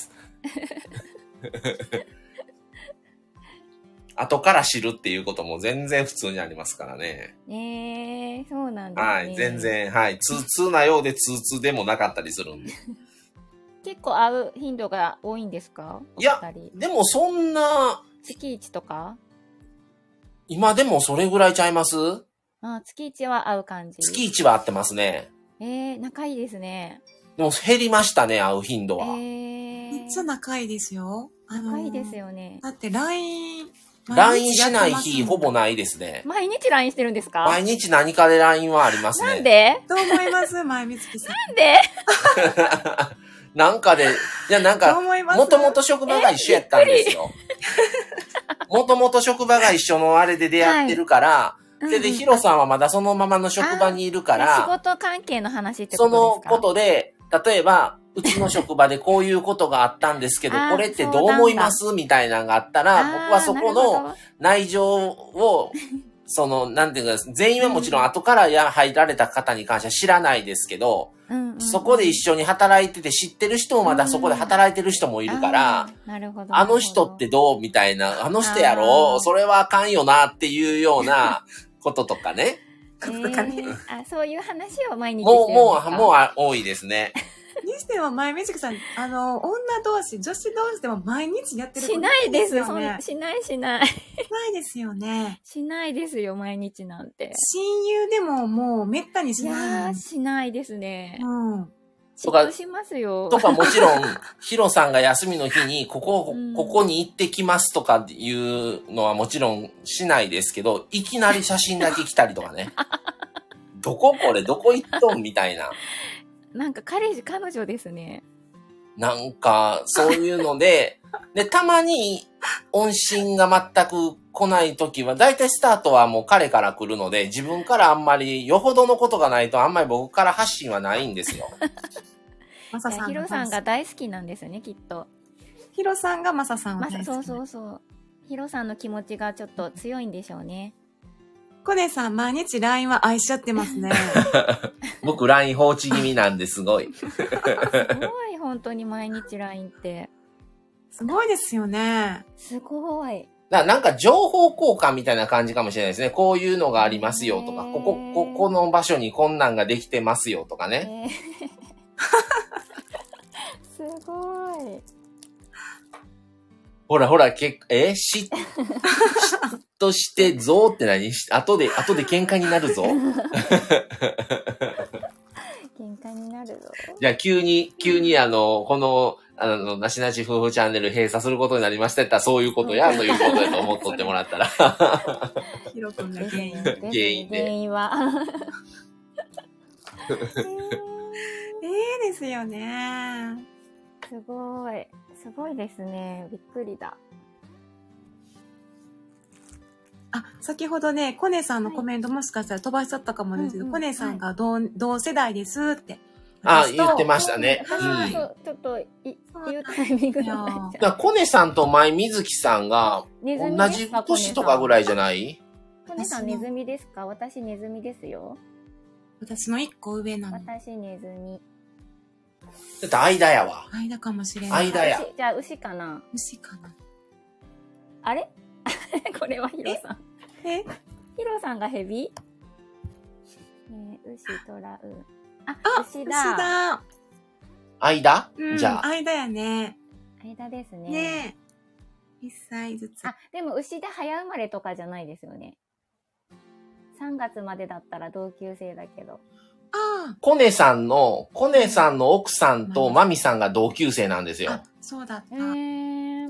後から知るっていうことも全然普通にありますからね。 ええー、そうなんですね。 はい、全然、はい。通通なようで通通でもなかったりするんで。 結構会う頻度が多いんですか？ いや、でもそんな。 月一とか？ 今でもそれぐらいちゃいます？ あ、月一は会う感じ。 月一は会ってますね。 ええー、仲いいですね。 でも減りましたね、会う頻度は。えー、めっちゃ仲いいですよ。 仲いいですよね。 だって ライン、 ライン しない日ほぼないですね。 毎日 ライン してるんですか？ 毎日何かで ライン はありますね。 なんで？ どう思います前みつきさん。 なんで？ なんかで、いやなんか、もともと職場が一緒やったんですよ。もともと職場が一緒のあれで出会ってるから、はい、で、で、ヒロさんはまだそのままの職場にいるから、 仕事関係の話ってことですか？ そのことで、例えば、うちの職場でこういうことがあったんですけど、これってどう思いますみたいなのがあったら、僕はそこの内情を、その、なんていうか、全員はもちろん後からや入られた方に関しては知らないですけど、うんうん、そこで一緒に働いてて知ってる人もまだそこで働いてる人もいるから、 うん、なるほど。 あの人ってどうみたいな、あの人やろそれはあかんよなっていうようなこととかね。 えー、あ、そういう話を毎日してるんですか？ もう、もう、もう多いですね。 にしても前、みちこさん、あの、女同士、女子同士でも毎日やってることないですよね。しないしない。しないですよね。 しないですよ、毎日なんて。 親友でももうめったにしない。 いやー、しないですね。 うん。 とか、しますよ。 とかもちろん、ヒロさんが休みの日に、ここ、ここに行ってきますとかいうのはもちろんしないですけど、いきなり写真だけ来たりとかね。どここれ、どこ行っとんみたいな。 なんか彼氏、彼女ですね。 なんか、そういうので、で、たまに音信が全く来ないときは、だいたいスタートはもう彼から来るので、自分からあんまり、よほどのことがないとあんまり僕から発信はないんですよ。 マサさん。ヒロさんが大好きなんですよね、きっと。 ヒロさんがマサさんを大好き。 そうそうそう。ヒロさんの気持ちがちょっと強いんでしょうね。 コネさん、毎日 ライン は愛しちゃってますね。 僕 ライン 放置気味なんですごい。 すごい、本当に毎日 ライン って。 すごいですよね。 すごい。 な, なんか情報交換みたいな感じかもしれないですね。こういうのがありますよとか、ここ、ここの場所にこんなんができてますよとかね。 すごい。 ほらほら、け、えし、嫉妬してぞーって何？後で、後で喧嘩になるぞ。 喧嘩になるぞ。 じゃあ急に、急にあの、この、あの、なしなし夫婦チャンネル閉鎖することになりましたって言ったらそういうことや、ということやと思っとってもらったら。 ヒロ君が原因。 原因で。 原因は。 ええですよね。 すごい。すごいですね。びっくりだ。 あ、先ほどね、コネさんのコメントもしかしたら飛ばしちゃったかもですけど、はい、コネさんが同、はい、同世代ですって。 あ、言ってましたね。 うん、ちょっと、い言うタイミングが。 だからコネさんと前水木さんが、同じ年とかぐらいじゃない？ コネさんネズミですか？私ネズミですよ。 私の一個上なの。 私ネズミ。 だって間やわ。 間かもしれない。 間や。 じゃあ牛かな？ 牛かな。 あれこれはヒロさん。 えヒロさんがヘビ？えー、牛、トラ、ウ。あ、 あ牛だ。牛だ。 間、 うん、 じゃあ。 間やね。 間ですね。 ねえ。一歳ずつ。 あ、でも牛で早生まれとかじゃないですよね。さんがつまでだったら同級生だけど。 ああ。 コネさんの、コネさんの奥さんとマミさんが同級生なんですよ。 あ、そうだった。 へー。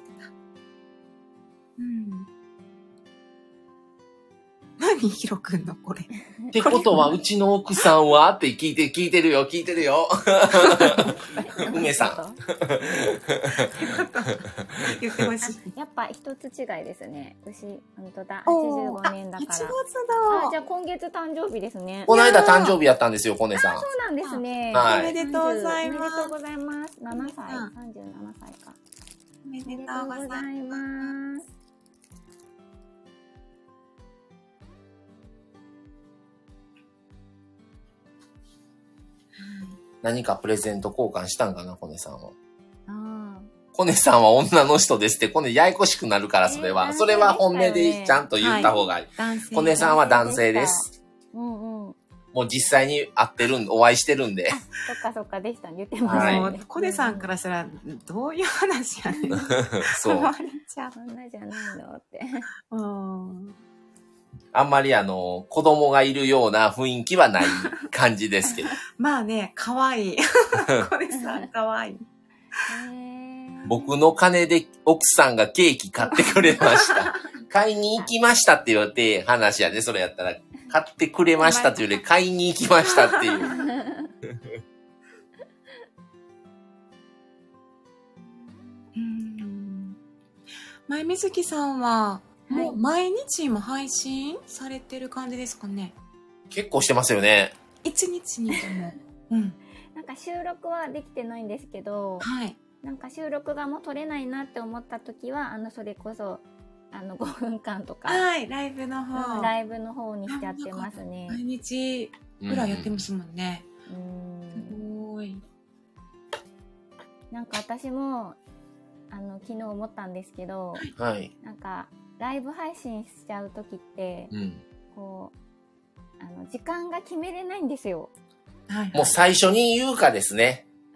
うん。何ヒロくんのこれ。 ってことは、うちの奥さんはって聞いて、聞いてるよ、聞いてるよ。梅さん。 言ってほしい。 やっぱ一つ違いですね。牛、本当だ。はちじゅうごねんだから。いちがつだ。 あ、じゃあ今月誕生日ですね。 この間誕生日やったんですよ、コネさん。 そうなんですね。 はい。 おめでとうございます。 おめでとうございます。ななさい。さんじゅうななさいか。 おめでとうございます。 何かプレゼント交換したんかな、コネさんは。 あコネさんは女の人ですって、コネややこしくなるから、それは。えー、それは本音でちゃんと言った方がいい。はい、コネさんは男性です。 うんうん。 もう実際に会ってるんで、お会いしてるんで。 そっかそっかでしたね。言ってましたね。 はい、コネさんからしたら、どういう話やねん。 そう。 そんなじゃないのって。 うんあんまりあの、子供がいるような雰囲気はない感じですけど。 まあね、かわいい。コネさんかわいい。 僕の金で奥さんがケーキ買ってくれました。買いに行きましたって言われて話やね、それやったら。買ってくれましたっていうより買いに行きましたっていう。 前水木さんは、もう毎日も配信されてる感じですかね。 結構してますよね。 一日にでも。うん。 なんか収録はできてないんですけど、はい。なんか収録がもう撮れないなって思った時は、あの、それこそ、あの、ごふんかんとか。 はい、ライブの方。 うん、ライブの方にしちゃってますね。 毎日ぐらいやってますもんね。うん。すごい。 なんか私も、あの、昨日思ったんですけど、はい。なんか、ライブ配信しちゃう時って、うん、こう、あの、時間が決めれないんですよ。 はい、もう最初に言うかですね。うん。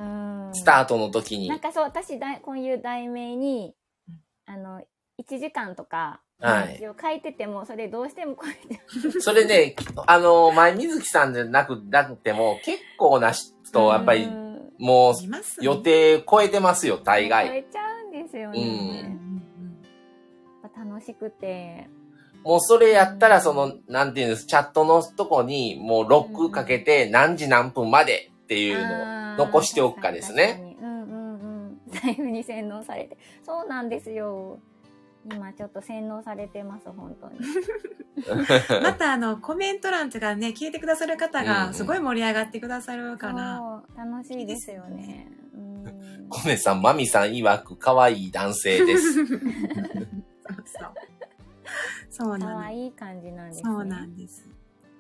スタートの時に。 なんかそう、私だ、こういう題名に、あの、いちじかんとか、はい。書いてても、それどうしてもこれで。それね、あの、前水木さんじゃなく、なくても、結構な人、やっぱり、もう、予定超えてますよ、大概。 超えちゃうんですよね。うん、楽しくて。 もうそれやったら、その、なんていうんです、チャットのとこに、もうロックかけて、何時何分までっていうのを残しておくかですね。 うんうんうん。財布に洗脳されて。そうなんですよ。今ちょっと洗脳されてます、本当に。 またあの、コメント欄とかね、聞いてくださる方がすごい盛り上がってくださるから。 うんうん、そう、楽しいですよね。 コメさん、マミさん曰く可愛い男性です。そうそう。 そうなんです。 可愛い感じなんですね。 そうなんです。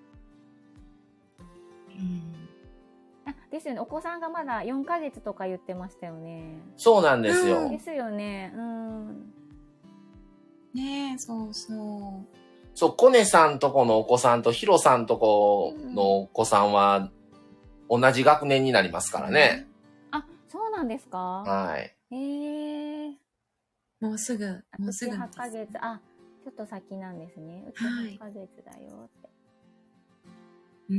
うん。あ、ですよね。お子さんがまだよんかげつとか言ってましたよね。 そうなんですよ。 ですよね。うん。 ねえ、そうそう。 そう、コネさんとこのお子さんとヒロさんとこのお子さんは同じ学年になりますからね。 うん、あ、そうなんですか？ はい。 へえー。 もうすぐ、もうすぐ。 はちかげつ、あ、ちょっと先なんですね。うちはちかげつだよって。 うん。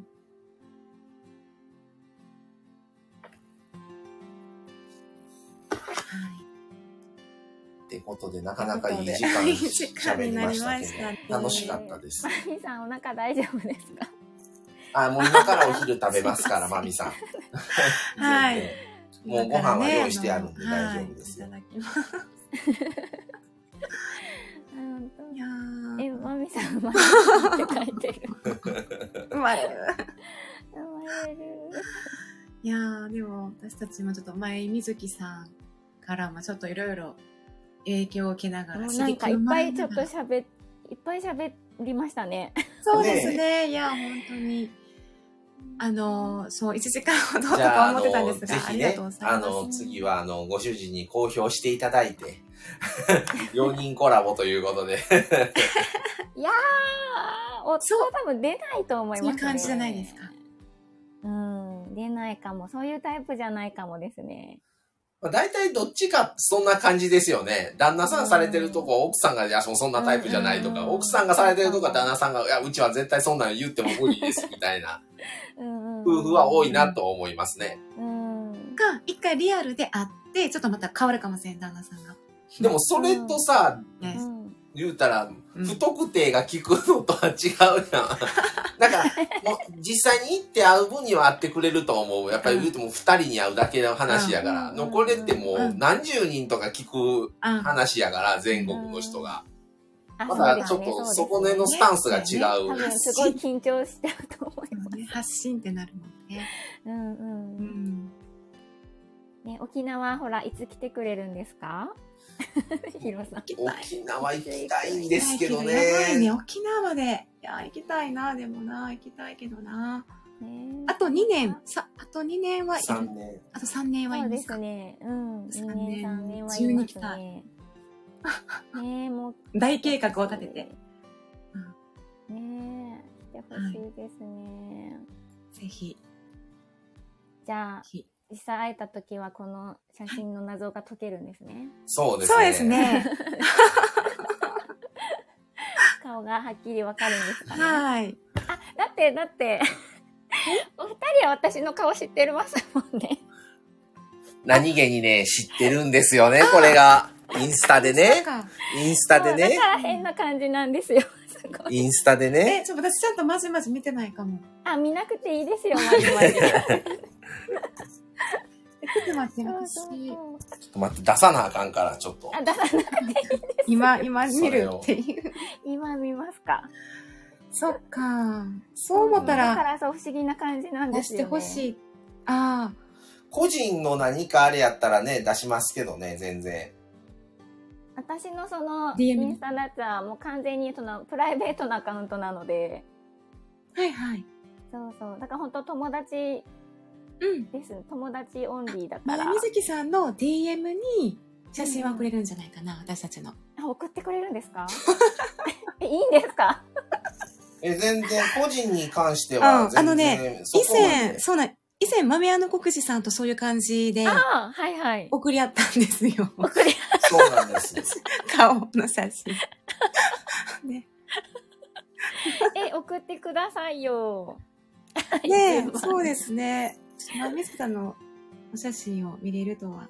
はい。ってことで、なかなかいい時間喋りましたけど、楽しかったです。 マミさん、お腹大丈夫ですか？ あ、もう今からお昼食べますから、マミさん。 はい。 もうご飯は用意してあるんで大丈夫ですよ。いただきます。 いやえ、マミさん、生まれるって書いてる。 生まれる。 生まれる。 いやー、でも私たちもちょっと前、水木さんからもちょっといろいろ影響を受けながら、 なんかいっぱいちょっと喋っ、いっぱい喋りましたね。 そうですね。いや、本当に。あの、そう、いちじかんほどとか思ってたんですが、あ, ありがとうございます。 あの、次は、あの、ご主人に公表していただいて、よにんコラボということで。 いやー、夫多分出ないと思いますね。 そういう感じじゃないですか。 うん、出ないかも。そういうタイプじゃないかもですね。 大体どっちかそんな感じですよね。旦那さんされてるとこ、奥さんが、いや、そんなタイプじゃないとか、奥さんがされてるとこ、旦那さんが、いや、うちは絶対そんなの言っても無理です、みたいな。夫婦は多いなと思いますね。 が、一回リアルで会って、ちょっとまた変わるかもしれん、旦那さんが。 でもそれとさ、言うたら、不特定が聞くのとは違うやん。だから、もう実際に行って会う分には会ってくれると思う。やっぱり言うても二人に会うだけの話やから。残れってもう何十人とか聞く話やから、全国の人が。まだちょっとそこでのスタンスが違う。 多分すごい緊張しちゃうと思います。 発信ってなるもんね。 うんうん。ね、沖縄ほら、いつ来てくれるんですか？ヒロさん。 沖縄行きたいんですけどね。 やばいね、沖縄まで。いや、行きたいな、でもな、行きたいけどな。あとにねん、さ、あとにねんはいる。さんねん。あとさんねんはいますか？ そうですね。うん。にねん、さんねんはいますね。ねえ、もう。 大計画を立てて。 ねえ、来てほしいですね。 ぜひ。 じゃあ。実際会えた時はこの写真の謎が解けるんですね。 そうですね。 そうですね。 顔がはっきりわかるんですかね。 はい。 あ、だって、だって、お二人は私の顔知ってますもんね。 何気にね、知ってるんですよね、これが。インスタでね。インスタでね。 だから変な感じなんですよ。 インスタでね。 え、ちょっと私ちゃんとまじまじ見てないかも。 あ、見なくていいですよ、まじまじ。 ょっと待って、私。ちょっと待って、出さなあかんから、ちょっと。 あ、出さなくていいです。 今、今見るっていう。 今見ますか。 そっか。そう思ったら。 だからそう不思議な感じなんですよね。 出してほしい。ああ。 個人の何かあれやったらね、出しますけどね、全然。 私のその、インスタのやつはもう完全にその、プライベートなアカウントなので。 はいはい。 そうそう。だから本当友達、 うん。 です。友達オンリーだから。 まみずきさんの ディーエム に写真を送れるんじゃないかな、うん、私たちの。 あ、送ってくれるんですかえ、いいんですかえ、全然、個人に関しては全然、 うん、あのね、以前、そうな、以前、豆屋の国士さんとそういう感じで、 ああ、はいはい。 送り合ったんですよ。 送り合った。 そうなんです。 顔の写真。ね。 え、送ってくださいよ。 ねえ、そうですね。まみずきさんのお写真を見れるとは。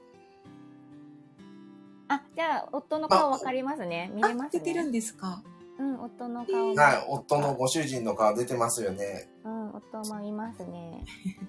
あ、じゃあ、夫の顔わかりますね。見れますね。 出てるんですか？ うん、夫の顔。 はい、夫のご主人の顔出てますよね。 うん、夫もいますね。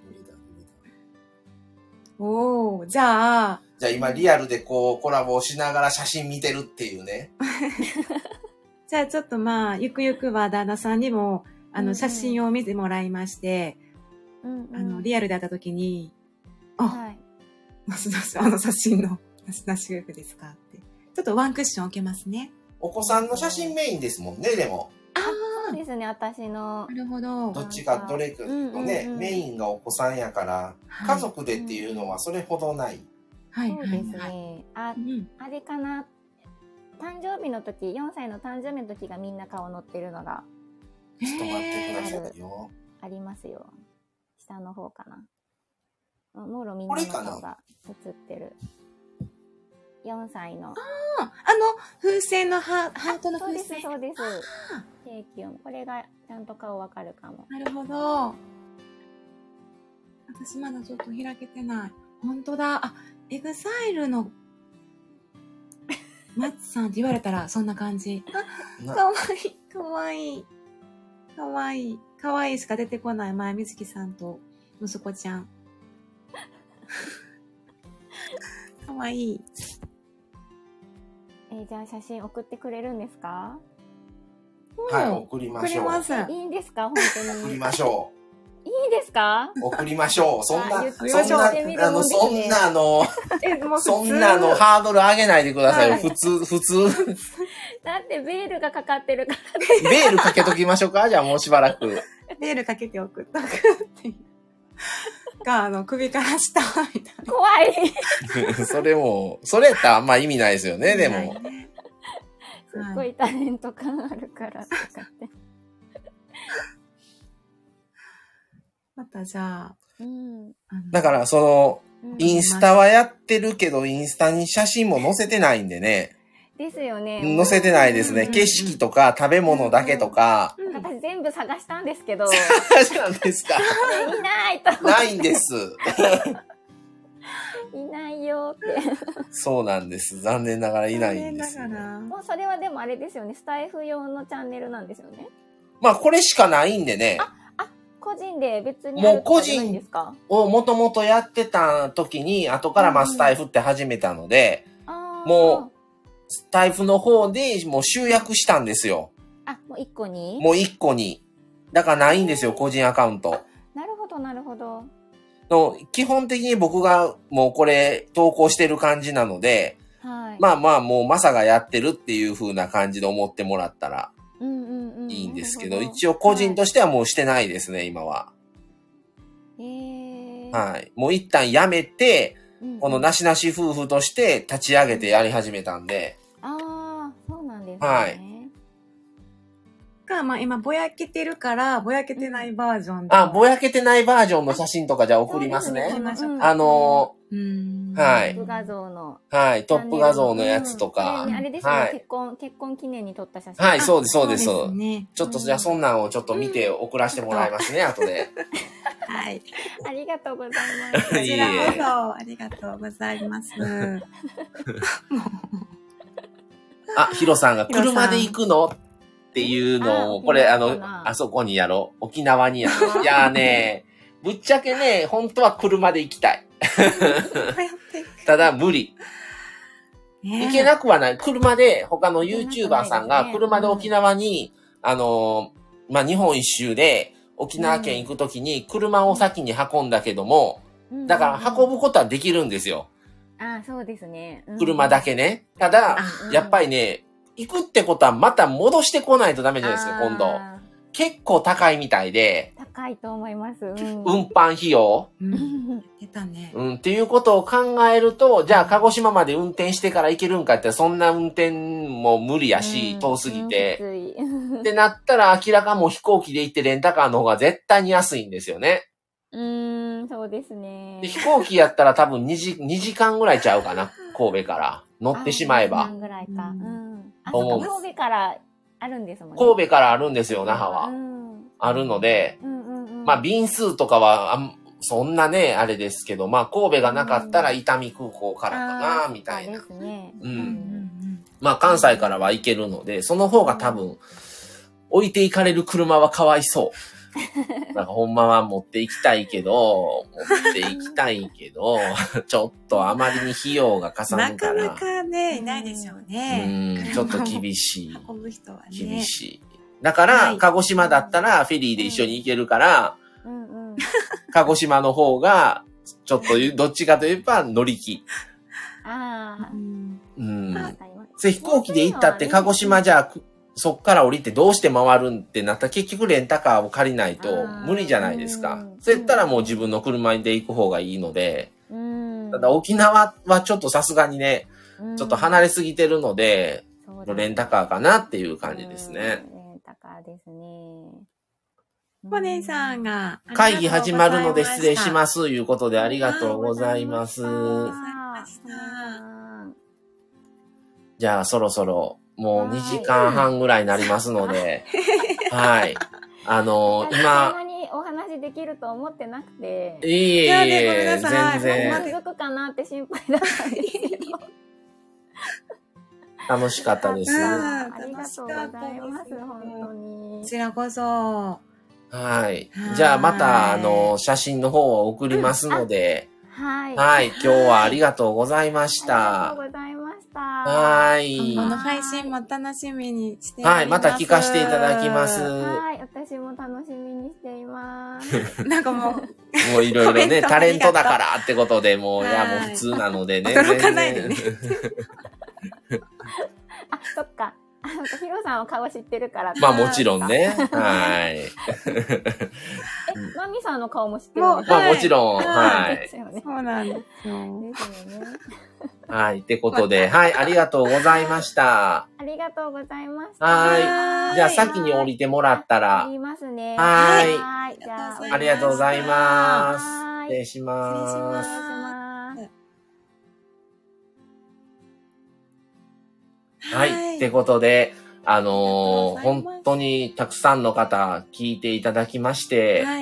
おー、じゃあ。 じゃあ今リアルでこうコラボをしながら写真見てるっていうね。 じゃあちょっとまあ、ゆくゆくは旦那さんにも、あの、写真を見てもらいまして、うんうん、あの、リアルで会った時に、あ、はい、あの写真の、なしなし夫婦ですかって。ちょっとワンクッション置けますね。 お子さんの写真メインですもんね、でも。 ああ、そうですね、私の。 なるほど。 どっちか、どれかのね、うんうんうん、メインがお子さんやから、はい、家族でっていうのはそれほどない。 はい、そうですね。あ、うん、あれかな。誕生日の時、よんさいの誕生日の時がみんな顔載ってるのが。 ちょっと待ってくださいよ。 ありますよ。下の方かな。もろみんなの顔が映ってる。よんさいの。ああ、あの、風船のハートの風船。 そうです、そうです。ケーキを、これがちゃんと顔わかるかも。 なるほど。私まだちょっと開けてない。本当だ。あ、エグザイルのマッツさんって言われたらそんな感じ。あ、かわいい、かわいい。かわいい。かわいいしか出てこない前みずきさんと息子ちゃん。かわいい。 えー、じゃあ写真送ってくれるんですか？ はい、送りましょう。送ります。 いいんですか？本当に。 送りましょう。 いいですか？ 送りましょう。そんな、そんな、あの、そんなあの、そんなあの、ハードル上げないでくださいよ。普通、普通。 だってベールがかかってるから。 ベールかけときましょうか？じゃあもうしばらく。 ベールかけて送っとくっていう。が、あの、首から下みたいな。 怖い。 それも、それやったらあんま意味ないですよね、でも。 すっごいタレント感あるからとかって。 またじゃあ。 うん、 だから、その、うん、インスタはやってるけど、インスタに写真も載せてないんでね。 ですよね。 載せてないですね。うん、景色とか食べ物だけとか。 うんうん、私全部探したんですけど。 探したんですか？ いないと。 ないんです。 いないよって。 そうなんです。残念ながらいないんです、ね。 もうそれはでもあれですよね。スタイフ用のチャンネルなんですよね。 まあこれしかないんでね。 あ、あ、個人で別にやるとかじゃないんですか？ もう個人をもともとやってた時に、後からまあスタイフって始めたので、うん、もうスタイフの方でもう集約したんですよ。 あ、もう一個に？ もう一個に。だからないんですよ、個人アカウント。 なるほど、なるほど。 の基本的に僕がもうこれ投稿してる感じなので、はい、まあまあもうマサがやってるっていう風な感じで思ってもらったらいいんですけど、一応個人としてはもうしてないですね、はい、今は。 へー。 はい。もう一旦やめて、うんうん、このなしなし夫婦として立ち上げてやり始めたんで。 ああ、そうなんですね。 はい。 か、まあ今ぼやけてるから、ぼやけてないバージョンで。 あ、ぼやけてないバージョンの写真とかじゃあ送りますね。すねうん、あのー、はい。 トップ画像の。 はい、トップ画像のやつとか。 うん、あれですね、はい、結婚、結婚記念に撮った写真。 はい、そうです、そうです。そうですね、ちょっとじゃあそんなんをちょっと見て送らせてもらいますね、後で。 はい。 ありがとうございます。 こちらこそ、ありがとうございます。 あ、ヒロさんが車で行くのっていうのを、これあの、あそこにやろう。沖縄にやろう。いやーね、ぶっちゃけね、本当は車で行きたい。 ただ無理。行けなくはない。車で、他の YouTuber さんが車で沖縄に、あの、まあ、日本一周で沖縄県行くときに車を先に運んだけども、だから運ぶことはできるんですよ。 ああ、そうですね。 車だけね。ただ、やっぱりね、行くってことはまた戻してこないとダメじゃないですか、今度。結構高いみたいで。 高いと思います。うん、 運搬費用。 うん。出たね。 うん、っていうことを考えると、じゃあ鹿児島まで運転してから行けるんかって、そんな運転も無理やし、うん、遠すぎて。うん、ってなったら明らかもう飛行機で行ってレンタカーの方が絶対に安いんですよね。 うーん、そうですね。 で飛行機やったら多分2時、にじかんぐらいちゃうかな。神戸から。乗ってしまえば。 にじかんぐらいか。うん。あ、そうか、神戸からあるんですもんね。 神戸からあるんですよ、那覇は。うん、あるので、うんうんうん、まあ便数とかはあん、そんなね、あれですけど、まあ神戸がなかったら伊丹空港からかな、みたいな。そうですね。うん。まあ関西からは行けるので、その方が多分、置いていかれる車はかわいそう。なんかほんまは持っていきたいけど、持っていきたいけど、ちょっとあまりに費用がかさむから。 なかなかね、いないでしょうね。 うん、ちょっと厳しい。 運ぶ人はね。 厳しい。だから、はい、鹿児島だったらフェリーで一緒に行けるから、うんうん、鹿児島の方が、ちょっとどっちかといえば乗り気。ああ。うん。うん。飛行機で行ったって鹿児島じゃ、そっから降りてどうして回るんってなったら結局レンタカーを借りないと無理じゃないですか。そうやったらもう自分の車で行く方がいいので、ただ沖縄はちょっとさすがにね、ちょっと離れすぎてるので、レンタカーかなっていう感じですね。レンタカーですね。 ポネさんが。 会議始まるので失礼します。いうことでありがとうございます。じゃあそろそろもうにじかんはんぐらいになりますので、はい。あのー、今。 そんなにお話できると思ってなくて。 いえいえ、全然。 満足かなって心配だったんですけど。 楽しかったです。 ありがとうございます、本当に。 こちらこそ。 はい。じゃあまた、あの、写真の方を送りますので、はい。はい。今日はありがとうございました。 ありがとうございました。 はい。 この配信も楽しみにしています。 はい。また聞かせていただきます。 はい。私も楽しみにしています。 なんかもう、 もういろいろね、タレントだからってことで、もう、いや、もう普通なのでね。 驚かないでね。 あ、そっか。あの、ヒロさんは顔知ってるから。 まあもちろんね。はい。え、 マミさんの顔も知ってるんですか？まあもちろん。はい。 そうなんですよ。 ですよね。 はい。ってことで、はい。ありがとうございました。 ありがとうございました。 はい。じゃあ先に降りてもらったら。 降りますね。 はい。 はい。じゃあ、 ありがとうございます。失礼します。はい。ってことで、あのー、本当にたくさんの方聞いていただきまして、はい。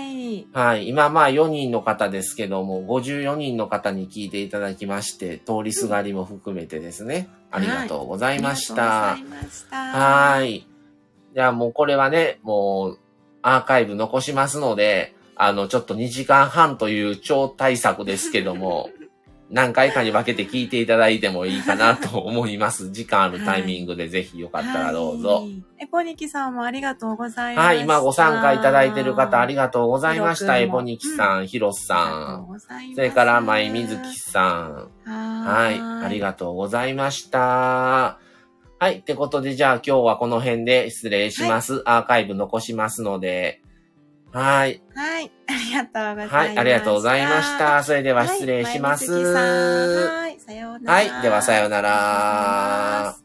はい。今まあよにんの方ですけども、ごじゅうよにんの方に聞いていただきまして、通りすがりも含めてですね、ありがとうございました。ありがとうございました。はい。じゃあもうこれはね、もうアーカイブ残しますので、あの、ちょっとにじかんはんという超大作ですけども、何回かに分けて聞いていただいてもいいかなと思います。時間あるタイミングでぜひよかったらどうぞ。はい、 エポニキさんもありがとうございました。 はい、今ご参加いただいている方ありがとうございました。エポニキさん、うん、ヒロスさん、それからマイミズキさん。はい、ありがとうございました。はい、ってことでじゃあ今日はこの辺で失礼します。はい、アーカイブ残しますので。はい。 はい。ありがとうございました。はい。 ありがとうございました。それでは失礼します。 はい。はい、さようなら。 はい。ではさようなら。